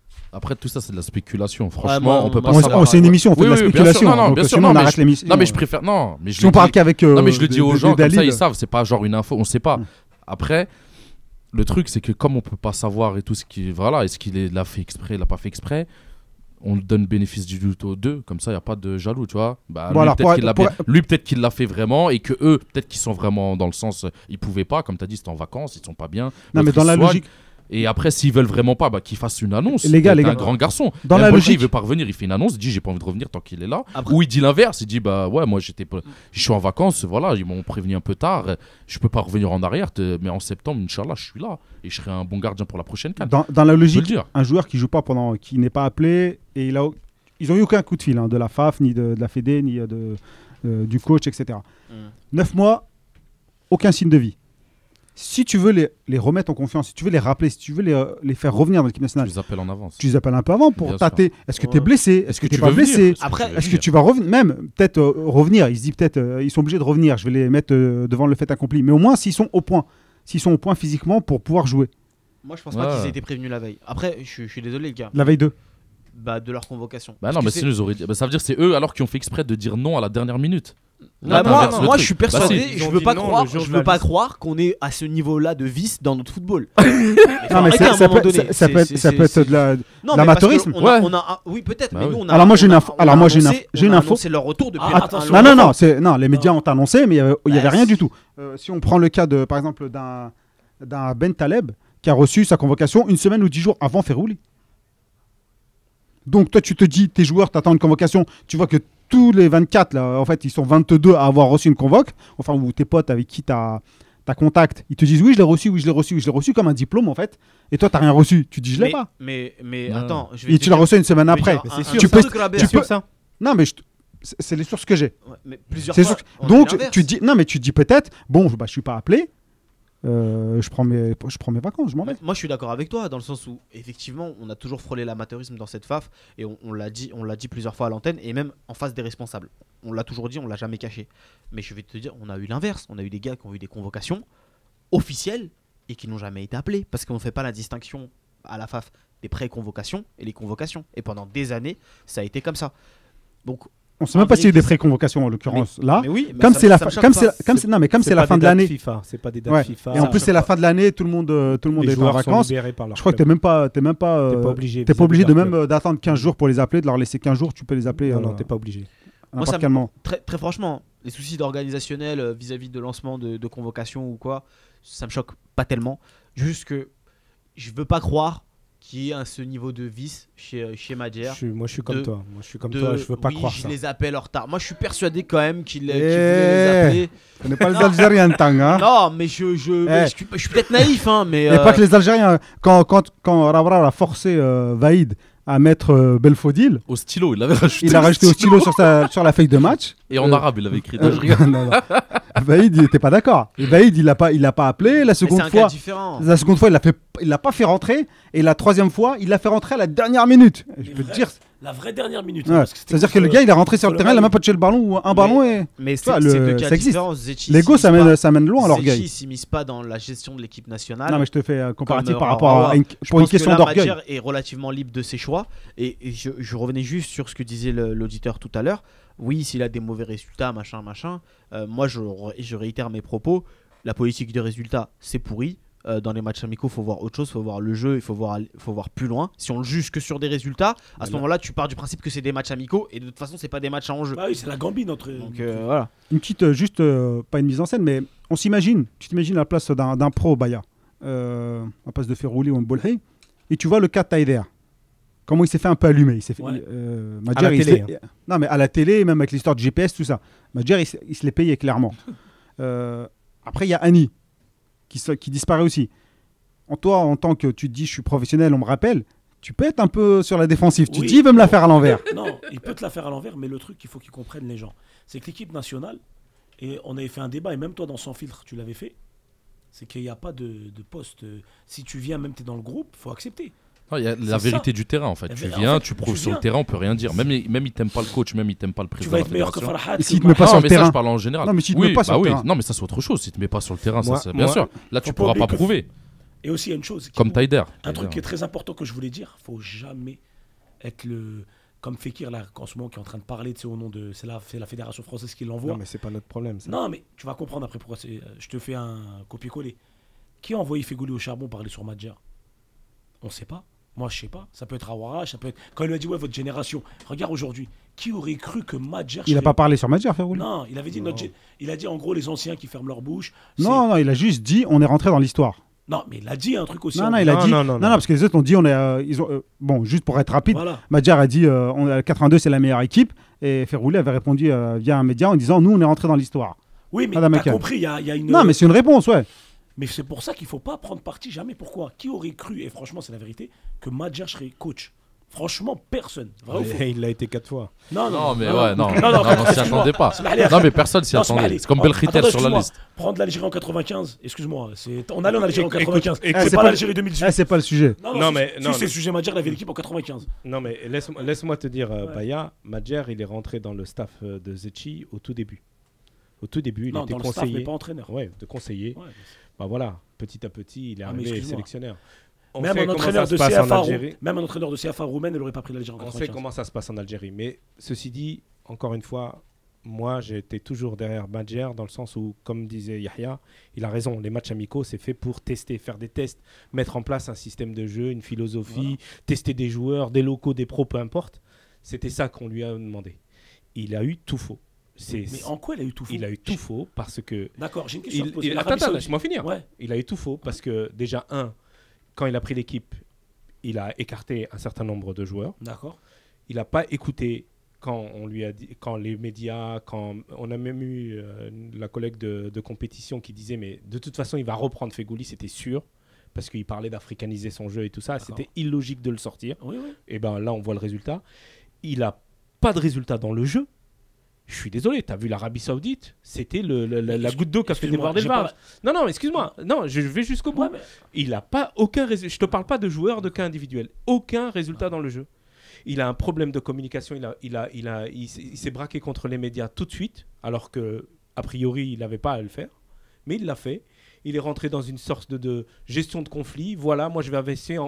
[SPEAKER 4] Après tout ça c'est de la spéculation. Franchement, on peut pas
[SPEAKER 1] savoir. C'est une émission, on fait de la spéculation.
[SPEAKER 4] Non, bien sûr.
[SPEAKER 1] On arrête l'émission.
[SPEAKER 4] Non, mais je préfère. Non, mais
[SPEAKER 1] si on parle qu'avec.
[SPEAKER 4] Non, mais je le dis aux gens comme ça, ils savent. C'est pas genre une info. On sait pas. Après, le truc c'est que comme on peut pas savoir et tout ce qui, voilà, est-ce qu'il l'a fait exprès, il l'a pas fait exprès. On donne bénéfice du doute aux deux, comme ça il n'y a pas de jaloux, tu vois. Bah, bon, lui, peut-être qu'il l'a fait vraiment et que eux, peut-être qu'ils sont vraiment dans le sens, ils pouvaient pas, comme tu as dit, c'était en vacances, ils sont pas bien.
[SPEAKER 1] Non, mais dans la logique.
[SPEAKER 4] Et après, s'ils veulent vraiment pas, bah, qu'ils fassent une annonce.
[SPEAKER 1] Les gars,
[SPEAKER 4] un grand garçon.
[SPEAKER 1] Dans la logique,
[SPEAKER 4] il veut pas revenir, il fait une annonce, il dit j'ai pas envie de revenir tant qu'il est là. Après... Ou il dit l'inverse, il dit bah ouais, moi je suis en vacances, voilà, ils m'ont prévenu un peu tard, je peux pas revenir en arrière, mais en septembre, Inch'Allah, je suis là et je serai un bon gardien pour la prochaine CAN.
[SPEAKER 1] Dans la logique, un joueur qui joue pas qui n'est pas appelé et ils ont eu aucun coup de fil de la FAF, ni de la Fédé, ni du coach, etc. 9 mois, aucun signe de vie. Si tu veux les remettre en confiance, si tu veux les rappeler, si tu veux les faire revenir dans l'équipe nationale,
[SPEAKER 4] tu les appelles en avance.
[SPEAKER 1] Tu les appelles un peu avant pour tâter. Est-ce que tu es blessé? Est-ce que tu n'es pas blessé? Est-ce que tu vas revenir? Même peut-être revenir. Ils se disent peut-être ils sont obligés de revenir. Je vais les mettre devant le fait accompli. Mais au moins s'ils sont au point, physiquement pour pouvoir jouer.
[SPEAKER 3] Moi je pense pas qu'ils aient été prévenus la veille. Après je suis désolé les gars.
[SPEAKER 1] La veille de
[SPEAKER 3] leur convocation.
[SPEAKER 4] Bah non, mais sinon ils auraient dit. Ça veut dire que c'est eux alors qui ont fait exprès de dire non à la dernière minute.
[SPEAKER 3] Moi je suis persuadé, je veux pas croire qu'on est à ce niveau-là de vice dans notre football.
[SPEAKER 1] Non mais ça peut être de l'amateurisme.
[SPEAKER 3] Oui peut-être, mais nous on a.
[SPEAKER 1] Alors moi j'ai une info.
[SPEAKER 3] C'est leur retour depuis.
[SPEAKER 1] Non, les médias ont annoncé, mais il y avait rien du tout. Si on prend le cas par exemple d'un Ben Taleb qui a reçu sa convocation une semaine ou 10 jours avant Ferrouli. Donc toi tu te dis, tes joueurs t'attendent une convocation, tu vois que tous les 24 là, en fait ils sont 22 à avoir reçu une convoque, enfin ou tes potes avec qui t'as contact, ils te disent oui je l'ai reçu comme un diplôme en fait, et toi t'as rien reçu, tu dis je l'ai pas.
[SPEAKER 3] Mais attends,
[SPEAKER 1] et tu l'as reçu une semaine après.
[SPEAKER 3] C'est sûr, tu peux ça.
[SPEAKER 1] Non mais c'est les sources que j'ai.
[SPEAKER 3] Mais plusieurs fois.
[SPEAKER 1] Donc tu dis non mais tu dis peut-être bon je suis pas appelé. Je prends mes vacances, je m'en vais.
[SPEAKER 3] Moi je suis d'accord avec toi dans le sens où effectivement on a toujours frôlé l'amateurisme dans cette FAF et on l'a dit plusieurs fois à l'antenne et même en face des responsables. On l'a toujours dit, on l'a jamais caché. Mais je vais te dire, on a eu l'inverse, on a eu des gars qui ont eu des convocations officielles et qui n'ont jamais été appelés parce qu'on ne fait pas la distinction à la FAF des pré-convocations et les convocations. Et pendant des années, ça a été comme ça. Donc
[SPEAKER 1] on ne sait même pas s'il y a eu des pré-convocations en l'occurrence là.
[SPEAKER 3] Mais oui,
[SPEAKER 1] comme c'est la fin de l'année.
[SPEAKER 2] C'est pas des dates FIFA.
[SPEAKER 1] Et en plus c'est la fin de l'année, tout le monde est en vacances. Je crois que t'es pas obligé de même d'attendre 15 jours pour les appeler, de leur laisser 15 jours, tu peux les appeler.
[SPEAKER 2] Non, t'es pas obligé.
[SPEAKER 3] Moi, très franchement, les soucis d'organisationnel vis-à-vis de lancement de convocation ou quoi, ça me choque pas tellement. Juste que je veux pas croire qu'il y ait ce niveau de vice chez Madjer.
[SPEAKER 2] Moi je suis comme toi. Je veux pas croire ça.
[SPEAKER 3] Je les appelle en retard. Moi je suis persuadé quand même qu'il voulait les appeler.
[SPEAKER 1] On n'est pas les Algériens, Tang. Hein.
[SPEAKER 3] Non, mais je suis peut-être naïf. Hein, mais
[SPEAKER 1] et pas que les Algériens. Quand Ravra a forcé Vaïd à mettre Belfodil
[SPEAKER 4] au stylo, il l'avait rajouté.
[SPEAKER 1] Il l'a rajouté au stylo sur la feuille de match.
[SPEAKER 4] Et en arabe, il avait écrit.
[SPEAKER 1] Non. Vaïd, il n'était pas d'accord. Et Vaïd, il l'a pas appelé. La seconde fois, il l'a pas fait rentrer. Et la troisième fois, il l'a fait rentrer à la dernière minute. Je peux te dire.
[SPEAKER 5] La vraie dernière minute.
[SPEAKER 1] Ouais. C'est-à-dire que le gars, il est rentré sur le terrain, il n'a même pas touché le ballon ou un ballon.
[SPEAKER 3] Mais c'est deux cas différents.
[SPEAKER 1] L'ego, ça mène loin à l'orgueil.
[SPEAKER 3] Zetchi ne s'immisce pas dans la gestion de l'équipe nationale.
[SPEAKER 1] Non, mais je te fais un comparatif par rapport à une question d'orgueil.
[SPEAKER 3] Madjer est relativement libre de ses choix. Et je revenais juste sur ce que disait l'auditeur tout à l'heure. Oui, s'il a des mauvais résultats, machin. Moi, je réitère mes propos. La politique de résultats, c'est pourri. Dans les matchs amicaux, il faut voir autre chose, il faut voir le jeu, il faut voir plus loin. Si on le juge que sur des résultats, à ce moment-là, tu pars du principe que c'est des matchs amicaux et de toute façon, c'est pas des matchs à enjeu.
[SPEAKER 5] Ah oui, c'est la Gambie notre.
[SPEAKER 3] Donc voilà.
[SPEAKER 1] Une petite, pas une mise en scène, mais on s'imagine. Tu t'imagines à la place d'un pro Baya, à la place de Ferrouli ou Mbolhi, et tu vois le cas de Taïder. Comment il s'est fait un peu allumer. Il s'est fait.
[SPEAKER 2] À la télé.
[SPEAKER 1] Non, mais à la télé, même avec l'histoire du GPS, tout ça. Madjer, il se l'est payé clairement. Après, il y a Annie. Qui disparaît aussi. Toi, en tant que tu te dis je suis professionnel, on me rappelle, tu peux être un peu sur la défensive. Tu te dis il veut me la faire à l'envers.
[SPEAKER 5] Non, il peut te la faire à l'envers, mais le truc qu'il faut qu'ils comprennent les gens, c'est que l'équipe nationale, et on avait fait un débat, et même toi dans Sans Filtre, tu l'avais fait, c'est qu'il n'y a pas de poste. Si tu viens, même tu es dans le groupe, il faut accepter.
[SPEAKER 4] Il y a la vérité du terrain en fait. Tu viens, tu prouves sur le terrain, on peut rien dire. Même il t'aime pas le coach, même il t'aime pas le président.
[SPEAKER 5] Tu vas être meilleur que Farhat.
[SPEAKER 1] S'il te met pas sur le terrain.
[SPEAKER 4] Ça, je parle en général.
[SPEAKER 1] Non, mais s'il te met pas sur le terrain.
[SPEAKER 4] Non, mais ça c'est autre chose. Si te met pas sur le terrain, bien sûr. Là, tu pourras pas prouver.
[SPEAKER 5] Et aussi, il y a une chose.
[SPEAKER 4] Comme Taider.
[SPEAKER 5] Un truc qui est très important que je voulais dire, il ne faut jamais être comme Fekir, là, en ce moment, qui est en train de parler au nom de. C'est la Fédération française qui l'envoie.
[SPEAKER 2] Non, mais c'est pas notre problème. Ça.
[SPEAKER 5] Non, mais tu vas comprendre après pourquoi. Je te fais un copier-coller. Qui a envoyé Fegouli au charbon parler sur Madjer? On ne sait pas. Moi, je sais pas. Ça peut être Awarash, ça peut être. Quand il lui a dit, ouais, votre génération. Regarde aujourd'hui. Qui aurait cru que Madjer.
[SPEAKER 1] Il n'a pas parlé sur Madjer, Fegouli.
[SPEAKER 5] Non, il avait dit il a dit en gros les anciens qui ferment leur bouche.
[SPEAKER 1] Non, il a juste dit on est rentré dans l'histoire.
[SPEAKER 5] Non, mais il a dit un truc aussi.
[SPEAKER 1] Non, il a dit. Non, parce que les autres ont dit bon, juste pour être rapide,
[SPEAKER 5] voilà.
[SPEAKER 1] Madjer a dit 82 c'est la meilleure équipe et Fegouli avait répondu via un média en disant nous on est rentré dans l'histoire.
[SPEAKER 5] Oui, mais t'as compris, il y a une.
[SPEAKER 1] Non, mais c'est une réponse, ouais.
[SPEAKER 5] Mais c'est pour ça qu'il ne faut pas prendre parti jamais. Pourquoi? Qui aurait cru, et franchement c'est la vérité, que Madjer serait coach? Franchement, personne.
[SPEAKER 2] Il l'a été 4 fois.
[SPEAKER 4] Non, on s'y attendait pas. Non, mais personne s'y attendait. C'est comme Belkhiter sur la liste.
[SPEAKER 5] Prendre l'Algérie en 95, excuse-moi, on allait en Algérie en 95. C'est pas l'Algérie 2018.
[SPEAKER 1] C'est pas le sujet.
[SPEAKER 5] Non, mais c'est le sujet. Madjer, il avait l'équipe en 95.
[SPEAKER 2] Non, mais laisse-moi te dire, Baya, Madjer, il est rentré dans le staff de Zetchi au tout début. Au tout début, il était conseiller.
[SPEAKER 5] Staff, mais pas entraîneur.
[SPEAKER 2] Ouais, de conseiller. Ouais, bah voilà, petit à petit, il est arrivé sélectionneur.
[SPEAKER 5] Même un entraîneur de CFA roumaine, il n'aurait pas pris l'Algérie en 95.
[SPEAKER 2] On sait comment ça se passe en Algérie. Mais ceci dit, encore une fois, moi, j'ai été toujours derrière Madjer dans le sens où, comme disait Yahya, il a raison. Les matchs amicaux, c'est fait pour tester, faire des tests, mettre en place un système de jeu, une philosophie, tester des joueurs, des locaux, des pros, peu importe. C'était ça qu'on lui a demandé. Il a eu tout faux.
[SPEAKER 5] Mais en quoi il a eu tout faux?
[SPEAKER 2] Il a eu tout faux parce que...
[SPEAKER 5] D'accord, j'ai une question à te poser.
[SPEAKER 2] Attends, laisse-moi finir. Ouais. Il a eu tout faux parce que, déjà, quand il a pris l'équipe, il a écarté un certain nombre de joueurs.
[SPEAKER 5] D'accord.
[SPEAKER 2] Il n'a pas écouté quand on lui a dit, quand les médias, quand on a même eu la collègue de compétition qui disait mais de toute façon il va reprendre Fegouli, c'était sûr parce qu'il parlait d'africaniser son jeu et tout ça. D'accord. C'était illogique de le sortir. Oui. Et ben là on voit le résultat. Il n'a pas de résultat dans le jeu. Je suis désolé, tu as vu l'Arabie Saoudite, c'était la goutte d'eau qui a fait déborder le vase. Non, excuse-moi. Non, je vais jusqu'au bout. Mais... Il n'a pas aucun résultat. Je te parle pas de joueur, de cas individuel. Aucun résultat dans le jeu. Il a un problème de communication. Il s'est braqué contre les médias tout de suite, alors que a priori, il n'avait pas à le faire. Mais il l'a fait. Il est rentré dans une sorte de gestion de conflit. Voilà, moi je vais investir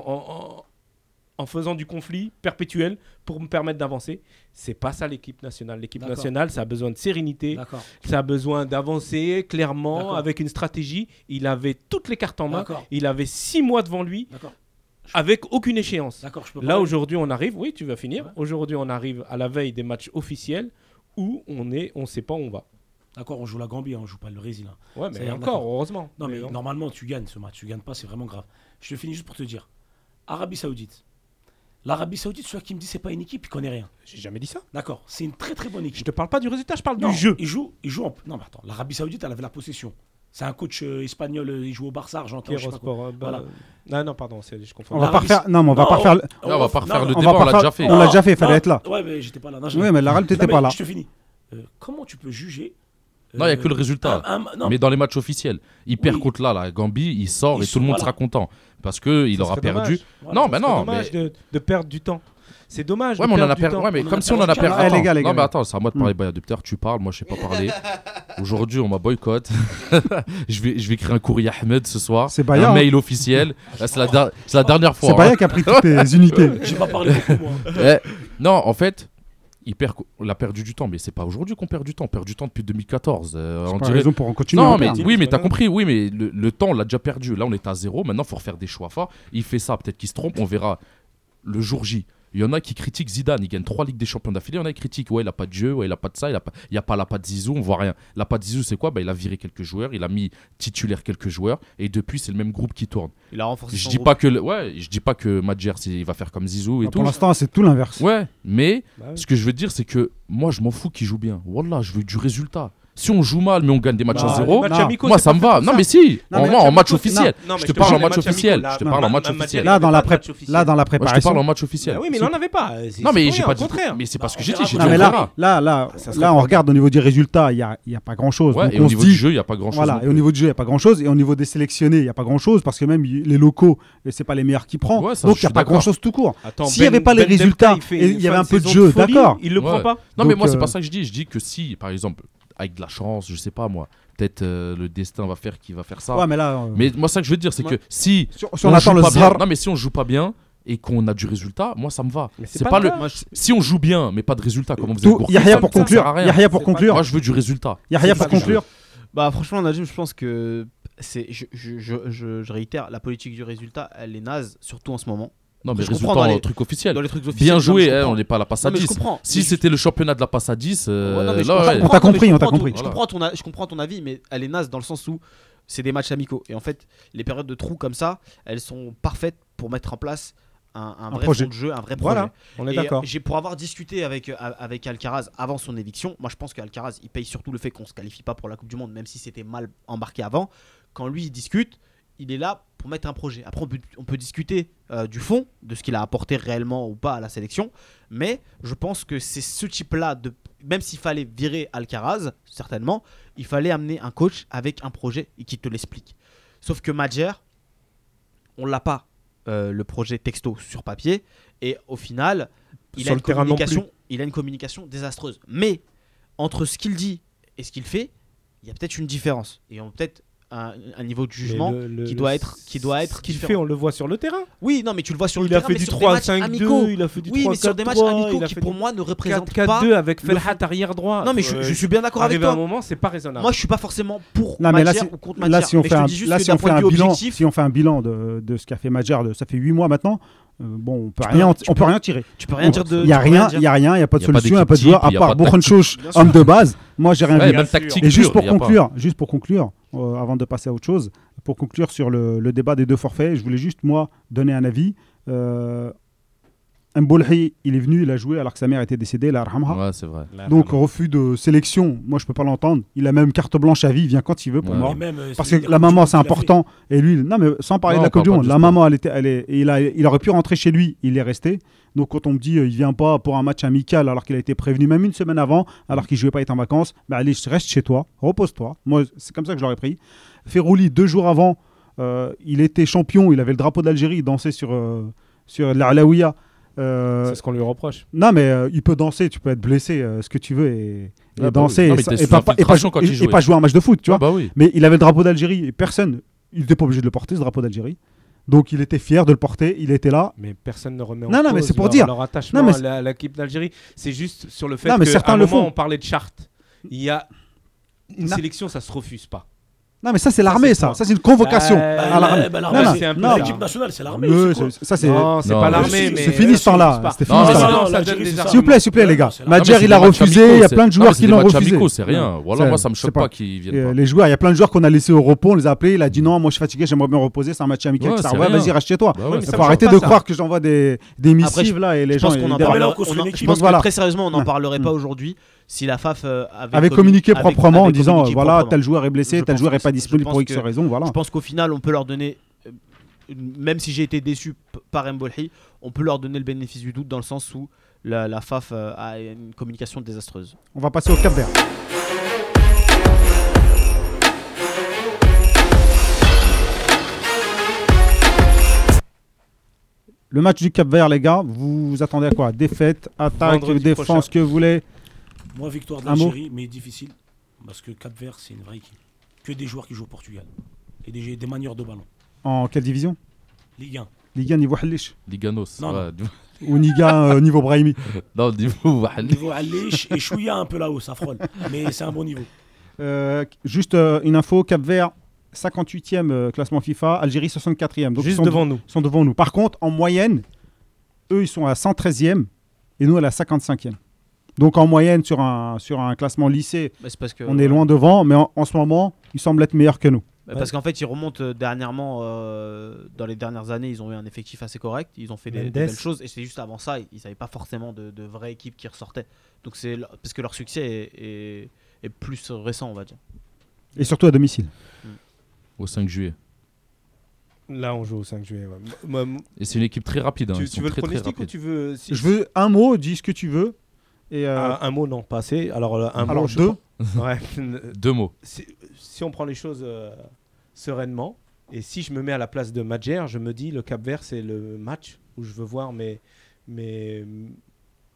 [SPEAKER 2] en faisant du conflit perpétuel pour me permettre d'avancer. C'est pas ça l'équipe nationale. L'équipe nationale, ça a besoin de sérénité. D'accord. Ça a besoin d'avancer clairement avec une stratégie. Il avait toutes les cartes en main. D'accord. Il avait 6 mois devant lui. D'accord. Avec aucune échéance. Là aujourd'hui on arrive, oui tu vas finir. Ouais. Aujourd'hui on arrive à la veille des matchs officiels où on sait pas où on va.
[SPEAKER 5] D'accord, on joue la Gambie, on joue pas le Brésil.
[SPEAKER 2] Ouais, mais encore heureusement.
[SPEAKER 5] Non mais normalement tu gagnes ce match, tu gagnes pas, c'est vraiment grave. Je te finis juste pour te dire, Arabie Saoudite. L'Arabie Saoudite, celui qui me dit c'est pas une équipe, il connaît rien.
[SPEAKER 2] J'ai jamais dit ça.
[SPEAKER 5] D'accord, c'est une très très bonne équipe.
[SPEAKER 2] Je te parle pas du résultat, je parle du jeu.
[SPEAKER 5] Il joue Non mais attends, l'Arabie Saoudite elle avait la possession. C'est un coach espagnol, il joue au Barça argentin.
[SPEAKER 2] Voilà. Non, pardon, je confonds.
[SPEAKER 1] On va pas refaire. Non, mais on va pas faire.
[SPEAKER 4] On va pas refaire le débat. On l'a déjà fait.
[SPEAKER 1] On l'a déjà fait, il fallait être là.
[SPEAKER 5] Ouais, mais j'étais pas là.
[SPEAKER 1] Oui, mais l'Arabe t'étais pas là.
[SPEAKER 5] Je te finis. Comment tu peux juger?
[SPEAKER 4] Non, il n'y a que le résultat. Mais dans les matchs officiels, il perd contre la Gambie, il sort et tout le monde sera content parce que il aura perdu.
[SPEAKER 2] Non, mais non. C'est dommage de perdre du temps. C'est dommage.
[SPEAKER 4] Ouais, mais on en a perdu. Ouais, mais comme si on en a perdu. Les gars. Non, mais attends, c'est à moi de parler. Depuis tard, tu parles. Moi, je sais pas parler. Aujourd'hui, on m'a boycott. Je vais écrire un courrier à Ahmed ce soir.
[SPEAKER 1] C'est Baya.
[SPEAKER 4] Un mail officiel. C'est la dernière fois.
[SPEAKER 1] C'est Baya qui a pris toutes tes unités.
[SPEAKER 5] J'ai pas parlé beaucoup, moi.
[SPEAKER 4] Non, en fait. On a perdu du temps, mais c'est pas aujourd'hui qu'on perd du temps. On perd du temps depuis 2014.
[SPEAKER 1] On dirait raison pour en continuer.
[SPEAKER 4] Non, mais oui, mais t'as compris. Oui, mais le temps, on l'a déjà perdu. Là, on est à 0. Maintenant, faut refaire des choix forts. Il fait ça, peut-être qu'il se trompe. On verra le jour J. Il y en a qui critiquent Zidane, il gagne 3 Ligues des Champions d'affilée. Il y en a qui critiquent, ouais, il n'a pas de jeu, ouais, il n'a pas de ça, il n'y a pas la patte Zizou, on voit rien. La patte Zizou, c'est quoi? Il a viré quelques joueurs, il a mis titulaire quelques joueurs, et depuis, c'est le même groupe qui tourne.
[SPEAKER 3] Il a renforcé
[SPEAKER 4] son groupe. Je dis pas que Madjer, il va faire comme Zizou et tout.
[SPEAKER 1] Pour l'instant, c'est tout l'inverse.
[SPEAKER 4] Ouais, mais ce que je veux dire, c'est que moi, je m'en fous qu'il joue bien. Wallah, je veux du résultat. Si on joue mal mais on gagne des matchs à 0, moi ça me va. Non mais si, en match officiel. Je te parle en match officiel. Là dans la préparation. Je te parle en match officiel.
[SPEAKER 2] Oui mais il n'en avait pas.
[SPEAKER 4] Non mais j'ai pas dit. Mais c'est pas ce que j'ai dit.
[SPEAKER 1] Là on regarde au niveau du résultat, il y a pas grand chose.
[SPEAKER 4] Et au niveau du jeu, il y a pas grand chose.
[SPEAKER 1] Voilà. Et au niveau du jeu, il y a pas grand chose. Et au niveau des sélectionnés, il y a pas grand chose parce que même les locaux, c'est pas les meilleurs qui prend. Donc il y a pas grand chose tout court. S'il y avait pas les résultats, il y avait un peu de jeu, d'accord.
[SPEAKER 2] Il le prend pas.
[SPEAKER 4] Non mais moi c'est pas ça que je dis. Je dis que si par exemple avec de la chance, je sais pas moi. Peut-être le destin va faire qu'il va faire ça.
[SPEAKER 1] Ouais, mais là.
[SPEAKER 4] Mais moi, ça que je veux dire, c'est que si
[SPEAKER 1] on attend le
[SPEAKER 4] bien, non, mais si on joue pas bien et qu'on a du résultat, moi ça me va. C'est pas le. Si on joue bien, mais pas de résultat, comment vous êtes
[SPEAKER 1] Yahya pour conclure.
[SPEAKER 4] Moi, je veux du résultat.
[SPEAKER 1] Yahya pour conclure.
[SPEAKER 3] Bah franchement, Najim, je pense que je réitère, la politique du résultat, elle est naze, surtout en ce moment.
[SPEAKER 4] Non, mais résultat dans les trucs officiels.
[SPEAKER 3] Dans les trucs officiels.
[SPEAKER 4] Bien joué, on n'est pas à la passe à 10. Si c'était le championnat de la passe à 10,
[SPEAKER 1] on t'a compris.
[SPEAKER 3] Je comprends ton avis, mais elle est naze dans le sens où c'est des matchs amicaux. Et en fait, les périodes de trous comme ça, elles sont parfaites pour mettre en place un vrai
[SPEAKER 1] projet
[SPEAKER 3] fond de jeu, un vrai projet.
[SPEAKER 2] Voilà, on est d'accord.
[SPEAKER 3] Pour avoir discuté avec Alcaraz avant son éviction, moi je pense qu'Alcaraz il paye surtout le fait qu'on ne se qualifie pas pour la Coupe du Monde, même si c'était mal embarqué avant. Quand lui il discute, il est là pour mettre un projet. Après on peut discuter du fond, de ce qu'il a apporté réellement ou pas à la sélection, mais je pense que c'est ce type-là, même s'il fallait virer Alcaraz, certainement, il fallait amener un coach avec un projet et qui te l'explique. Sauf que Madjer, on l'a pas. Le projet texto sur papier, et au final il a une communication désastreuse, mais entre ce qu'il dit et ce qu'il fait, il y a peut-être une différence, et peut-être un niveau de jugement qui doit être
[SPEAKER 2] ce qu'il fait, on le voit sur le terrain.
[SPEAKER 3] Oui, non, mais tu le vois sur le terrain.
[SPEAKER 2] Il a fait du 3-5-2, il a fait du 3-4-3.
[SPEAKER 3] Oui, mais sur des matchs amicaux qui pour moi ne représentent pas
[SPEAKER 2] 4-4-2 avec Felhat arrière droit.
[SPEAKER 3] Non, mais je suis bien d'accord avec toi.
[SPEAKER 2] À un moment, c'est pas raisonnable.
[SPEAKER 3] Moi, je suis pas forcément pour
[SPEAKER 1] Madjer
[SPEAKER 3] ou contre Madjer.
[SPEAKER 1] Là, si on fait un bilan de ce qu'a fait Madjer, ça fait 8 mois maintenant. Bon, on peut rien tirer.
[SPEAKER 3] Tu peux rien dire de.
[SPEAKER 1] Il y a rien, il y a pas de solution, il y a pas de joueur à part Bouchenchouch, homme de base. Moi, j'ai rien vu. Et juste pour conclure, avant de passer à autre chose, pour conclure sur le débat des deux forfaits, je voulais juste moi donner un avis. Mbolhi, il est venu, il a joué alors que sa mère était décédée, la Arhamha.
[SPEAKER 4] Ouais, c'est vrai.
[SPEAKER 1] Donc refus de sélection, moi je peux pas l'entendre. Il a même carte blanche à vie, il vient quand il veut pour moi. Parce que la maman c'est important. Et lui, non mais sans parler de la Coupe du Monde, la maman il aurait pu rentrer chez lui, il est resté. Donc quand on me dit il vient pas pour un match amical alors qu'il a été prévenu même une semaine avant, alors qu'il jouait pas, il est en vacances, bah allez, reste chez toi, repose-toi. Moi c'est comme ça que je l'aurais pris. Ferrouli 2 jours avant, il était champion, il avait le drapeau d'Algérie, il dansait sur l'Alaouia.
[SPEAKER 2] C'est ce qu'on lui reproche.
[SPEAKER 1] Non, mais il peut danser, tu peux être blessé, ce que tu veux, et danser, et pas jouer un match de foot, tu vois.
[SPEAKER 4] Bah oui.
[SPEAKER 1] Mais il avait le drapeau d'Algérie, et il n'était pas obligé de le porter, ce drapeau d'Algérie. Donc il était fier de le porter, il était là.
[SPEAKER 2] Mais personne ne remet en cause
[SPEAKER 1] mais c'est pour dire.
[SPEAKER 2] Leur attachement à l'équipe d'Algérie. C'est juste sur le fait qu'à un moment, on parlait de charte. Il y a une sélection, ça se refuse pas.
[SPEAKER 1] Non mais ça c'est l'armée, ça c'est une convocation.
[SPEAKER 5] L'armée c'est un peu l'équipe nationale, c'est l'armée.
[SPEAKER 1] Ça c'est
[SPEAKER 2] non, c'est pas l'armée, mais
[SPEAKER 1] c'est fini par là. S'il vous plaît les gars. Madjer il a refusé, il y a plein de joueurs qui l'ont refusé.
[SPEAKER 4] C'est rien. Voilà, moi ça me choque pas qu'ils viennent pas.
[SPEAKER 1] Les joueurs, il y a plein de joueurs qu'on a laissés au repos, on les a appelés, il a dit non, moi je suis fatigué, j'aimerais bien reposer, c'est un match amical. Ouais, vas-y reste chez toi. Il faut arrêter de croire que j'envoie des missives là et les gens.
[SPEAKER 3] Je pense que très sérieusement on n'en parlerait pas aujourd'hui si la FAF
[SPEAKER 1] avait communiqué proprement en disant voilà tel joueur est blessé, tel joueur est pas disponible pour X raison. Voilà.
[SPEAKER 3] Je pense qu'au final, on peut leur donner, même si j'ai été déçu par Mbolhi, on peut leur donner le bénéfice du doute dans le sens où la FAF a une communication désastreuse.
[SPEAKER 1] On va passer au Cap-Vert. Le match du Cap-Vert, les gars, vous attendez à quoi? Défaite, attaque, défense, que vous voulez?
[SPEAKER 5] Moi, victoire d'Algérie, mais difficile. Parce que Cap-Vert, c'est une vraie équipe. Que des joueurs qui jouent au Portugal. Et des manieurs de ballon.
[SPEAKER 1] En quelle division?
[SPEAKER 5] Ligue 1.
[SPEAKER 1] Ligue 1 niveau Halish.
[SPEAKER 4] Liganos.
[SPEAKER 5] Non.
[SPEAKER 1] Ou Liga niveau Brahimi.
[SPEAKER 4] Non, niveau Halish.
[SPEAKER 5] Niveau Halish et Chouïa un peu là-haut, ça frôle. Mais c'est un bon niveau.
[SPEAKER 1] Juste une info, Cap-Vert, 58e classement FIFA, Algérie 64e. Donc
[SPEAKER 2] juste devant nous.
[SPEAKER 1] Ils sont devant nous. Par contre, en moyenne, eux, ils sont à 113e et nous, à la 55e. Donc en moyenne, sur un classement lycée, on est loin devant, mais en ce moment, ils semblent être meilleurs que nous.
[SPEAKER 3] Parce qu'en fait, ils remontent dernièrement, dans les dernières années, ils ont eu un effectif assez correct, ils ont fait des belles choses, et c'est juste avant ça, ils n'avaient pas forcément de vraies équipes qui ressortaient. Donc c'est parce que leur succès est plus récent, on va dire.
[SPEAKER 1] Et surtout à domicile.
[SPEAKER 4] Au 5 juillet.
[SPEAKER 2] Là, on joue au 5 juillet. Ouais.
[SPEAKER 4] Et c'est une équipe très rapide.
[SPEAKER 2] Tu veux le pronostic ou tu veux...
[SPEAKER 1] Je veux un mot, dis ce que tu veux. Et
[SPEAKER 2] un mot, non, pas assez. Alors
[SPEAKER 1] deux.
[SPEAKER 2] Ouais.
[SPEAKER 4] 2 mots.
[SPEAKER 2] Si on prend les choses sereinement, et si je me mets à la place de Madjer, je me dis le Cap-Vert, c'est le match où je veux voir mes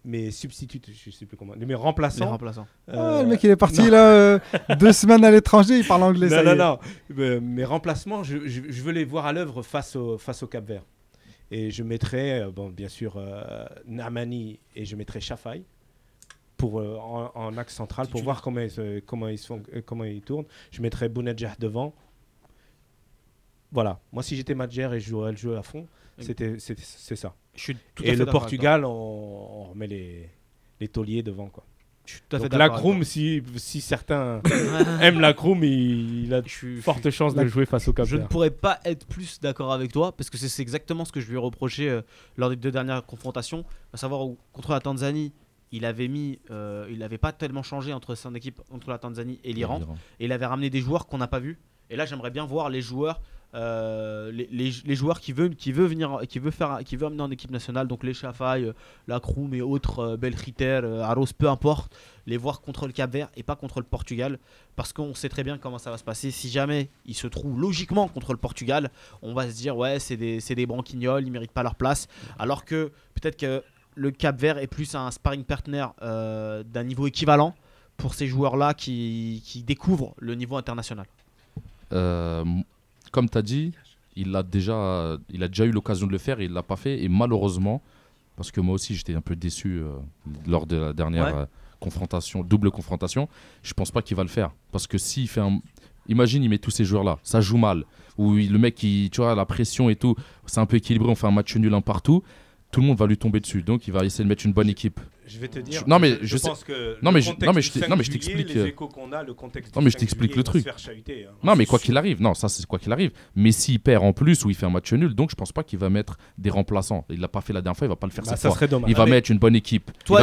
[SPEAKER 2] mes substituts, je sais plus comment, mes remplaçants.
[SPEAKER 1] Le mec il est parti là 2 semaines à l'étranger, il parle anglais.
[SPEAKER 2] Non. Mes remplacements, je veux les voir à l'œuvre face au Cap-Vert. Et je mettrai, bien sûr, Namani et je mettrai Chafai en axe central pour voir comment ils tournent. Je mettrai Bounedjah devant. Voilà. Moi, si j'étais Madjer et je jouerais le jeu à fond, c'est ça. Et le Portugal, on remet les tauliers devant, quoi. Donc la Kroom, si certains aiment la Kroom, il a forte chance de jouer face au Cap-Vert.
[SPEAKER 3] Je ne pourrais pas être plus d'accord avec toi parce que c'est exactement ce que je lui ai reproché lors des 2 dernières confrontations, à savoir où contre la Tanzanie, il n'avait pas tellement changé entre son équipe entre la Tanzanie et l'Iran, et il avait ramené des joueurs qu'on n'a pas vus. Et là, j'aimerais bien voir les joueurs. Les joueurs qui veulent amener en équipe nationale, donc les Chafai, la Kroom et autres, Belkhiter, Aros, peu importe, les voir contre le Cap-Vert et pas contre le Portugal, parce qu'on sait très bien comment ça va se passer. Si jamais ils se trouvent logiquement contre le Portugal, on va se dire ouais, c'est des branquignoles, ils méritent pas leur place, alors que peut-être que le Cap-Vert est plus un sparring partner d'un niveau équivalent pour ces joueurs-là qui découvrent le niveau international.
[SPEAKER 4] Comme tu as dit, il a déjà eu l'occasion de le faire et il ne l'a pas fait. Et malheureusement, parce que moi aussi j'étais un peu déçu lors de la dernière double confrontation, je ne pense pas qu'il va le faire. Parce que s'il fait imagine, il met tous ces joueurs-là, ça joue mal. Ou le mec, tu vois, la pression et tout, c'est un peu équilibré, on fait un match nul un partout. Tout le monde va lui tomber dessus, donc il va essayer de mettre une bonne équipe.
[SPEAKER 2] Je vais te dire.
[SPEAKER 4] Je
[SPEAKER 2] pense que
[SPEAKER 4] je t'explique.
[SPEAKER 2] Les échos qu'on a, le contexte.
[SPEAKER 4] Non mais je t'explique le truc. Non mais quoi qu'il arrive, ça c'est quoi qu'il arrive. Mais s'il perd en plus ou il fait un match nul, donc je pense pas qu'il va mettre des remplaçants. Il l'a pas fait la dernière fois, il va pas le faire cette fois. Il va mettre une bonne équipe.
[SPEAKER 1] Là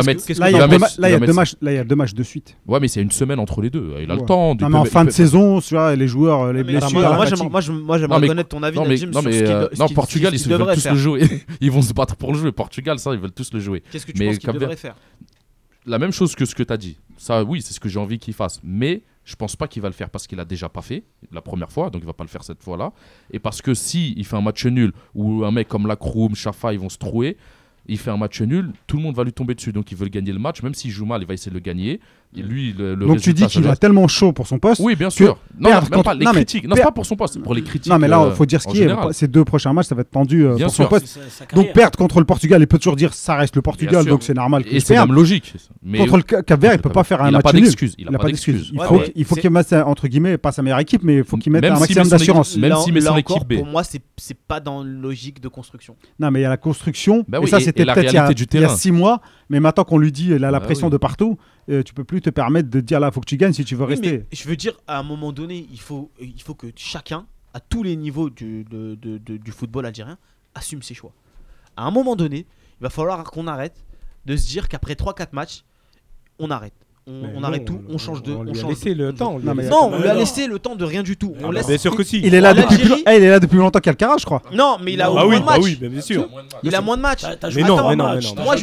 [SPEAKER 1] il y a 2 matchs de suite.
[SPEAKER 4] Ouais mais c'est une semaine entre les deux. Il a le temps.
[SPEAKER 1] Non mais en fin de saison, tu vois, les joueurs, les blessures.
[SPEAKER 3] Moi j'aimerais connaître ton avis.
[SPEAKER 4] Non Portugal ils veulent tous le jouer. Ils vont se battre pour le jouer. Portugal ça ils veulent tous le jouer.
[SPEAKER 3] Qu'est-ce que tu penses qu'ils devraient faire?
[SPEAKER 4] La même chose que ce que tu as dit. Ça, oui, c'est ce que j'ai envie qu'il fasse. Mais je pense pas qu'il va le faire parce qu'il a déjà pas fait la première fois, donc il va pas le faire cette fois-là. Et parce que si il fait un match nul ou un mec comme la Kroom, Chafa, ils vont se trouer, il fait un match nul, tout le monde va lui tomber dessus. Donc ils veulent gagner le match, même s'il joue mal, il va essayer de le gagner. Et lui,
[SPEAKER 1] donc tu dis qu'il a tellement chaud pour son poste.
[SPEAKER 4] Oui, bien sûr. Non, même pas les critiques. Non, c'est pas pour son poste, pour les critiques.
[SPEAKER 1] Non, mais là, il faut dire ce qui est. Ces 2 prochains matchs, ça va être tendu pour son poste. Donc perdre contre le Portugal, il peut toujours dire ça reste le Portugal, donc c'est normal qu'il perde.
[SPEAKER 4] Et c'est même logique.
[SPEAKER 1] Contre le Cap-Vert, il peut pas faire un match nul. Il n'a pas d'excuse. Il faut qu'il mette, entre guillemets, pas sa meilleure équipe, mais il faut qu'il mette un maximum d'assurance.
[SPEAKER 3] Même s'il met son équipe B. Pour moi, c'est pas dans une logique de construction.
[SPEAKER 1] Non, mais il y a la construction. Et ça, c'était peut-être il y a 6 mois. Mais maintenant qu'on lui dit il a la pression de partout, tu peux plus te permettre de dire là faut que tu gagnes si tu veux rester.
[SPEAKER 3] Mais je veux dire, à un moment donné, il faut que chacun, à tous les niveaux du football algérien, assume ses choix. À un moment donné, il va falloir qu'on arrête de se dire qu'après 3-4 matchs, on arrête. On arrête tout, on change de.
[SPEAKER 2] On lui a laissé le temps.
[SPEAKER 3] On lui a laissé le temps de rien du tout.
[SPEAKER 2] Bien sûr que si.
[SPEAKER 1] Il est là depuis longtemps qu'Alcaraz, je crois.
[SPEAKER 3] Non, mais il a moins de matchs.
[SPEAKER 2] Oui, bien sûr.
[SPEAKER 3] Il a moins de matchs.
[SPEAKER 2] Mais non.
[SPEAKER 3] Moi,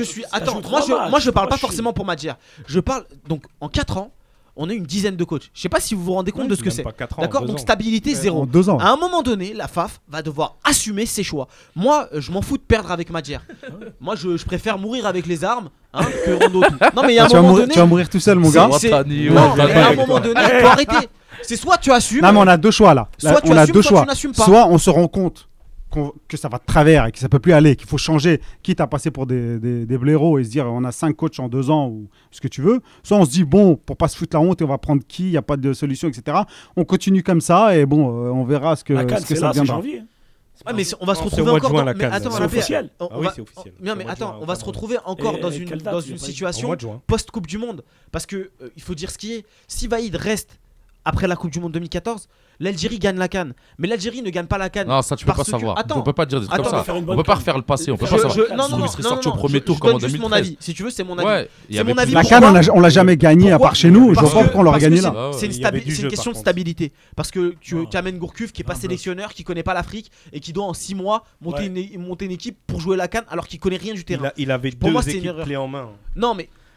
[SPEAKER 3] je parle pas forcément pour Madjer. Je parle donc en 4 ans. On a une dizaine de coachs. Je sais pas si vous vous rendez compte de ce que c'est. D'accord, donc stabilité 0.
[SPEAKER 1] 2 ans.
[SPEAKER 3] À un moment donné, la FAF va devoir assumer ses choix. Moi, je m'en fous de perdre avec Madjer. Moi, je préfère mourir avec les armes que Rondo tout. Non, mais il y a un moment donné.
[SPEAKER 1] Tu vas mourir tout seul, mon gars.
[SPEAKER 3] Non, mais à un moment donné, il faut arrêter. C'est soit tu assumes.
[SPEAKER 1] Non, mais on a 2 choix là.
[SPEAKER 3] Soit tu assumes, soit tu n'assumes pas.
[SPEAKER 1] Soit on se rend compte que ça va de travers et que ça peut plus aller, qu'il faut changer, quitte à passer pour des blaireaux et se dire on a 5 coachs en 2 ans ou ce que tu veux. Soit on se dit bon, pour pas se foutre la honte, on va prendre qui, il n'y a pas de solution, etc. On continue comme ça et bon, on verra ce que ça deviendra.
[SPEAKER 3] Ouais, mais on va se retrouver encore
[SPEAKER 2] mais attends,
[SPEAKER 5] c'est officiel.
[SPEAKER 2] C'est officiel.
[SPEAKER 3] Non mais attends, on va se retrouver encore dans une situation post-Coupe du Monde parce que il faut dire ce qui est. Si Vaïd reste après la Coupe du Monde 2014, l'Algérie gagne la CAN. Mais l'Algérie ne gagne pas la CAN.
[SPEAKER 4] Non, ça tu peux pas savoir. On peut pas dire des trucs comme ça. On peut pas refaire le passé. On peut pas savoir.
[SPEAKER 3] Non,
[SPEAKER 4] il serait sorti au premier tour comme en 2013.
[SPEAKER 3] Mon avis. Si tu veux, c'est mon avis.
[SPEAKER 4] C'est mon avis.
[SPEAKER 1] La CAN, on l'a jamais gagné à part chez nous. Je vois pas pourquoi on l'aurait gagné là.
[SPEAKER 3] C'est une question de stabilité. Parce que tu amènes Gourcuff qui est pas sélectionneur, qui connaît pas l'Afrique et qui doit en 6 mois monter une équipe pour jouer la CAN alors qu'il connaît rien du terrain.
[SPEAKER 2] Il avait 2 équipes clés en main.
[SPEAKER 3] Non mais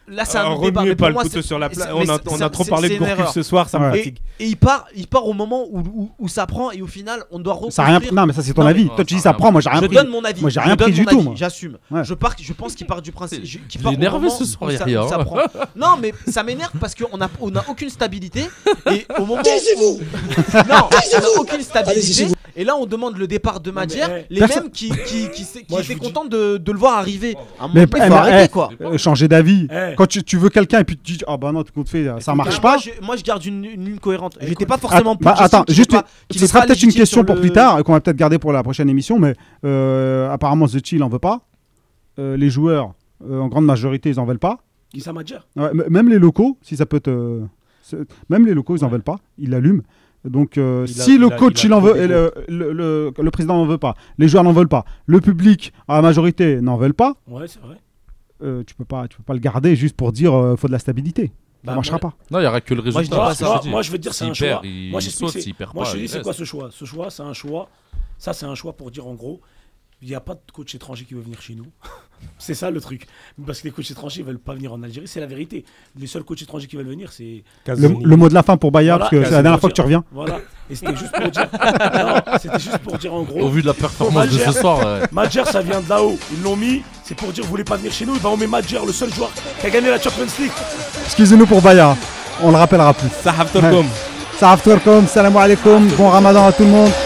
[SPEAKER 3] là c'est un débat.
[SPEAKER 2] Remuez pas le couteau sur la plate. On a trop parlé de Gourcuff ce soir, ça me fatigue.
[SPEAKER 3] Et il part au moment où ça prend et au final on doit
[SPEAKER 1] reconstruire. Non mais ça c'est ton avis. Toi tu dis ça prend, moi j'ai rien pris.
[SPEAKER 3] Je donne mon avis.
[SPEAKER 1] Moi j'ai rien pris du tout.
[SPEAKER 3] J'assume. Je pense qu'il part du principe.
[SPEAKER 4] Il est énervé ce soir.
[SPEAKER 3] Non mais ça m'énerve parce qu'on a aucune stabilité et au moment.
[SPEAKER 8] Taisez-vous.
[SPEAKER 3] Non, on n'a aucune stabilité. Et là on demande le départ de Madjer, les mêmes qui étaient contents de le voir arriver.
[SPEAKER 1] Mais il faut arrêter quoi. Changer d'avis. Quand tu veux quelqu'un et puis tu dis ah bah non tout compte fait ça marche pas.
[SPEAKER 3] Moi je garde une ligne cohérente. J'étais pas forcément.
[SPEAKER 1] Attends, juste ce sera peut-être une question pour plus tard qu'on va peut-être garder pour la prochaine émission, mais apparemment The Chill en veut pas. Les joueurs en grande majorité ils en veulent pas.
[SPEAKER 5] Qui ça Madjer ?
[SPEAKER 1] Même les locaux, si ça peut te, même les locaux ils en veulent pas. Ils l'allument. Donc si le coach il en veut, le président n'en veut pas, les joueurs n'en veulent pas, le public à la majorité n'en veulent pas.
[SPEAKER 5] Ouais, c'est vrai.
[SPEAKER 1] Tu peux pas le garder juste pour dire faut de la stabilité. Ça marchera pas.
[SPEAKER 4] Non, il y aura que le résultat.
[SPEAKER 5] Moi je veux te dire c'est un choix. Moi je
[SPEAKER 4] te
[SPEAKER 5] dis c'est quoi ce choix ? Ce choix c'est un choix. Ça c'est un choix pour dire en gros il n'y a pas de coach étranger qui veut venir chez nous. C'est ça le truc. Parce que les coachs étrangers ne veulent pas venir en Algérie, c'est la vérité. Les seuls coachs étrangers qui veulent venir, c'est.
[SPEAKER 1] Le mot de la fin pour Baya, parce que c'est la dernière fois que tu reviens.
[SPEAKER 5] Voilà. Et c'était juste pour dire. Non, c'était juste pour dire en gros.
[SPEAKER 4] Au vu de la performance de ce soir.
[SPEAKER 5] Madjer, ça vient de là-haut. Ils l'ont mis, c'est pour dire vous voulez pas venir chez nous. On met Madjer, le seul joueur qui a gagné la Champions League.
[SPEAKER 1] Excusez-nous pour Baya, on le rappellera plus.
[SPEAKER 2] Sahaf Torkom.
[SPEAKER 1] Salam alaikum, bon Ramadan à tout le monde.